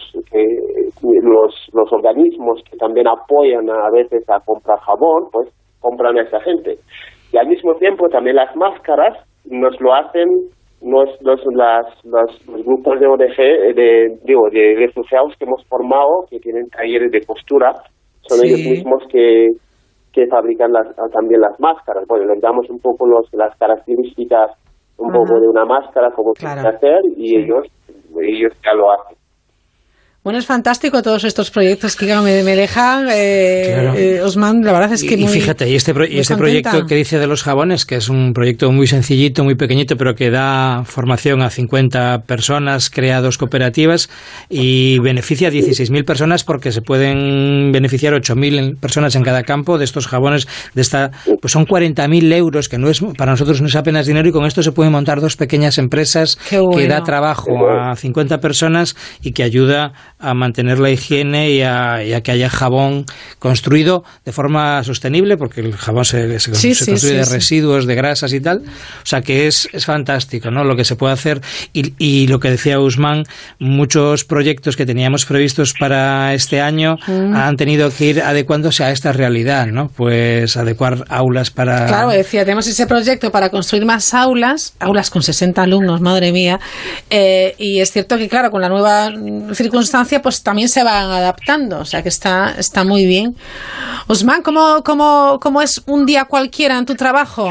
los organismos que también apoyan a veces a comprar jabón, pues compran a esa gente. Y al mismo tiempo también las máscaras nos lo hacen los grupos de ONG, de refugiados que hemos formado, que tienen talleres de costura, son ellos mismos que fabrican también las máscaras. Bueno, les damos un poco las características un poco de una máscara, cómo tiene que hacer, y ellos ya lo hacen. Bueno, es fantástico todos estos proyectos que me dejan, Osman, la verdad es que y fíjate, y este proyecto que dice de los jabones, que es un proyecto muy sencillito, muy pequeñito, pero que da formación a 50 personas, crea 2 cooperativas y beneficia a 16.000 personas, porque se pueden beneficiar 8.000 personas en cada campo de estos jabones, pues son 40.000 euros, que para nosotros no es apenas dinero, y con esto se pueden montar 2 pequeñas empresas que da trabajo a 50 personas y que ayuda a mantener la higiene y a que haya jabón construido de forma sostenible, porque el jabón se construye de residuos, de grasas y tal. O sea que es fantástico, ¿no?, lo que se puede hacer. Y lo que decía Usman, muchos proyectos que teníamos previstos para este año han tenido que ir adecuándose a esta realidad, ¿no? Pues adecuar aulas para... Claro, decía, tenemos ese proyecto para construir más aulas con 60 alumnos, madre mía, y es cierto que, claro, con la nueva circunstancia, pues también se van adaptando, o sea que está muy bien. Osman, ¿cómo es un día cualquiera en tu trabajo?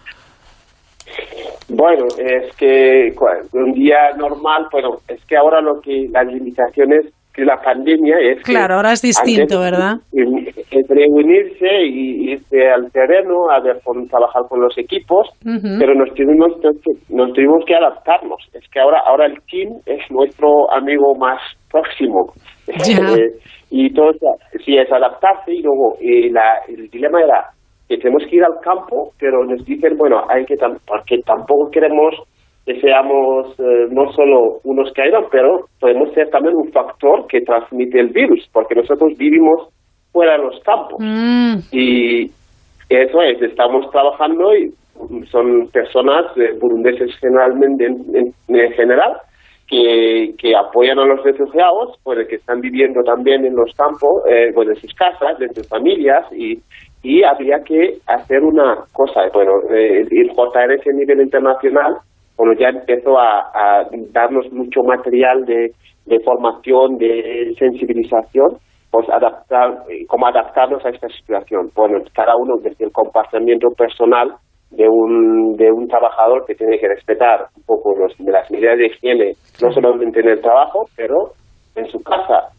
Bueno, es que un día normal, es que ahora las limitaciones que la pandemia es... Claro, ahora es distinto, ¿verdad? Es reunirse y irse al terreno a trabajar con los equipos, pero nos tuvimos que adaptarnos. Es que ahora el team es nuestro amigo más próximo. Y todo es adaptarse, y luego el dilema era que tenemos que ir al campo, pero nos dicen, porque tampoco queremos que seamos no solo unos que ayudan, pero podemos ser también un factor que transmite el virus, porque nosotros vivimos fuera de los campos. Y eso es, estamos trabajando y son personas burundeses generalmente en general que apoyan a los refugiados, que están viviendo también en los campos, en sus casas, de sus familias, y habría que hacer una cosa. El JRS a nivel internacional ya empezó a darnos mucho material de formación, de sensibilización, cómo adaptarnos a esta situación. Cada uno desde el comportamiento personal de un trabajador que tiene que respetar un poco las medidas de higiene, no solamente en el trabajo, pero en su casa,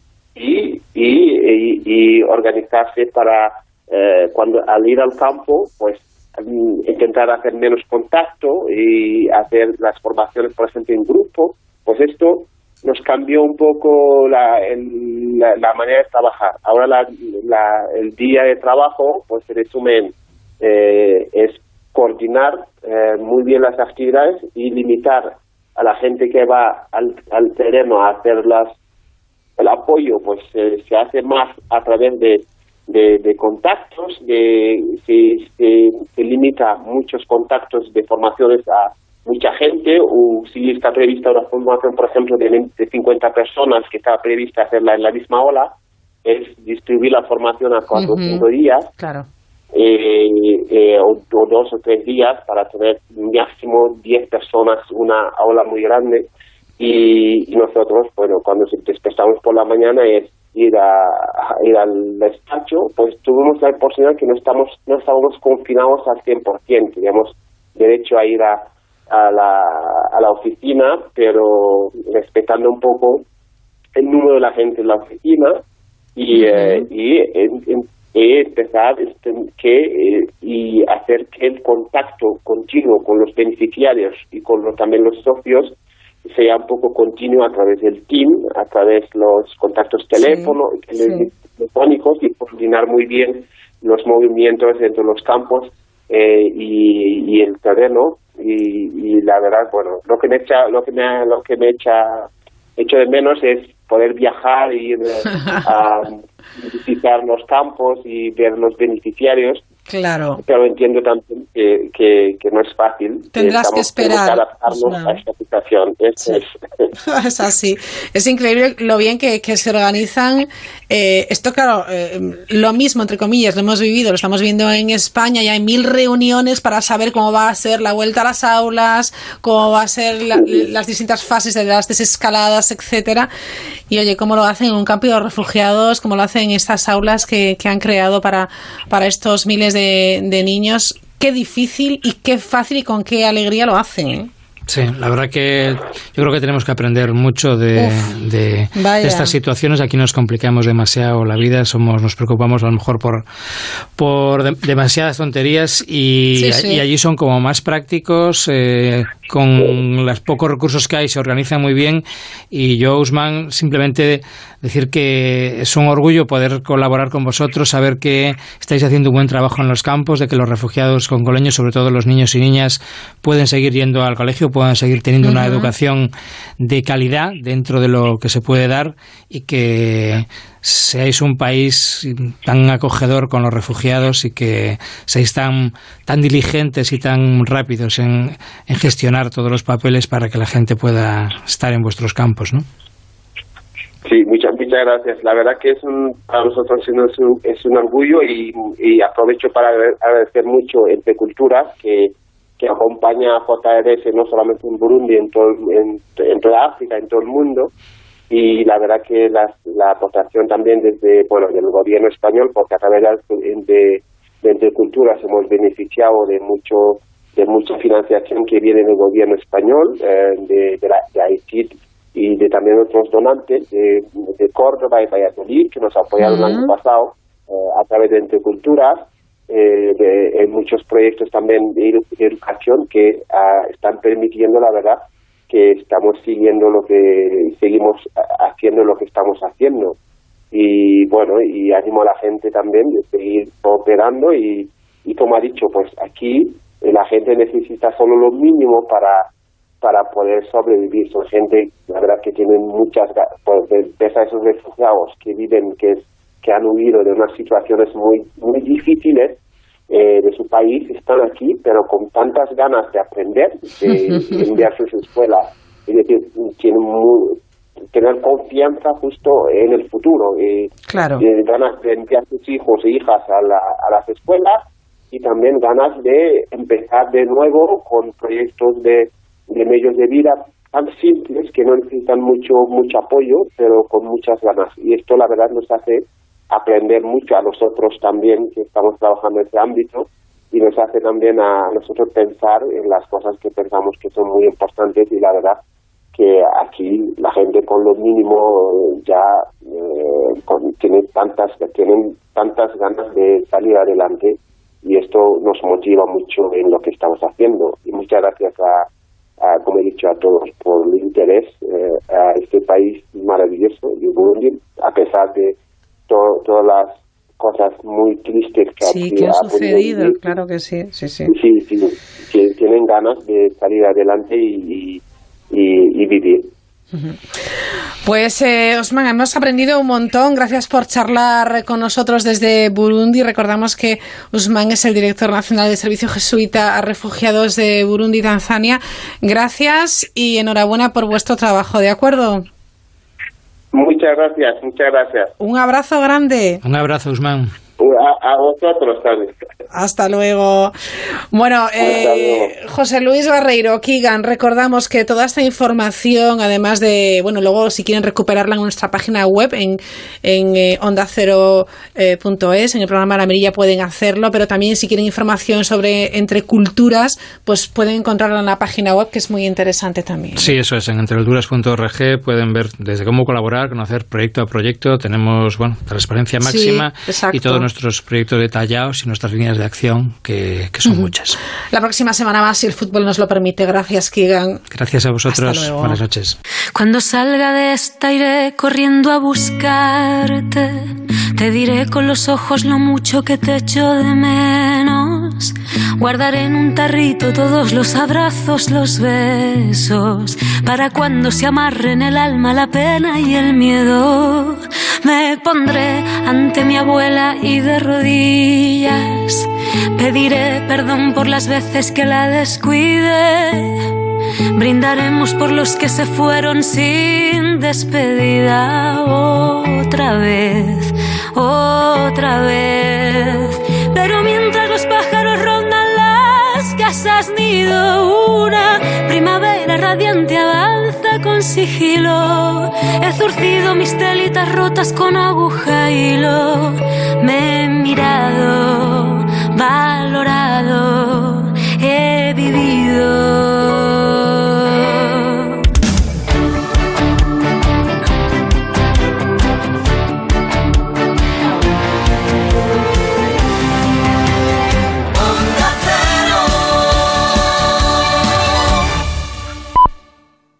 y organizarse para al ir al campo, pues intentar hacer menos contacto y hacer las formaciones, por ejemplo, en grupo. Pues esto nos cambió un poco la manera de trabajar. Ahora el día de trabajo, pues se resume es coordinar muy bien las actividades y limitar a la gente que va al terreno a hacer el apoyo, pues se hace más a través de contactos, se limita muchos contactos de formaciones a mucha gente, o si está prevista una formación, por ejemplo, de 50 personas que está prevista hacerla en la misma ola, es distribuir la formación a 4 o 5 días. Claro. o 2 o 3 días para tener máximo 10 personas, una aula muy grande. Y nosotros, bueno, cuando despertamos por la mañana es ir al despacho, pues tuvimos la posibilidad que no estábamos confinados al 100%, teníamos derecho a ir a la oficina, pero respetando un poco el número de la gente en la oficina y empezar y hacer que el contacto continuo con los beneficiarios y con también los socios sea un poco continuo a través del team, a través de los contactos telefónicos y coordinar muy bien los movimientos dentro de los campos y el terreno. Y la verdad, bueno, lo que me echo de menos es poder viajar y ir a visitar los campos y ver los beneficiarios. Claro. Pero entiendo también que no es fácil. Tendrás que esperar. Que adaptarnos a esta situación. Es así. Es increíble lo bien que se organizan. Esto, claro, lo mismo, entre comillas, lo hemos vivido, lo estamos viendo en España. Ya hay 1000 reuniones para saber cómo va a ser la vuelta a las aulas, cómo va a ser las distintas fases de las desescaladas, etcétera. Y oye, cómo lo hacen en un campo de refugiados, cómo lo hacen en estas aulas que han creado para estos miles de niños. Qué difícil y qué fácil y con qué alegría lo hacen, ¿eh? Sí, la verdad que yo creo que tenemos que aprender mucho de estas situaciones. Aquí nos complicamos demasiado la vida, nos preocupamos a lo mejor por demasiadas tonterías y allí son como más prácticos, con los pocos recursos que hay se organizan muy bien. Y yo, Usman, simplemente decir que es un orgullo poder colaborar con vosotros, saber que estáis haciendo un buen trabajo en los campos, de que los refugiados congoleños, sobre todo los niños y niñas, pueden seguir yendo al colegio, puedan seguir teniendo una educación de calidad dentro de lo que se puede dar, y que seáis un país tan acogedor con los refugiados y que seáis tan diligentes y tan rápidos en gestionar todos los papeles para que la gente pueda estar en vuestros campos, ¿no? Sí, muchas gracias. La verdad que para nosotros es un orgullo y aprovecho para agradecer mucho Entre Culturas que acompaña a JRS no solamente en Burundi, en toda África, en todo el mundo. Y la verdad que la aportación también del gobierno español, porque a través de Entre Culturas hemos beneficiado de mucha financiación que viene del gobierno español, de Haití y de también otros donantes de Córdoba y Valladolid que nos apoyaron el año pasado a través de Entre Culturas, en muchos proyectos también de educación que están permitiendo, la verdad, que seguimos haciendo lo que estamos haciendo. Y bueno, y animo a la gente también de seguir cooperando y como ha dicho, pues aquí la gente necesita solo lo mínimo para poder sobrevivir. Son gente, la verdad, que tienen pese a esos refugiados que viven, que han huido de unas situaciones muy, muy difíciles de su país, están aquí, pero con tantas ganas de aprender, de enviarse a su escuela, es decir, tener confianza justo en el futuro, ganas de enviar a sus hijos e hijas a las escuelas, y también ganas de empezar de nuevo con proyectos de medios de vida tan simples que no necesitan mucho apoyo, pero con muchas ganas. Y esto, la verdad, nos hace aprender mucho a nosotros también, que estamos trabajando en ese ámbito, y nos hace también a nosotros pensar en las cosas que pensamos que son muy importantes. Y la verdad que aquí la gente con lo mínimo ya tienen tantas ganas de salir adelante, y esto nos motiva mucho en lo que estamos haciendo. Y muchas gracias como he dicho, a todos por el interés a este país maravilloso de Burundi, a pesar de todas las cosas muy tristes que han sucedido, claro que sí. Que tienen ganas de salir adelante y vivir. Pues Usman, hemos aprendido un montón. Gracias por charlar con nosotros desde Burundi. Recordamos que Usman es el director nacional del Servicio Jesuita a Refugiados de Burundi y Tanzania. Gracias y enhorabuena por vuestro trabajo, ¿de acuerdo? Muchas gracias. Un abrazo grande. Un abrazo, Usman. Un a vosotros también. Hasta luego. Bueno, José Luis Barreiro, Keegan, recordamos que toda esta información, además de, bueno, luego si quieren recuperarla en nuestra página web, en ondacero.es, en el programa La Mirilla pueden hacerlo, pero también si quieren información sobre Entre Culturas, pues pueden encontrarla en la página web, que es muy interesante también. Sí, eso es, en entreculturas.org pueden ver desde cómo colaborar, conocer proyecto a proyecto, tenemos, bueno, transparencia máxima, sí, y todos nuestros proyectos detallados y nuestras líneas de acción, que son muchas. La próxima semana más, si el fútbol nos lo permite. Gracias, Keegan. Gracias a vosotros. Buenas noches. Cuando salga de esta iré corriendo a buscarte. Te diré con los ojos lo mucho que te echo de menos. Guardaré en un tarrito todos los abrazos, los besos, para cuando se amarren el alma, la pena y el miedo. Me pondré ante mi abuela y de rodillas pediré perdón por las veces que la descuide. Brindaremos por los que se fueron sin despedida. Otra vez, otra vez. Pero mientras los pájaros rondan las casas nido, una primavera radiante avanza con sigilo. He zurcido mis telitas rotas con aguja y hilo. Me he mirado, valorado, he vivido.